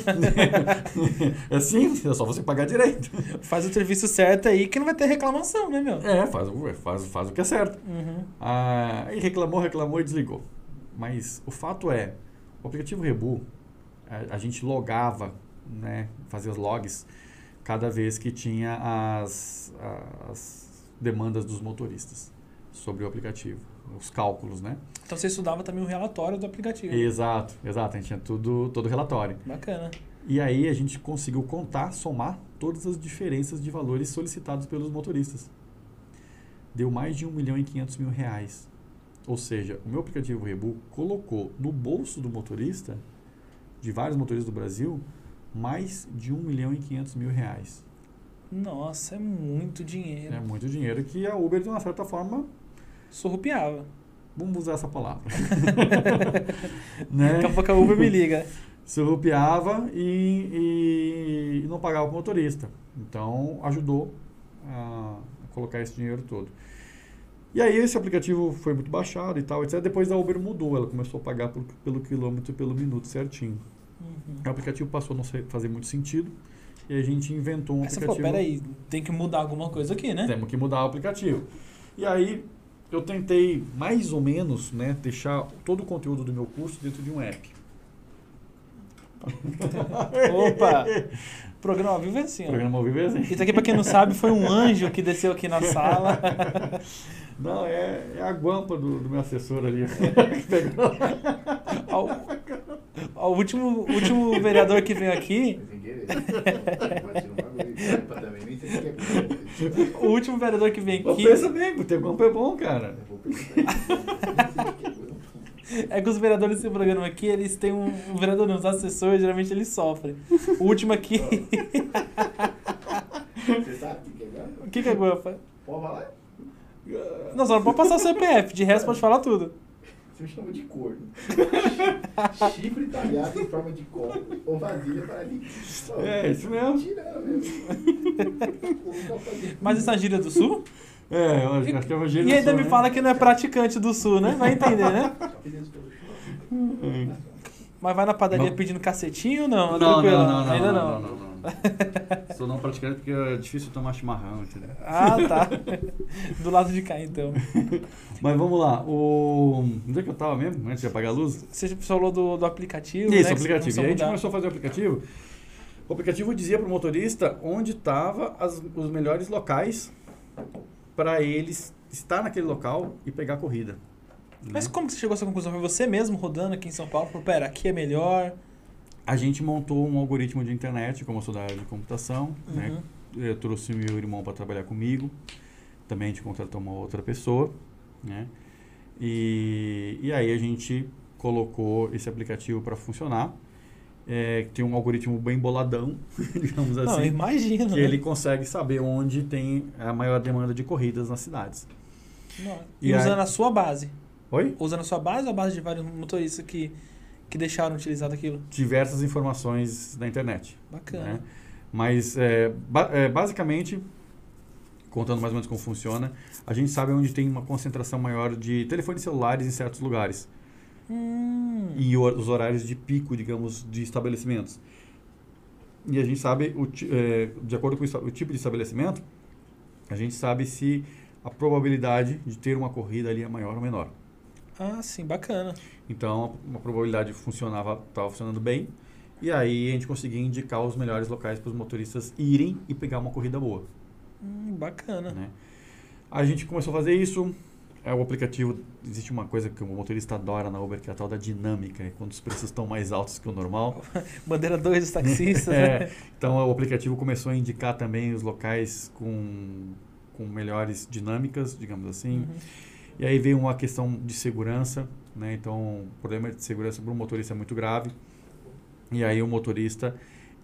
B: É simples, é só você pagar direito.
A: Faz o serviço certo aí que não vai ter reclamação, né, meu?
B: É, faz, o- faz, faz o que é certo.
A: Uhum.
B: Ah, e reclamou, reclamou e desligou. Mas o fato é, o aplicativo Rebu, a, a gente logava, né, fazia os logs cada vez que tinha as, as demandas dos motoristas sobre o aplicativo, os cálculos, né?
A: Então você estudava também o relatório do aplicativo.
B: Exato, exato, a gente tinha tudo, todo o relatório.
A: Bacana.
B: E aí a gente conseguiu contar, somar todas as diferenças de valores solicitados pelos motoristas. Deu mais de um milhão e quinhentos mil reais. Ou seja, o meu aplicativo Rebu colocou no bolso do motorista, de vários motoristas do Brasil, mais de um milhão e quinhentos mil reais.
A: Nossa, é muito dinheiro.
B: É muito dinheiro que a Uber, de uma certa forma,
A: Surrupiava.
B: vamos usar essa palavra. Né?
A: Daqui a pouco a Uber me liga.
B: surrupiava e, e não pagava o motorista. Então, ajudou a colocar esse dinheiro todo. E aí esse aplicativo foi muito baixado e tal, etcétera. Depois a Uber mudou, ela começou a pagar por, pelo quilômetro e pelo minuto certinho. Uhum. O aplicativo passou a não ser, fazer muito sentido e a gente inventou um
A: aí
B: aplicativo...
A: Você falou, peraí, tem que mudar alguma coisa aqui, né?
B: Temos que mudar o aplicativo. E aí eu tentei mais ou menos, né, deixar todo o conteúdo do meu curso dentro de um app.
A: Opa! Programa ao vivo é assim, ó.
B: Programa ao vivo é assim.
A: Isso aqui, pra quem não sabe, foi um anjo que desceu aqui na sala.
B: Não, é, é a guampa do, do meu assessor ali.
A: O último, último vereador que veio aqui... O último vereador que vem aqui...
B: Pensa bem, ter guampa é bom, cara.
A: É que os vereadores desse programa aqui, eles têm um... um vereador não, os assessores, geralmente eles sofrem. O último aqui...
C: Você sabe o que é guampa?
A: O que, que é guampa?
C: Pode falar?
A: Não, só não pode passar o C P F, de resto pode falar tudo.
C: Você me chama de corno. Chifre talhado em forma de copo ou vasilha para ali.
B: É, isso mesmo.
C: Tirando mesmo.
A: Mas essa gíria do Sul?
B: É, eu acho, acho que é uma gíria
A: E ainda
B: do
A: me
B: Sul,
A: fala
B: né?
A: que não é praticante do Sul, né? Vai entender, né? Mas vai na padaria
B: Não.
A: pedindo cacetinho ou não?
B: Não,
A: Tranquilo?
B: não, não, não,
A: Ainda
B: não,
A: não.
B: não, não, não. Sou não praticante porque é difícil tomar chimarrão, entendeu?
A: Ah, tá. Do lado de cá, então.
B: Mas vamos lá. O... Onde é que eu tava mesmo? Antes de apagar a luz?
A: Você falou do, do aplicativo,
B: Isso,
A: né?
B: o aplicativo.
A: Que
B: E aí a gente
A: mudar.
B: começou a fazer o aplicativo. O aplicativo dizia para o motorista onde estavam os melhores locais para eles estar naquele local e pegar a corrida.
A: Mas
B: né?
A: como que você chegou a essa conclusão? Foi você mesmo rodando aqui em São Paulo? Falou, pera, aqui é melhor.
B: A gente montou um algoritmo de internet, como eu sou da área de computação,
A: Uhum.
B: né? Eu trouxe meu irmão para trabalhar comigo. Também a gente contratou uma outra pessoa, né? E, e aí a gente colocou esse aplicativo para funcionar. É, tem um algoritmo bem boladão, digamos assim.
A: Não, eu imagino.
B: Que
A: né?
B: ele consegue saber onde tem a maior demanda de corridas nas cidades.
A: Não. E,
B: E
A: usando
B: aí-
A: a sua base.
B: Oi?
A: Usando a sua base ou a base de vários motoristas que, que deixaram utilizado aquilo?
B: Diversas informações da internet.
A: Bacana.
B: Né? Mas, é, ba- é, basicamente, contando mais ou menos como funciona, a gente sabe onde tem uma concentração maior de telefones celulares em certos lugares.
A: Hum.
B: E o- os horários de pico, digamos, de estabelecimentos. E a gente sabe, o, ti- é, de acordo com o esta- o tipo de estabelecimento, a gente sabe se a probabilidade de ter uma corrida ali é maior ou menor.
A: Ah, sim, bacana.
B: Então, uma probabilidade funcionava, estava funcionando bem. E aí a gente conseguia indicar os melhores locais para os motoristas irem e pegar uma corrida boa.
A: Hum, bacana.
B: Né? A gente começou a fazer isso. É, o aplicativo, existe uma coisa que o motorista adora na Uber, que é a tal da dinâmica, é quando os preços estão mais altos que o normal.
A: Bandeira dois dos taxistas,
B: É,
A: né?
B: então o aplicativo começou a indicar também os locais com, com melhores dinâmicas, digamos assim.
A: Uhum.
B: E aí veio uma questão de segurança, né? Então o problema de segurança para o motorista é muito grave. E aí o motorista,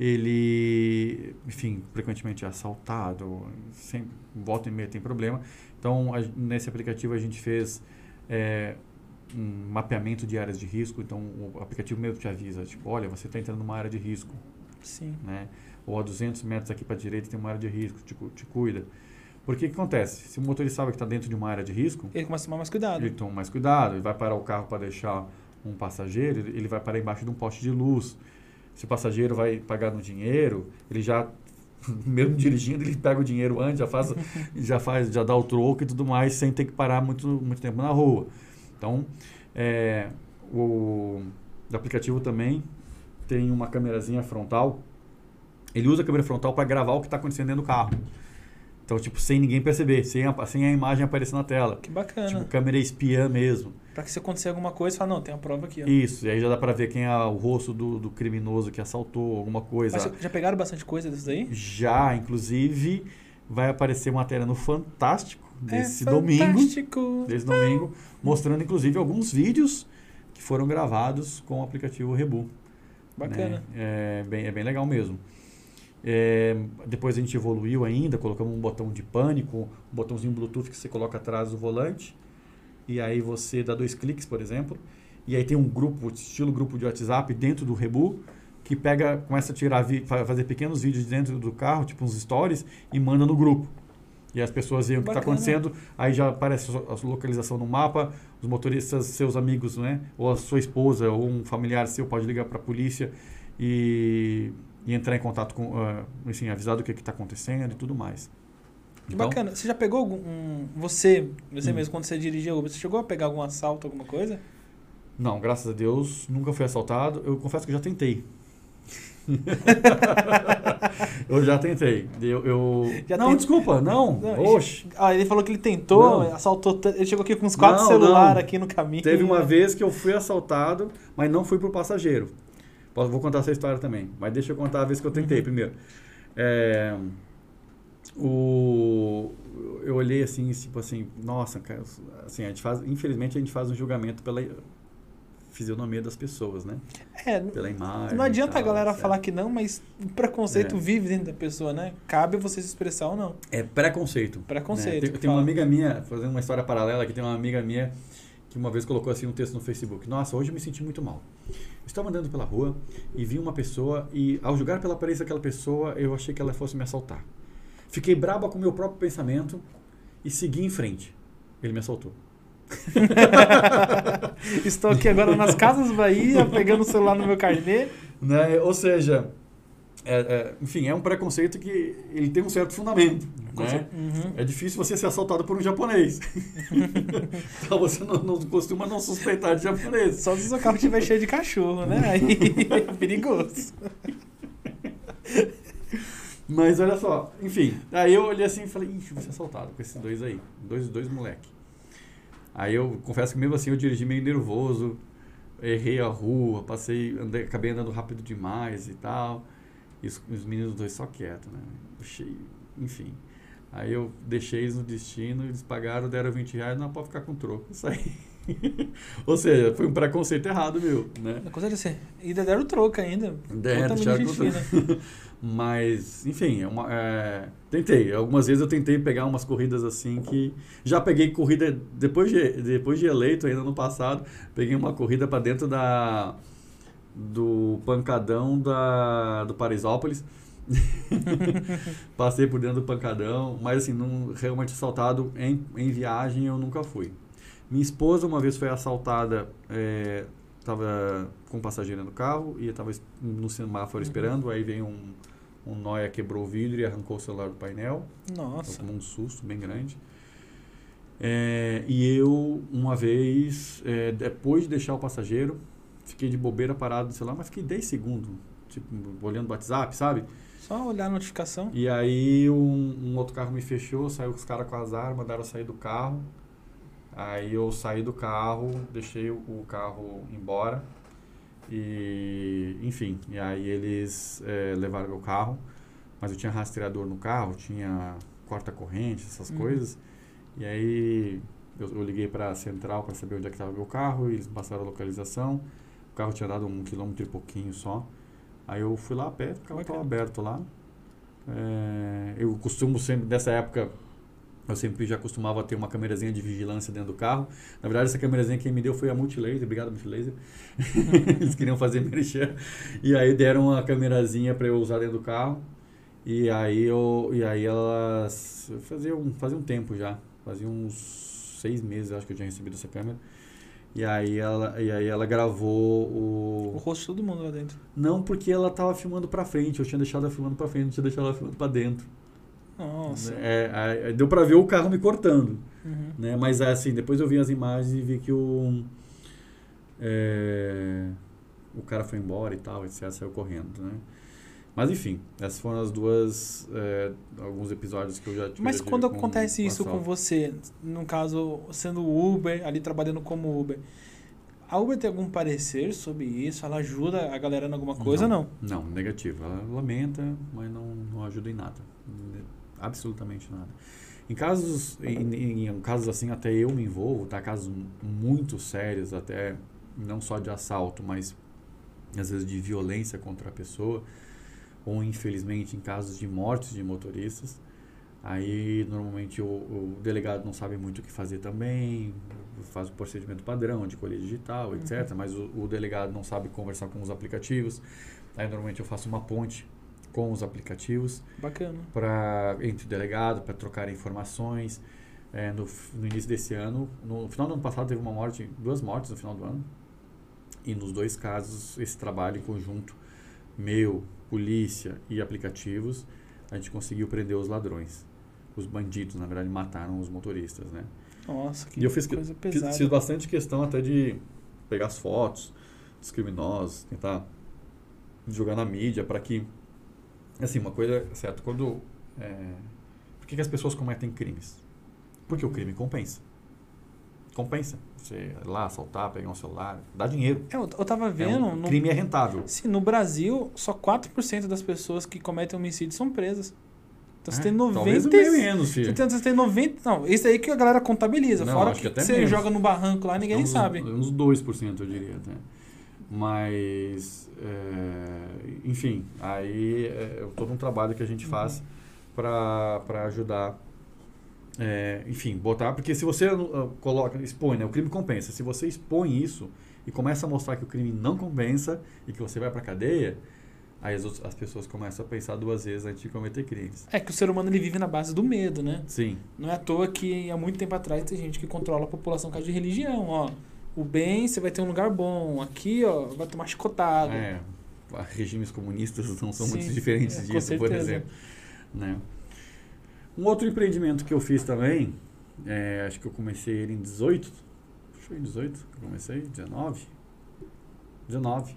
B: ele, enfim, frequentemente é assaltado, sempre, volta e meia tem problema. Então, a, nesse aplicativo a gente fez é, um mapeamento de áreas de risco. Então, o aplicativo mesmo te avisa, tipo, olha, você está entrando numa área de risco,
A: Sim.
B: né? Ou a duzentos metros aqui para a direita tem uma área de risco, te, cu- te cuida. Porque o que acontece? Se o motorista sabe que está dentro de uma área de risco,
A: Ele começa a tomar mais cuidado.
B: ele toma mais cuidado, ele vai parar o carro para deixar um passageiro, ele ele vai parar embaixo de um poste de luz. Se o passageiro vai pagar no dinheiro, ele já, mesmo dirigindo, ele pega o dinheiro antes, já faz, já faz, já dá o troco e tudo mais, sem ter que parar muito, muito tempo na rua. Então, é, o, o aplicativo também tem uma câmerazinha frontal. Ele usa a câmera frontal para gravar o que está acontecendo dentro do carro. Então, tipo, sem ninguém perceber, sem a, sem a imagem aparecer na tela.
A: Que bacana.
B: Tipo, câmera espiã mesmo.
A: Pra que se acontecer alguma coisa, fala, não, tem uma prova aqui, ó.
B: Isso, e aí já dá pra ver quem é o rosto do, do criminoso que assaltou, alguma coisa.
A: Mas já pegaram bastante coisa disso daí?
B: Já, inclusive, vai aparecer matéria no Fantástico desse
A: é
B: domingo.
A: fantástico.
B: Desse domingo, mostrando inclusive alguns vídeos que foram gravados com o aplicativo Rebu.
A: Bacana.
B: Né? É, bem, é bem legal mesmo. É, depois a gente evoluiu ainda, colocamos um botão de pânico, um botãozinho Bluetooth que você coloca atrás do volante. E aí você dá dois cliques, por exemplo. E aí tem um grupo, estilo grupo de WhatsApp dentro do Rebu. que pega, começa a tirar, vi- fa- fazer pequenos vídeos de dentro do carro, tipo uns stories, e manda no grupo. E as pessoas veem o que está
A: Bacana.
B: acontecendo, aí já aparece a sua- a sua localização no mapa, os motoristas, seus amigos, né? Ou a sua esposa, ou um familiar seu pode ligar para a polícia e, e entrar em contato com, uh, assim, avisar do que está acontecendo e tudo mais.
A: Que
B: Então,
A: bacana. Você já pegou algum... um- você, você
B: Hum.
A: mesmo, quando você dirigia Uber, você chegou a pegar algum assalto, alguma coisa?
B: não, graças a Deus, nunca fui assaltado. Eu confesso que já tentei. eu já tentei. Eu, eu...
A: Já
B: não,
A: tem-
B: desculpa, não.
A: Não,
B: Oxe.
A: Ah, ele falou que ele tentou,
B: Não.
A: assaltou... t- Ele chegou aqui com uns quatro
B: Não,
A: celulares
B: não.
A: aqui no caminho.
B: Teve uma vez que eu fui assaltado, mas não fui por passageiro. Posso- Vou contar essa história também, mas deixa eu contar a vez que eu tentei
A: Uhum.
B: primeiro. É, o, eu olhei assim, tipo assim, nossa, cara, assim, a gente faz, infelizmente a gente faz um julgamento pela fisionomia das pessoas, né?
A: É,
B: Pela imagem.
A: não adianta
B: e tal,
A: a galera
B: etcétera.
A: falar que não, mas o preconceito
B: É.
A: vive dentro da pessoa, né? Cabe você se expressar ou não.
B: É preconceito.
A: Preconceito,
B: Né? Tem,
A: que
B: tem uma
A: fala.
B: amiga minha, fazendo uma história paralela aqui, tem uma amiga minha que uma vez colocou assim um texto no Facebook. Nossa, hoje eu me senti muito mal. Estava andando pela rua e vi uma pessoa e ao julgar pela aparência daquela pessoa, eu achei que ela fosse me assaltar. Fiquei braba com o meu próprio pensamento e segui em frente. Ele me assaltou.
A: Estou aqui agora nas Casas Bahia, pegando o celular no meu carnê.
B: Né? Ou seja, é, é, enfim, é um preconceito que ele tem um certo fundamento. Né?
A: Uhum.
B: É difícil você ser assaltado por um japonês. Então você não, não costuma não suspeitar de japonês.
A: Só se o seu carro estiver cheio de cachorro, né? Aí é perigoso.
B: Mas olha só, enfim, aí eu olhei assim e falei, ixi, vou ser assaltado com esses dois aí, dois, dois moleque. Aí eu confesso que mesmo assim eu dirigi meio nervoso, errei a rua, passei, andei, acabei andando rápido demais e tal, e os, os meninos dois só quietos, né? Achei, enfim. Aí eu deixei eles no destino, eles pagaram, deram vinte reais, não, pode ficar com troco, isso aí. Ou seja, foi um preconceito errado, meu, né?
A: Com certeza. Ainda deram troco ainda.
B: Deram,
A: Totalmente
B: deixaram
A: gente
B: com
A: fina.
B: Mas, enfim, é uma, é, tentei. Algumas vezes eu tentei pegar umas corridas assim que... Já peguei corrida, depois de, depois de eleito, ainda no passado, peguei uma corrida para dentro da, do pancadão da, do Paraisópolis. Passei por dentro do pancadão, mas assim, não, realmente assaltado em, em viagem eu nunca fui. Minha esposa uma vez foi assaltada, é, tava com um passageiro no carro e estava no semáforo esperando, aí veio um, um nóia, quebrou o vidro e arrancou o celular do painel.
A: Nossa.
B: Tomou um susto bem grande. É, e eu, uma vez, é, depois de deixar o passageiro, fiquei de bobeira parado no celular, mas fiquei dez segundos, tipo, olhando o WhatsApp, sabe?
A: Só olhar a notificação.
B: E aí um, um outro carro me fechou, saiu os caras com azar, mandaram eu sair do carro. Aí eu saí do carro, deixei o, o carro embora e, enfim, e aí eles é, levaram meu carro, mas eu tinha rastreador no carro, tinha corta-corrente, essas
A: Uhum.
B: coisas, e aí eu, eu liguei para a central para saber onde é que estava meu carro, e eles passaram a localização, o carro tinha dado um quilômetro e pouquinho só, aí eu fui lá a pé, o carro estava aberto lá, é, eu costumo sempre, nessa época, eu sempre já costumava ter uma câmerazinha de vigilância dentro do carro. Na verdade, essa câmerazinha quem me deu foi a Multilaser. Obrigado, Multilaser. Eles queriam fazer merchan. E aí deram uma câmerazinha para eu usar dentro do carro. E aí, eu, e aí elas... Fazia um, fazia um tempo já. Fazia uns seis meses, acho que eu tinha recebido essa câmera. E aí ela, e aí ela gravou o...
A: O rosto de todo mundo lá dentro.
B: Não, porque ela tava filmando para frente. Eu tinha deixado ela filmando para frente, não tinha deixado ela filmando para dentro.
A: Nossa.
B: É, é, deu pra ver o carro me cortando,
A: Uhum.
B: né? Mas assim, depois eu vi as imagens e vi que o é, o cara foi embora e tal, etcétera, saiu correndo, né? Mas enfim, essas foram as duas é, alguns episódios que eu já tive.
A: Mas quando
B: com-
A: acontece
B: com
A: isso com
B: assalto.
A: você, no caso, sendo Uber, ali trabalhando como Uber, a Uber tem algum parecer sobre isso? Ela ajuda a galera em alguma coisa ou não?
B: Não, negativo. Ela lamenta, mas não, não ajuda em nada. Absolutamente nada. Em casos, em, em, em casos assim, até eu me envolvo, tá? Casos muito sérios, até não só de assalto, mas às vezes de violência contra a pessoa, ou infelizmente em casos de mortes de motoristas. Aí normalmente o, o delegado não sabe muito o que fazer também, faz o procedimento padrão de colher digital, etcétera. Mas o, o delegado não sabe conversar com os aplicativos. Aí normalmente eu faço uma ponte com os aplicativos.
A: Bacana.
B: Pra, entre o delegado, para trocar informações. É, no, no início desse ano, no final do ano passado teve uma morte, duas mortes no final do ano. E nos dois casos, esse trabalho em conjunto, meu, polícia e aplicativos, a gente conseguiu prender os ladrões. Os bandidos, na verdade, mataram os motoristas, né?
A: Nossa, que
B: e eu fiz,
A: coisa
B: fiz,
A: pesada.
B: fiz bastante questão até de pegar as fotos dos criminosos, tentar jogar na mídia para que, assim, uma coisa, certo, quando, é, por que, que as pessoas cometem crimes? Porque o crime compensa. Compensa. Você ir lá, assaltar, pegar um celular, dá dinheiro.
A: É, eu, eu tava vendo...
B: É um,
A: no,
B: crime é rentável.
A: sim, no Brasil, só quatro por cento das pessoas que cometem homicídio são presas. Então você
B: É,
A: tem noventa...
B: talvez bem menos, filho.
A: Você tem, você tem noventa... Não, isso aí que a galera contabiliza.
B: Não,
A: Fora
B: acho
A: que,
B: que até
A: você
B: menos.
A: joga no barranco lá, ninguém
B: É
A: nem
B: uns,
A: sabe.
B: Uns dois por cento, eu diria até. Mas, é, enfim, aí é todo um trabalho que a gente faz para para ajudar, é, enfim, botar, porque se você uh, coloca, expõe, né, o crime compensa. Se você expõe isso e começa a mostrar que o crime não compensa e que você vai para cadeia, aí as, outras, as pessoas começam a pensar duas vezes antes de cometer crimes.
A: É que o ser humano ele vive na base do medo, né?
B: Sim.
A: Não é à toa que há muito tempo atrás tem gente que controla a população por causa de religião, ó. O bem, você vai ter um lugar bom. Aqui, ó, vai tomar chicotada.
B: É, regimes comunistas não são
A: Sim,
B: muito diferentes
A: é, com
B: disso, por
A: certeza.
B: exemplo. Né? Um outro empreendimento que eu fiz também, é, acho que eu comecei ele em dezoito, foi em dezoito que eu comecei, dezenove, dezenove,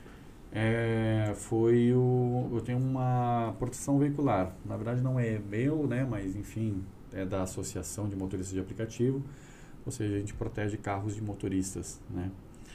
B: é, foi o, eu tenho uma proteção veicular, na verdade não é meu, né, mas enfim, é da Associação de Motoristas de Aplicativo, ou seja, a gente protege carros de motoristas, né,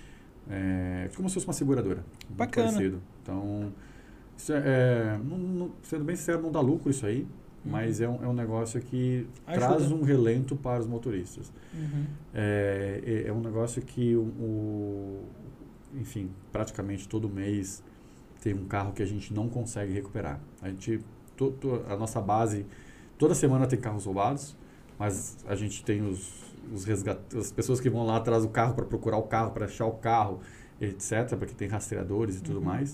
B: é, como se fosse uma seguradora.
A: Bacana.
B: Parecido. Então, isso é, é, não, não, sendo bem sincero, não dá lucro isso aí, mas é um, é um negócio que
A: Ajuda.
B: traz um relento para os motoristas.
A: Uhum.
B: É, é, é um negócio que, o, o, enfim, praticamente todo mês tem um carro que a gente não consegue recuperar. A gente, to, to, a nossa base, toda semana tem carros roubados, mas a gente tem os, os resgat, as pessoas que vão lá atrás do carro para procurar o carro, para achar o carro, etcétera, porque tem rastreadores e tudo
A: Uhum.
B: mais.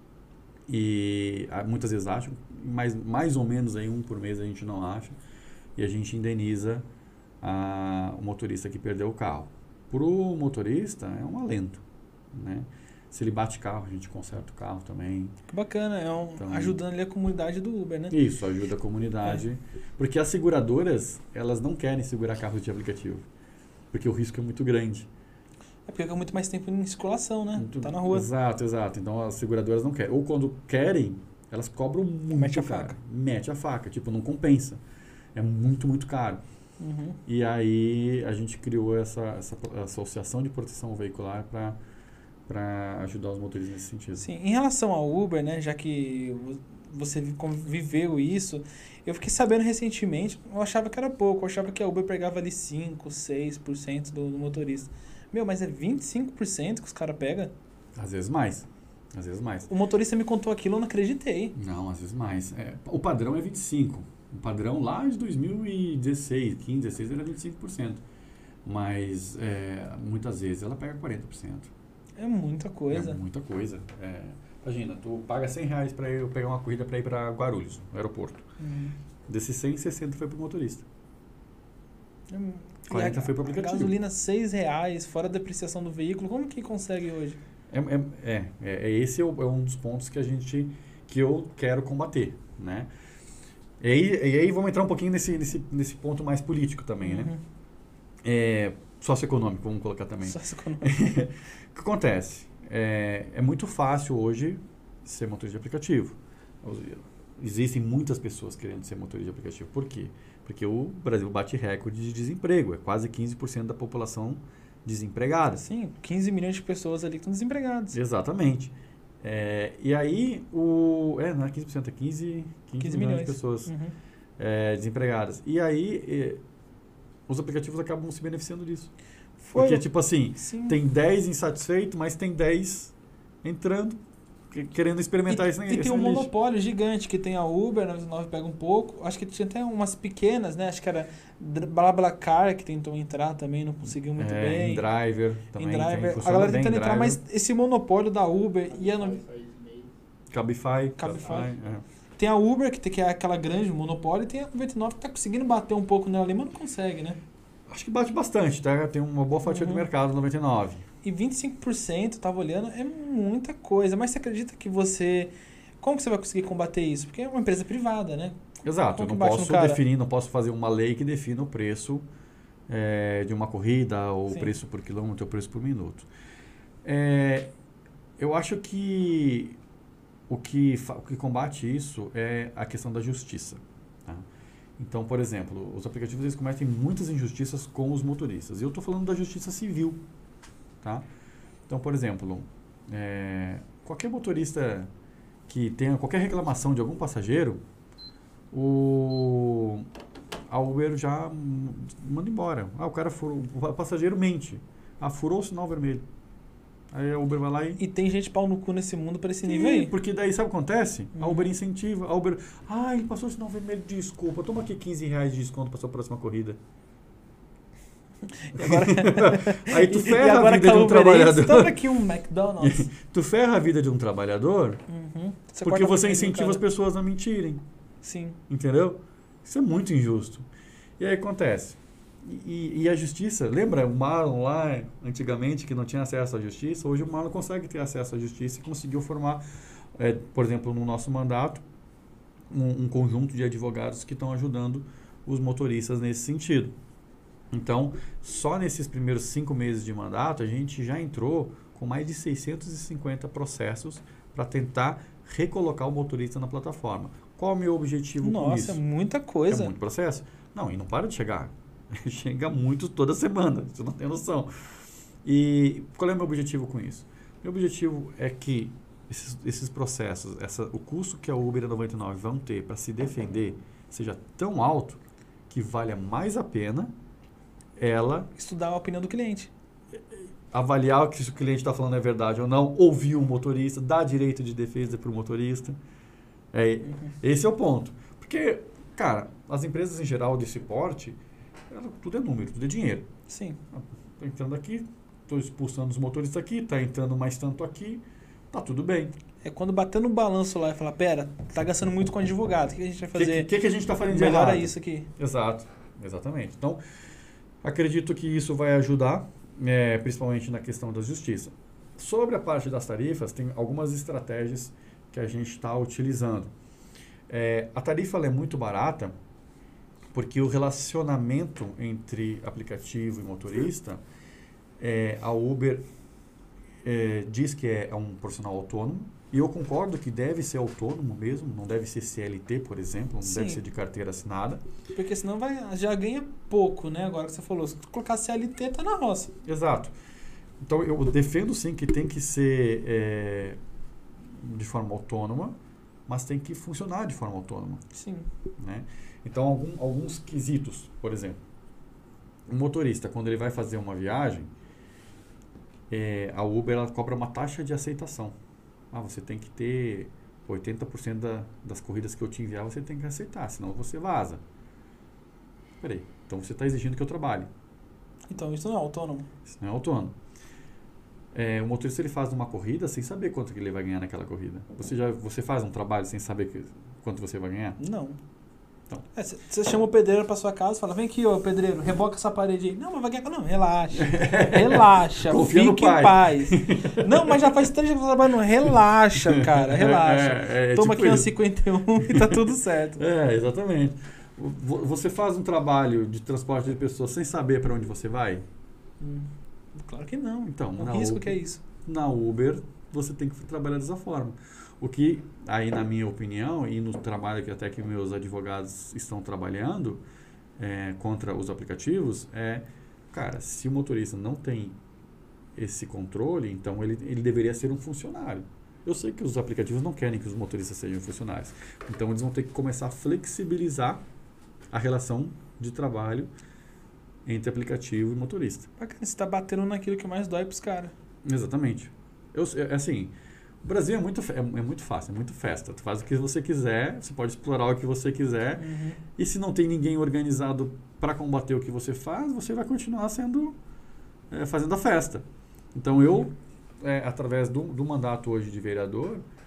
B: E ah, muitas vezes acham, mas mais ou menos aí um por mês a gente não acha, e a gente indeniza a, o motorista que perdeu o carro. Para o motorista é um alento, né? Se ele bate carro, a gente conserta o carro também.
A: Que bacana, é um,
B: Então-
A: ajudando ali a comunidade do Uber, né?
B: Isso, ajuda a comunidade, porque as seguradoras, elas não querem segurar carros de aplicativo, porque o risco é muito grande.
A: É porque fica muito mais tempo em circulação, né?
B: Muito-
A: Tá na rua.
B: Exato, exato. Então as seguradoras não querem. Ou quando querem, elas cobram muito
A: Mete a
B: caro.
A: faca.
B: Mete a faca. Tipo, não compensa. É muito, muito caro.
A: Uhum.
B: E aí a gente criou essa, essa associação de proteção veicular para para ajudar os motoristas nesse sentido.
A: Sim, em relação ao Uber, né, já que você vi- conviveu isso, eu fiquei sabendo recentemente, eu achava que era pouco, eu achava que a Uber pegava ali cinco, seis por cento do, do motorista. Meu, mas é vinte e cinco por cento que os caras pegam?
B: Às vezes mais. Às vezes mais.
A: O motorista me contou aquilo, eu não acreditei.
B: Não, às vezes mais. É, o padrão é vinte e cinco por cento. O padrão lá de dois mil e dezesseis, quinze, dezesseis era vinte e cinco por cento. Mas é, muitas vezes ela pega quarenta por cento.
A: É muita coisa.
B: É muita coisa. É, imagina, tu paga cem reais para eu pegar uma corrida para ir para Guarulhos, no aeroporto.
A: Uhum.
B: Desses cem, sessenta foi pro motorista.
A: É mu-
B: quarenta
A: e a,
B: foi pro
A: a
B: aplicativo.
A: gasolina seis reais, fora a depreciação do veículo, como que consegue hoje?
B: É, é, é, é, esse é, o- é um dos pontos que a gente, que eu quero combater, né? E aí, e aí vamos entrar um pouquinho nesse, nesse, nesse ponto mais político também, né?
A: Uhum.
B: É, socioeconômico, vamos colocar também.
A: Só se economiza.
B: O que acontece? É, é muito fácil hoje ser motorista de aplicativo. Existem muitas pessoas querendo ser motorista de aplicativo. Por quê? Porque o Brasil bate recorde de desemprego. É quase quinze por cento da população desempregada.
A: Sim, quinze milhões de pessoas ali que estão desempregadas.
B: Exatamente. É, e aí, o, é, não é quinze por cento, é quinze, quinze,
A: quinze
B: milhões,
A: milhões
B: de pessoas
A: Uhum.
B: é, desempregadas. E aí, é, os aplicativos acabam se beneficiando disso.
A: Foi.
B: Porque, tipo assim,
A: Sim.
B: tem dez insatisfeitos, mas tem dez entrando, que- querendo experimentar
A: e,
B: esse
A: e tem um monopólio gigante que tem a Uber, a noventa e nove pega um pouco. Acho que tinha até umas pequenas, né? Acho que era Dr- BlaBlaCar que tentou entrar também, não conseguiu muito
B: é,
A: bem.
B: InDriver também.
A: InDriver.
B: tem,
A: A
B: funciona
A: galera
B: bem,
A: tentando entrar,
B: InDriver.
A: mas esse monopólio da Uber e a no-
C: Faz meio.
B: Cabify.
A: Cabify.
B: É.
A: Tem a Uber, que, tem, que é aquela grande monopólio, e tem a noventa e nove que tá conseguindo bater um pouco nela ali, mas não consegue, né?
B: Acho que bate bastante, tá? Tem uma boa fatia
A: Uhum.
B: do mercado, noventa e nove.
A: E vinte e cinco por cento, tava olhando, é muita coisa. Mas você acredita que você... Como que você vai conseguir combater isso? Porque é uma empresa privada, né?
B: Exato,
A: Como
B: eu
A: que
B: não
A: bate no
B: posso
A: cara?
B: definir, não posso fazer uma lei que defina o preço é, de uma corrida, ou o
A: Sim.
B: preço por quilômetro, ou o preço por minuto. É, eu acho que o, que fa- o que combate isso é a questão da justiça. Tá? Então, por exemplo, os aplicativos eles cometem muitas injustiças com os motoristas. E eu estou falando da justiça civil. Tá? Então, por exemplo, é, qualquer motorista que tenha qualquer reclamação de algum passageiro, o, a Uber já m- manda embora. Ah, o cara furou, o passageiro mente. Ah, furou o sinal vermelho. Aí a Uber vai lá e...
A: E tem gente pau no cu nesse mundo pra esse
B: Sim,
A: nível aí.
B: porque daí sabe o que acontece? A
A: Uhum.
B: Uber incentiva. A Uber... Ah, ele passou o sinal vermelho, desculpa. Toma aqui quinze reais de desconto para sua próxima corrida.
A: E agora,
B: Aí tu
A: e
B: ferra a
A: agora
B: vida
A: com
B: de um
A: Uber Eats,
B: trabalhador.
A: toma aqui um McDonald's.
B: Tu ferra a vida de um trabalhador
A: Uhum.
B: porque
A: corta a
B: você
A: frente do
B: incentiva as
A: cara.
B: pessoas a mentirem.
A: Sim.
B: Entendeu? Isso é muito injusto. E aí acontece. E, e a justiça, lembra o Marlon lá, antigamente, que não tinha acesso à justiça? Hoje o Marlon consegue ter acesso à justiça e conseguiu formar, é, por exemplo, no nosso mandato, um, um conjunto de advogados que estão ajudando os motoristas nesse sentido. Então, só nesses primeiros cinco meses de mandato, a gente já entrou com mais de seiscentos e cinquenta processos para tentar recolocar o motorista na plataforma. Qual é o meu objetivo com
A: Nossa,
B: isso?
A: é muita coisa.
B: É muito processo? Não, e não para de chegar. Chega muito toda semana, você não tem noção. E qual é o meu objetivo com isso? Meu objetivo é que esses, esses processos, essa, o custo que a Uber e a noventa e nove vão ter para se defender seja tão alto que valha mais a pena ela
A: Estudar a opinião do cliente.
B: avaliar o que se o cliente está falando é verdade ou não, ouvir o motorista, dar direito de defesa para o motorista. É, esse é o ponto. Porque, cara, as empresas em geral desse porte, ela, tudo é número, tudo é dinheiro.
A: Sim.
B: Estou entrando aqui, estou expulsando os motoristas aqui, está entrando mais tanto aqui, tá tudo bem.
A: É quando bater no balanço lá e falar, pera, tá gastando muito com advogado, o que a gente vai
B: O que,
A: fazer?
B: que, que a gente está fazendo de
A: Melhora
B: errado?
A: isso aqui.
B: Exato, exatamente. Então, acredito que isso vai ajudar, é, principalmente na questão da justiça. Sobre a parte das tarifas, tem algumas estratégias que a gente está utilizando. É, a tarifa ela é muito barata porque o relacionamento entre aplicativo e motorista, é, a Uber é, diz que é, é um profissional autônomo, e eu concordo que deve ser autônomo mesmo, não deve ser C L T, por exemplo, não
A: Sim.
B: deve ser de carteira assinada.
A: Porque senão vai, já ganha pouco, né? Agora que você falou, se colocar C L T, tá na roça.
B: Exato. Então, eu defendo sim que tem que ser é, de forma autônoma, mas tem que funcionar de forma autônoma.
A: Sim.
B: Né? Então, algum, alguns quesitos, por exemplo, o motorista, quando ele vai fazer uma viagem, é, a Uber ela cobra uma taxa de aceitação. Ah, você tem que ter oitenta por cento da, das corridas que eu te enviar, você tem que aceitar, senão você vaza. Peraí, então você está exigindo que eu trabalhe.
A: Então, isso não é autônomo.
B: Isso não é autônomo. É, o motorista ele faz uma corrida sem saber quanto que ele vai ganhar naquela corrida. Você já você faz um trabalho sem saber que, quanto você vai ganhar?
A: Não.
B: Então.
A: É, c- você chama o pedreiro pra sua casa e fala, vem aqui, ó, pedreiro, reboca essa parede aí. Não, mas vai ganhar... Não, relaxa. Relaxa,
B: Confia no
A: fique em
B: pai.
A: paz. Não, mas já faz três dias que eu tô trabalhando. Relaxa, cara, relaxa.
B: É, é, é
A: Toma
B: tipo
A: aqui uma
B: isso.
A: cinquenta e um e tá tudo certo.
B: É, exatamente. Vo- Você faz um trabalho de transporte de pessoas sem saber para onde você vai?
A: Hum, claro que não.
B: Então,
A: É um
B: na
A: risco
B: Uber-
A: que é isso.
B: Na Uber, você tem que trabalhar dessa forma. O que, aí na minha opinião, e no trabalho que até que meus advogados estão trabalhando é, contra os aplicativos, é, cara, se o motorista não tem esse controle, então ele, ele deveria ser um funcionário. Eu sei que os aplicativos não querem que os motoristas sejam funcionários. Então, eles vão ter que começar a flexibilizar a relação de trabalho entre aplicativo e motorista.
A: Bacana, você tá batendo naquilo que mais dói pros caras.
B: Exatamente. Eu, é, assim, o Brasil é muito, é, é muito fácil, é muito festa. Tu faz o que você quiser, você pode explorar o que você quiser.
A: Uhum.
B: E se não tem ninguém organizado para combater o que você faz, você vai continuar sendo, é, fazendo a festa. Então, eu, é, através do, do mandato hoje de vereador,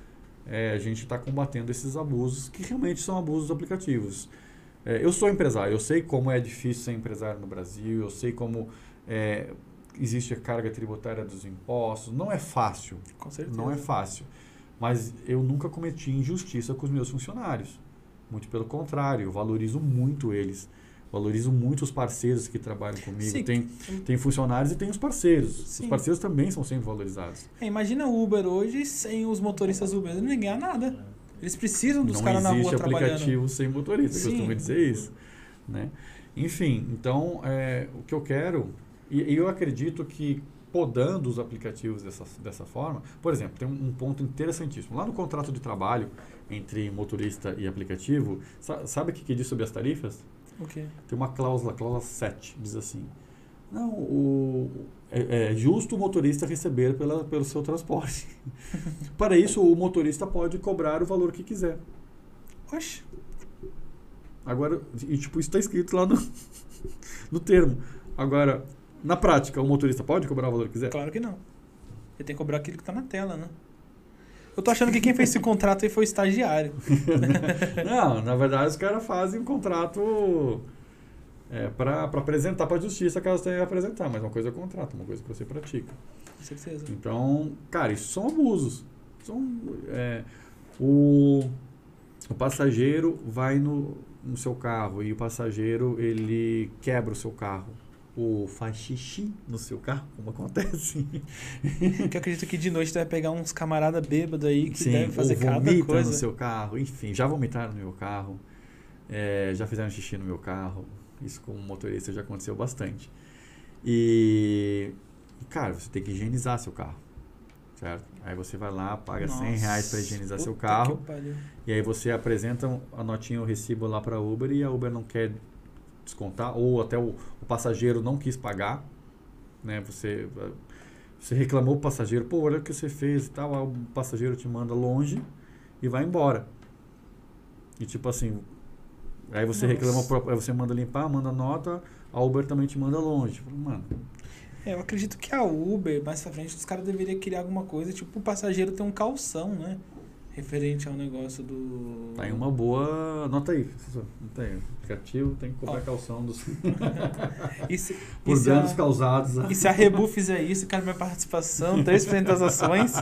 B: é, a gente está combatendo esses abusos, que realmente são abusos aplicativos. É, eu sou empresário, eu sei como é difícil ser empresário no Brasil, eu sei como é, existe a carga tributária dos impostos, não é fácil.
A: Com certeza.
B: Não é fácil. Mas eu nunca cometi injustiça com os meus funcionários. Muito pelo contrário, eu valorizo muito eles. Valorizo muito os parceiros que trabalham comigo.
A: Sim.
B: Tem, tem funcionários e tem os parceiros.
A: Sim.
B: Os parceiros também são sempre valorizados.
A: É, imagina o Uber hoje sem os motoristas Uber. Eles não ganham nada. Eles precisam dos caras na rua trabalhando.
B: Não existe aplicativo sem motorista, eu
A: Sim.
B: costumo dizer isso. Né? Enfim, então, é, o que eu quero... E, e eu acredito que podando os aplicativos dessa, dessa forma... Por exemplo, tem um, um ponto interessantíssimo. Lá no contrato de trabalho entre motorista e aplicativo, sa, sabe o que, que diz sobre as tarifas?
A: Okay.
B: Tem uma cláusula, cláusula sete, diz assim, não, o, é, é justo o motorista receber pela, pelo seu transporte. Para isso, o motorista pode cobrar o valor que quiser.
A: Oxe.
B: Agora, e tipo, isso está escrito lá no, no termo. Agora, na prática, o motorista pode cobrar o valor que quiser?
A: Claro que não. Ele tem que cobrar aquilo que está na tela, né? Eu tô achando que quem fez esse contrato aí foi o estagiário.
B: Não, na verdade os caras fazem um contrato é, para apresentar para a justiça caso tenha que apresentar, mas uma coisa é contrato, uma coisa que você pratica.
A: Com certeza.
B: Então, cara, isso são abusos. São, é, o, o passageiro vai no, no seu carro e o passageiro ele quebra o seu carro. Ou faz xixi no seu carro, como acontece.
A: Que eu acredito que de noite tu vai pegar uns camarada bêbado aí que
B: Sim,
A: devem fazer
B: ou
A: cada
B: vomita
A: coisa.
B: no seu carro, enfim, já vomitaram no meu carro, é, já fizeram xixi no meu carro, isso como motorista já aconteceu bastante. E, e, cara, você tem que higienizar seu carro, certo? Aí você vai lá, paga
A: Nossa,
B: cem reais para higienizar seu
A: puta
B: carro,
A: que pariu.
B: e aí você apresenta a notinha, o recibo lá para a Uber e a Uber não quer descontar, ou até o, o passageiro não quis pagar, né? Você, você reclamou pro passageiro, pô, olha o que você fez e tal, aí o passageiro te manda longe e vai embora. E tipo assim, aí você
A: Nossa.
B: reclama, pro- aí você manda limpar, manda nota, a Uber também te manda longe. Tipo, mano,
A: É, eu acredito que a Uber, mais pra frente, os caras deveriam criar alguma coisa, tipo, o passageiro ter um calção, né? Referente ao negócio do...
B: tá aí uma boa... Anota aí, professor. Anota aí. O aplicativo tem que cobrar
A: Ó.
B: calção dos...
A: E se,
B: por
A: e se
B: danos
A: a,
B: causados.
A: e se a Rebu fizer isso, quero minha participação, três por cento das ações.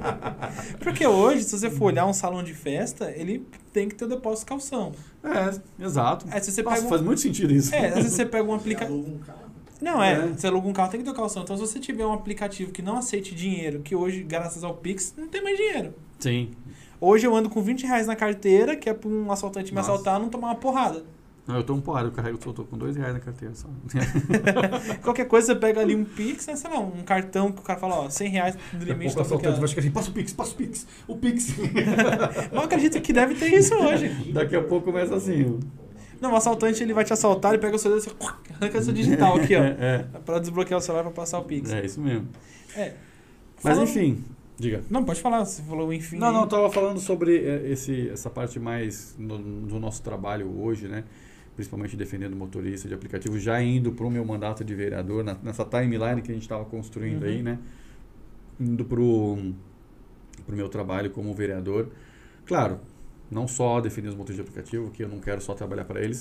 A: Porque hoje, se você for olhar um salão de festa, ele tem que ter o depósito de calção.
B: É, exato.
A: É, se você
B: Nossa,
A: pega um-
B: faz muito sentido isso.
A: É, às vezes você pega um
C: Você
A: aplicativo...
C: aluga um carro.
A: Não, é,
B: É.
A: você aluga um carro, tem que ter calção. Então, se você tiver um aplicativo que não aceite dinheiro, que hoje, graças ao Pix, não tem mais dinheiro.
B: Sim.
A: Hoje eu ando com vinte reais na carteira, que é pra um assaltante me
B: Nossa.
A: assaltar não tomar uma porrada.
B: Não, eu tô um porrada, eu carrego, eu tô com dois reais na carteira só.
A: Qualquer coisa, você pega ali um Pix, né, sei lá, um cartão que o cara fala, ó, cem reais do
B: Daqui a
A: limite
B: pouco
A: tá
B: o assaltante vai
A: bloqueado.
B: chegar assim, passa o Pix, passa o Pix, o Pix.
A: Mas eu acredito que deve ter isso hoje.
B: Daqui a pouco começa assim.
A: Não, o assaltante ele vai te assaltar, ele pega o seu dedo e você arranca seu digital aqui, ó.
B: É,
A: Pra desbloquear o celular pra passar o Pix.
B: é, é isso mesmo.
A: É.
B: Mas
A: Falando-
B: enfim, diga.
A: Não, pode falar, você falou enfim.
B: Não,
A: aí.
B: não, eu tava falando sobre é, esse, essa parte mais no- do nosso trabalho hoje, né? Principalmente defendendo motorista de aplicativo, já indo para o meu mandato de vereador, na- nessa timeline que a gente estava construindo
A: Uhum.
B: aí, né? Indo pro, pro meu trabalho como vereador. Claro, não só defender os motoristas de aplicativo, que eu não quero só trabalhar para eles,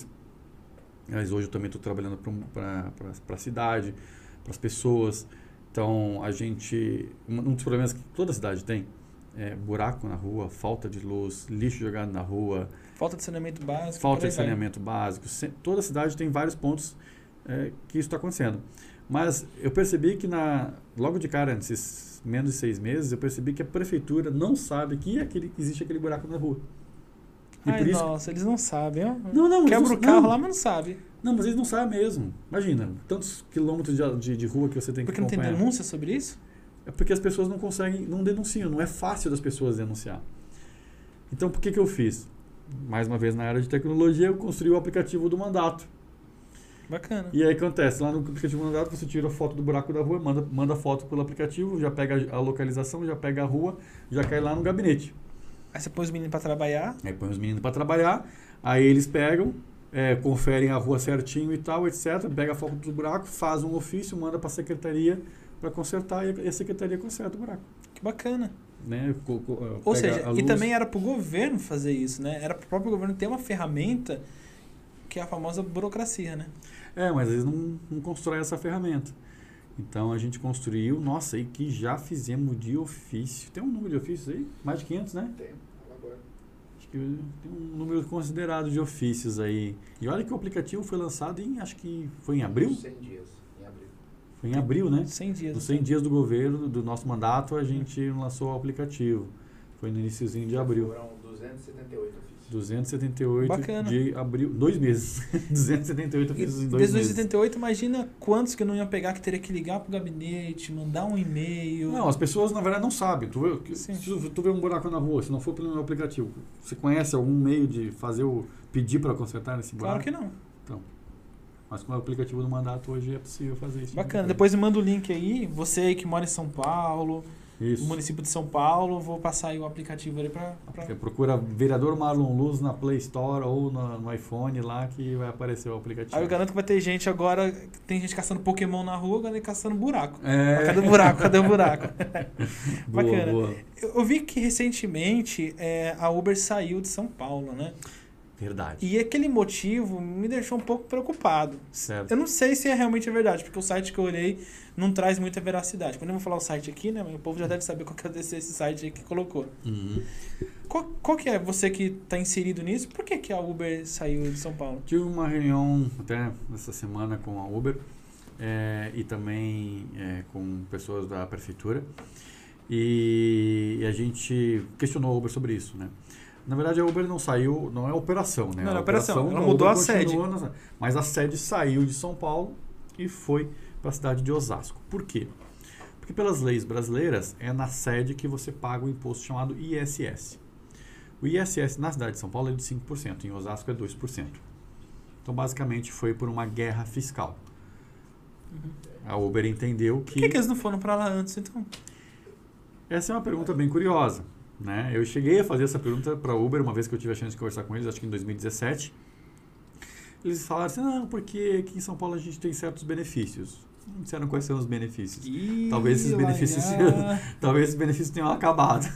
B: mas hoje eu também estou trabalhando para a cidade, para as pessoas. Então, a gente... Um um dos problemas que toda cidade tem é buraco na rua, falta de luz, lixo jogado na rua,
A: Falta de saneamento básico.
B: falta
A: por aí
B: de
A: vai.
B: saneamento básico. Se- Toda cidade tem vários pontos é, que isso está acontecendo. Mas eu percebi que na, logo de cara, nesses menos de seis meses, eu percebi que a prefeitura não sabe que aquele, existe aquele buraco na rua. E
A: Ai,
B: por isso...
A: nossa, eles não sabem, ó.
B: Não, não,
A: Quebra
B: eles
A: o
B: não-
A: carro
B: não.
A: lá, mas não sabe.
B: Não, mas eles não sabem mesmo. Imagina, tantos quilômetros de, de, de rua que você tem que
A: Porque não tem
B: acompanhar.
A: denúncia sobre isso?
B: É porque as pessoas não conseguem, não denunciam, não é fácil das pessoas denunciar. Então, por que que eu fiz? Mais uma vez, na área de tecnologia, eu construí o aplicativo do mandato.
A: Bacana.
B: E aí acontece, lá no aplicativo do mandato, você tira a foto do buraco da rua, manda, manda a foto pelo aplicativo, já pega a localização, já pega a rua, já cai lá no gabinete.
A: Aí você põe os meninos pra trabalhar.
B: Aí põe os meninos para trabalhar, aí eles pegam, é, conferem a rua certinho e tal, etcétera. Pega a foto do buraco, faz um ofício, manda para a secretaria para consertar e a secretaria conserta o buraco.
A: Que bacana.
B: né? Co, co,
A: Ou
B: pega
A: seja,
B: a
A: e
B: luz.
A: também era para o governo fazer isso, né? Era para o próprio governo ter uma ferramenta que é a famosa burocracia, né?
B: É, mas eles não, não constroem essa ferramenta. Então a gente construiu, nossa, e que já fizemos de ofício. Tem um número de ofícios aí? Mais de quinhentos, né?
C: Tem, agora.
B: Acho que tem um número considerado de ofícios aí. E olha que o aplicativo foi lançado em, acho que foi em abril?
C: cem dias, em abril.
B: Foi em abril, né?
A: cem dias.
B: Nos cem dias do governo, do nosso mandato, a gente lançou o aplicativo. Foi no iniciozinho de abril.
C: Foram duzentos e setenta e oito ofícios.
B: duzentos e setenta e oito
A: Bacana.
B: de abril, dois meses. duzentos e setenta e oito
A: E
B: ofícios em dois
A: desde
B: meses.
A: setenta e oito, imagina quantos que não iam pegar, que teria que ligar pro gabinete, mandar um e-mail.
B: Não, as pessoas na verdade não sabem. Tu vê,
A: Sim.
B: se tu vê um buraco na rua, se não for pelo meu aplicativo, você conhece algum meio de fazer o pedir para consertar esse buraco?
A: Claro que não.
B: Mas com o aplicativo do mandato hoje é possível fazer isso.
A: Bacana. Depois me manda o link aí. Você aí que mora em São Paulo,
B: Isso.
A: município de São Paulo, vou passar aí o aplicativo ali pra... pra...
B: Você procura vereador Marlon Luz na Play Store ou no, no iPhone lá que vai aparecer o aplicativo.
A: Aí eu garanto que vai ter gente agora, tem gente caçando Pokémon na rua, agora caçando buraco.
B: É.
A: Cadê o buraco? Cadê o buraco?
B: Boa,
A: Bacana.
B: boa.
A: Eu, eu vi que recentemente é, a Uber saiu de São Paulo, né?
B: Verdade.
A: E aquele motivo me deixou um pouco preocupado.
B: Certo.
A: Eu não sei se é realmente verdade, porque o site que eu olhei não traz muita veracidade. Quando eu vou falar o site aqui, né? O povo já deve saber qual que é esse site aí que colocou.
B: Uhum.
A: Qual, qual que é, você que está inserido nisso, por que, que a Uber saiu de São Paulo?
B: Tive uma reunião até essa semana com a Uber é, e também é, com pessoas da prefeitura e, e a gente questionou a Uber sobre isso, né? Na verdade, a Uber não saiu, não é operação, né?
A: Não,
B: a
A: é operação, ela
B: da
A: mudou
B: Uber
A: a sede.
B: continua na- mas a sede saiu de São Paulo e foi para a cidade de Osasco. Por quê? Porque pelas leis brasileiras, é na sede que você paga o imposto chamado I S S. O I S S na cidade de São Paulo é de cinco por cento, em Osasco é dois por cento. Então, basicamente, foi por uma guerra fiscal.
A: Uhum.
B: A Uber entendeu
A: Por que, que eles não foram para lá antes, então?
B: Essa é uma pergunta bem curiosa, né? Eu cheguei a fazer essa pergunta para a Uber uma vez que eu tive a chance de conversar com eles, acho que em dois mil e dezessete. Eles falaram assim, não, porque aqui em São Paulo a gente tem certos benefícios. Não disseram quais são os benefícios.
A: Ih,
B: Talvez esses benefícios
A: lá,
B: talvez esses benefícios tenham acabado.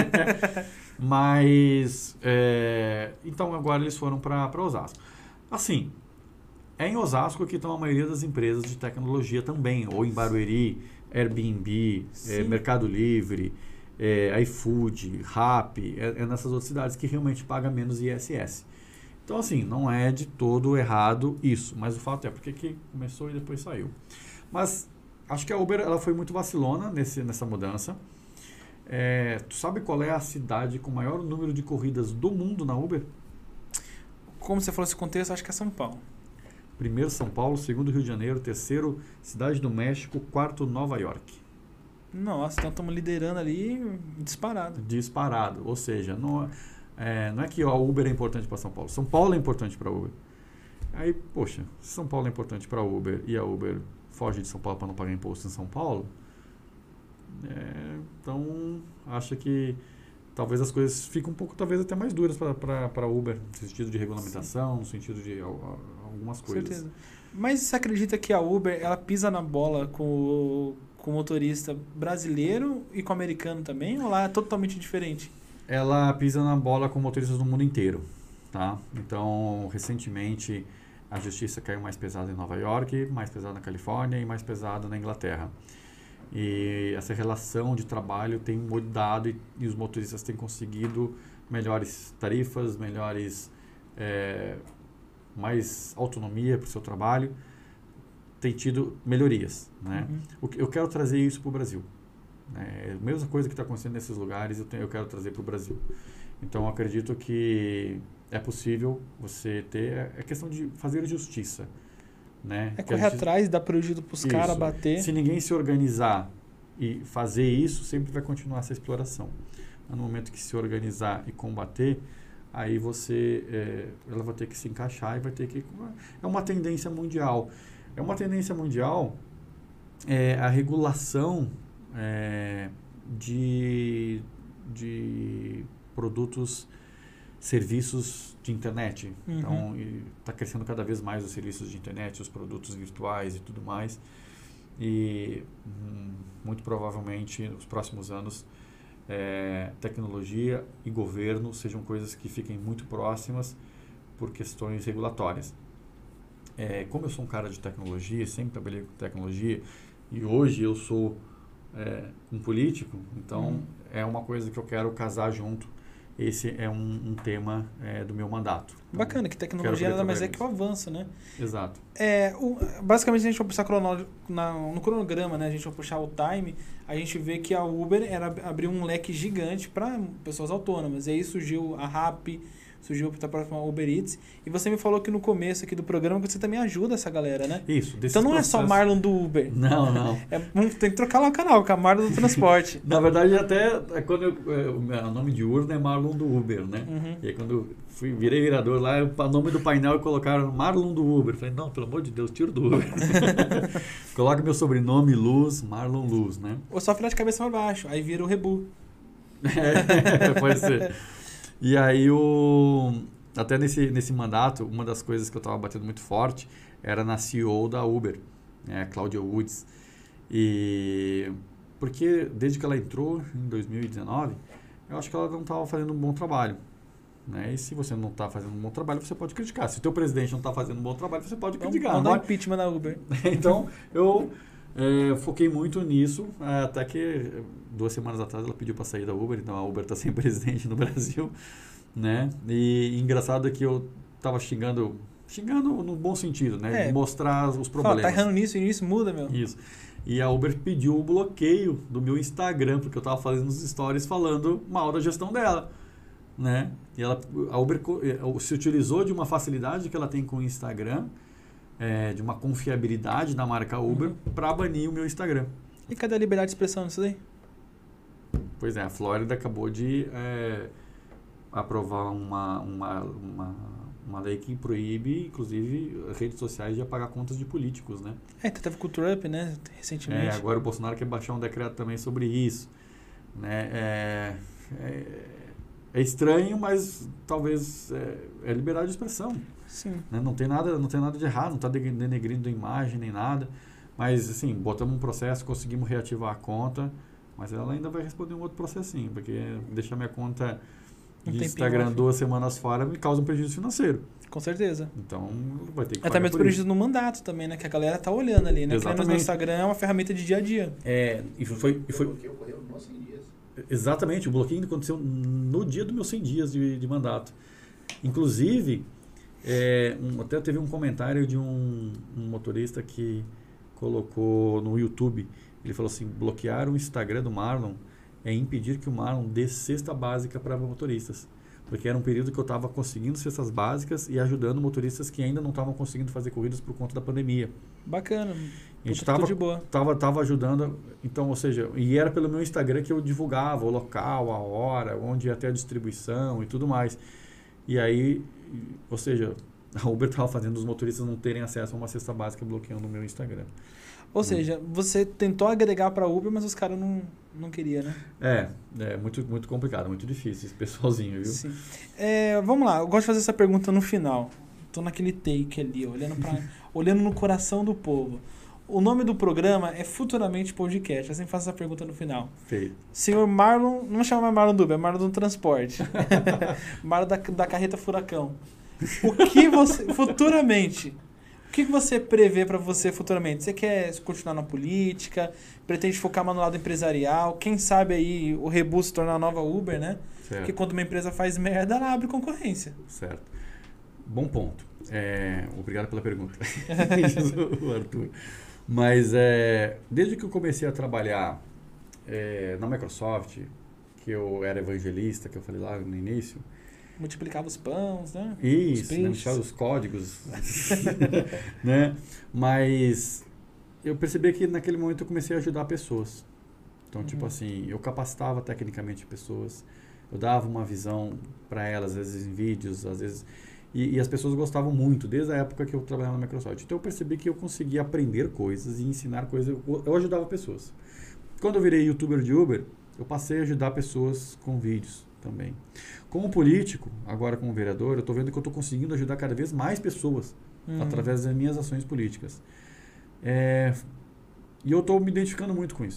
B: Mas, é, então agora eles foram para Osasco. Assim, é em Osasco que estão a maioria das empresas de tecnologia também, ou em Barueri, Airbnb, é,
A: Sim.
B: Mercado Livre, é, iFood, Rappi, é, é nessas outras cidades que realmente paga menos I S S. Então, assim, não é de todo errado isso, mas o fato é porque que começou e depois saiu. Mas acho que a Uber ela foi muito vacilona nesse, nessa mudança. É, tu sabe qual é a cidade com o maior número de corridas do mundo na Uber?
A: Como você falou esse contexto, acho que é São Paulo.
B: Primeiro São Paulo, segundo Rio de Janeiro, terceiro Cidade do México, quarto Nova York.
A: Nossa, então estamos liderando ali disparado.
B: Disparado. Ou seja, não é, não é que a Uber é importante para São Paulo. São Paulo é importante para a Uber. Aí, poxa, se São Paulo é importante para a Uber e a Uber foge de São Paulo para não pagar imposto em São Paulo, é, então acho que talvez as coisas fiquem um pouco, talvez até mais duras para a Uber, no sentido de regulamentação, no sentido de al- algumas
A: Com
B: coisas.
A: certeza. Mas você acredita que a Uber ela pisa na bola com o, com o motorista brasileiro e com o americano também? Ou lá é totalmente diferente?
B: Ela pisa na bola com motoristas do mundo inteiro, tá? Então, recentemente, a justiça caiu mais pesada em Nova York, mais pesada na Califórnia e mais pesada na Inglaterra. E essa relação de trabalho tem mudado e, e os motoristas têm conseguido melhores tarifas, melhores, é, mais autonomia para o seu trabalho, tem tido melhorias, né?
A: Uhum.
B: O que- Eu quero trazer isso para o Brasil. É, a mesma coisa que está acontecendo nesses lugares, eu, tenho, eu quero trazer para o Brasil. Então, eu acredito que é possível você ter... É é questão de fazer justiça, né?
A: É
B: Que a
A: correr
B: justi-
A: atrás, dar prejuízo pros caras,
B: Isso.
A: bater.
B: Se ninguém se organizar e fazer isso, sempre vai continuar essa exploração. Mas no momento que se organizar e combater, aí você... É, ela vai ter que se encaixar e vai ter que... É uma tendência mundial. É uma tendência mundial é, a regulação... É, de, de produtos, serviços de internet.
A: Uhum.
B: Então, está crescendo cada vez mais os serviços de internet, os produtos virtuais e tudo mais. E, hum, muito provavelmente, nos próximos anos, é, tecnologia e governo sejam coisas que fiquem muito próximas por questões regulatórias. É, como eu sou um cara de tecnologia, sempre trabalhei com tecnologia, e hoje eu sou é, um político, então
A: Uhum.
B: é uma coisa que eu quero casar junto. Esse é um, um tema é, do meu mandato. Então,
A: Bacana, que tecnologia
B: quero
A: nada mais é
B: poder
A: que o avanço, né?
B: exato.
A: É, o, basicamente, se a gente for puxar cronó- na- no cronograma, né? A gente for puxar o time, a gente vê que a Uber era abriu um leque gigante para pessoas autônomas. E aí surgiu a Rappi, surgiu a própria Uber Eats. E você me falou que no começo aqui do programa que você também ajuda essa galera, né?
B: Isso. desses
A: Então não é só
B: processos-
A: Marlon do Uber.
B: Não, não.
A: É, vamos- tem que trocar lá o canal, com a Marlon do transporte.
B: Na verdade, até é quando eu, é, o meu- o nome de urna é Marlon do Uber, né?
A: Uhum.
B: E aí quando eu fui, virei vereador lá, o nome do painel colocaram Marlon do Uber. Falei, não, pelo amor de Deus, tira do Uber. Coloca meu sobrenome, Luz, Marlon Luz, né?
A: Ou só virar de cabeça para baixo, aí vira o Rebu.
B: É, pode ser. E aí, o, até nesse, nesse mandato, uma das coisas que eu estava batendo muito forte era na C E O da Uber, né, a Claudia Woods. E porque desde que ela entrou em dois mil e dezenove, eu acho que ela não estava fazendo um bom trabalho. Né? E se você não está fazendo um bom trabalho, você pode criticar. Se o teu presidente não está fazendo um bom trabalho, você pode
A: Vamos,
B: criticar.
A: vamos dar
B: Não
A: um
B: é?
A: impeachment na Uber.
B: Então, eu é, foquei muito nisso, é, até que duas semanas atrás ela pediu para sair da Uber, então a Uber está sem presidente no Brasil, né? E, engraçado é que eu estava xingando, xingando no bom sentido, né?
A: É.
B: De mostrar os
A: Fala,
B: problemas.
A: tá errando nisso e nisso, muda, meu.
B: Isso. E a Uber pediu o bloqueio do meu Instagram, porque eu estava fazendo os stories falando mal da gestão dela. Né? E ela, a Uber co- eh, se utilizou de uma facilidade que ela tem com o Instagram, eh, de uma confiabilidade da marca Uber,
A: Uhum.
B: para banir o meu Instagram.
A: E cadê a liberdade de expressão nisso daí?
B: Pois é, a Flórida acabou de eh, aprovar uma, uma, uma, uma lei que proíbe, inclusive, redes sociais de apagar contas de políticos, né?
A: É, teve com o Trump, né, recentemente.
B: É, agora o Bolsonaro quer baixar um decreto também sobre isso. Né? É, é, é estranho, mas talvez é, é liberdade de expressão.
A: Sim.
B: Né? Não tem nada, não tem nada de errado, não está denegrindo a imagem nem nada. Mas, assim, botamos um processo, conseguimos reativar a conta, mas ela ainda vai responder um outro processinho, porque deixar minha conta
A: Um
B: de
A: tempinho
B: Instagram
A: off.
B: duas semanas fora me causa um prejuízo financeiro.
A: Com certeza.
B: Então, vai ter que
A: Até
B: pagar
A: mesmo
B: por
A: prejuízo no mandato também, né? Que a galera tá olhando ali, né? Que no
B: Exatamente.
A: Instagram é uma ferramenta de dia a dia.
B: É, e foi, e
C: O
B: foi
C: bloqueio ocorreu nos cem dias.
B: exatamente, o bloqueio aconteceu no dia dos meus cem dias de, de mandato. Inclusive, é, um, até teve um comentário de um, um motorista que colocou no YouTube, ele falou assim, bloquear o Instagram do Marlon é impedir que o Marlon dê cesta básica para motoristas. Porque era um período que eu estava conseguindo cestas básicas e ajudando motoristas que ainda não estavam conseguindo fazer corridas por conta da pandemia.
A: Bacana.
B: A gente
A: Puta,
B: estava
A: tudo de boa.
B: tava, tava ajudando, então, ou seja, e era pelo meu Instagram que eu divulgava o local, a hora, onde ia ter a distribuição e tudo mais. E aí, ou seja, a Uber estava fazendo os motoristas não terem acesso a uma cesta básica bloqueando o meu Instagram.
A: Ou seja, você tentou agregar pra Uber, mas os caras não, não queriam, né?
B: É, é muito, muito complicado, muito difícil esse pessoalzinho, viu?
A: Sim. É, vamos lá, eu gosto de fazer essa pergunta no final. Tô naquele take ali, olhando, pra, olhando no coração do povo. O nome do programa é Futuramente Podcast. Eu sempre faço essa pergunta no final.
B: Feio.
A: Senhor Marlon, não chama mais Marlon do Uber, é Marlon do Transporte. Marlon da, da Carreta Furacão. O que você, futuramente, o que você prevê para você futuramente? Você quer continuar na política? Pretende focar mais no lado empresarial? Quem sabe aí o Rebu se tornar a nova Uber, né?
B: Certo.
A: Porque quando uma empresa faz merda, ela abre concorrência.
B: Certo. Bom ponto. É, obrigado pela pergunta, o Arthur. Mas é, desde que eu comecei a trabalhar é, na Microsoft, que eu era evangelista, que eu falei lá no início,
A: Multiplicava os pães, né?
B: isso,
A: Os
B: né,
A: prints.
B: deixar os códigos, né? Mas eu percebi que naquele momento eu comecei a ajudar pessoas. Então,
A: Uhum.
B: tipo assim, eu capacitava tecnicamente pessoas, eu dava uma visão para elas, às vezes em vídeos, às vezes... E, e as pessoas gostavam muito, desde a época que eu trabalhava na Microsoft. Então, eu percebi que eu conseguia aprender coisas e ensinar coisas. Eu, eu ajudava pessoas. Quando eu virei youtuber de Uber, eu passei a ajudar pessoas com vídeos também. Como político, agora como vereador, eu estou vendo que eu estou conseguindo ajudar cada vez mais pessoas
A: Hum.
B: através das minhas ações políticas. É, e eu estou me identificando muito com isso.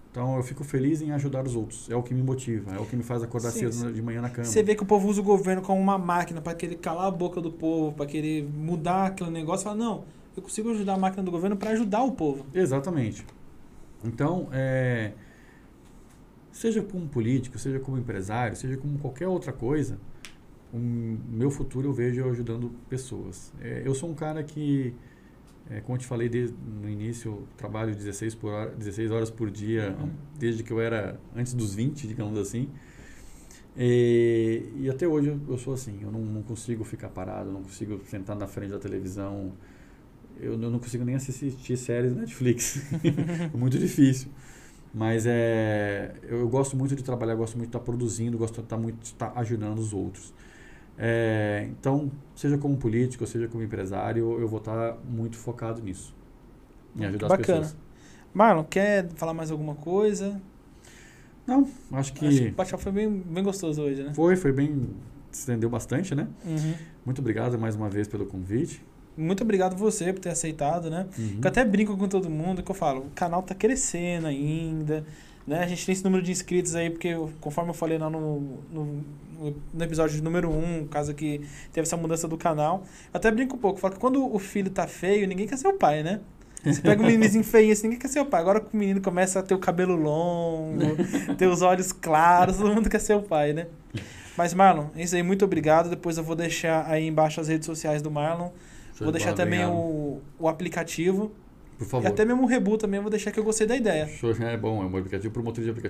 B: Então eu fico feliz em ajudar os outros. É o que me motiva, é o que me faz acordar
A: Sim,
B: cedo de manhã na cama.
A: Você vê que o povo usa o governo como uma máquina para querer calar a boca do povo, para querer mudar aquele negócio. Fala, não, eu consigo ajudar a máquina do governo para ajudar o povo.
B: Exatamente. Então, é, seja como político, seja como empresário, seja como qualquer outra coisa, o meu futuro eu vejo ajudando pessoas. É, eu sou um cara que, é, como eu te falei desde, no início, eu trabalho dezesseis, por hora, dezesseis horas por dia,
A: Uhum.
B: desde que eu era antes dos vinte, digamos assim. E, e até hoje eu, eu sou assim, eu não, não consigo ficar parado, não consigo sentar na frente da televisão, eu, eu não consigo nem assistir séries na Netflix, é muito difícil. Mas é, eu, eu gosto muito de trabalhar, gosto muito de estar produzindo, gosto de estar muito de estar ajudando os outros. É, então, seja como político, seja como empresário, eu vou estar muito focado nisso, em ajudar as
A: Bacana.
B: pessoas.
A: Marlon, quer falar mais alguma coisa?
B: Não, acho que,
A: Acho que o bate-papo foi bem, bem gostoso hoje, né?
B: foi, foi bem, se estendeu bastante, né?
A: Uhum.
B: Muito obrigado mais uma vez pelo convite.
A: Muito obrigado você por ter aceitado, né?
B: Uhum.
A: Que eu até brinco com todo mundo que eu falo, o canal tá crescendo ainda, né? A gente tem esse número de inscritos aí, porque eu- conforme eu falei lá no, no, no episódio número um, caso que teve essa mudança do canal, eu até brinco um pouco, falo que quando o filho tá feio, ninguém quer ser o pai, né? Você pega um meninozinho feio assim, ninguém quer ser o pai. Agora que o menino começa a ter o cabelo longo, ter os olhos claros, todo mundo quer ser o pai, né? Mas Marlon, é isso aí, muito obrigado. Depois eu vou deixar aí embaixo as redes sociais do Marlon.
B: Show
A: Vou
B: de
A: deixar
B: bola,
A: também
B: obrigado.
A: o, o aplicativo.
B: Por
A: E
B: favor.
A: até mesmo o Rebu também eu vou deixar que eu gostei da ideia.
B: Show, é bom, é um aplicativo promotor de aplicativo.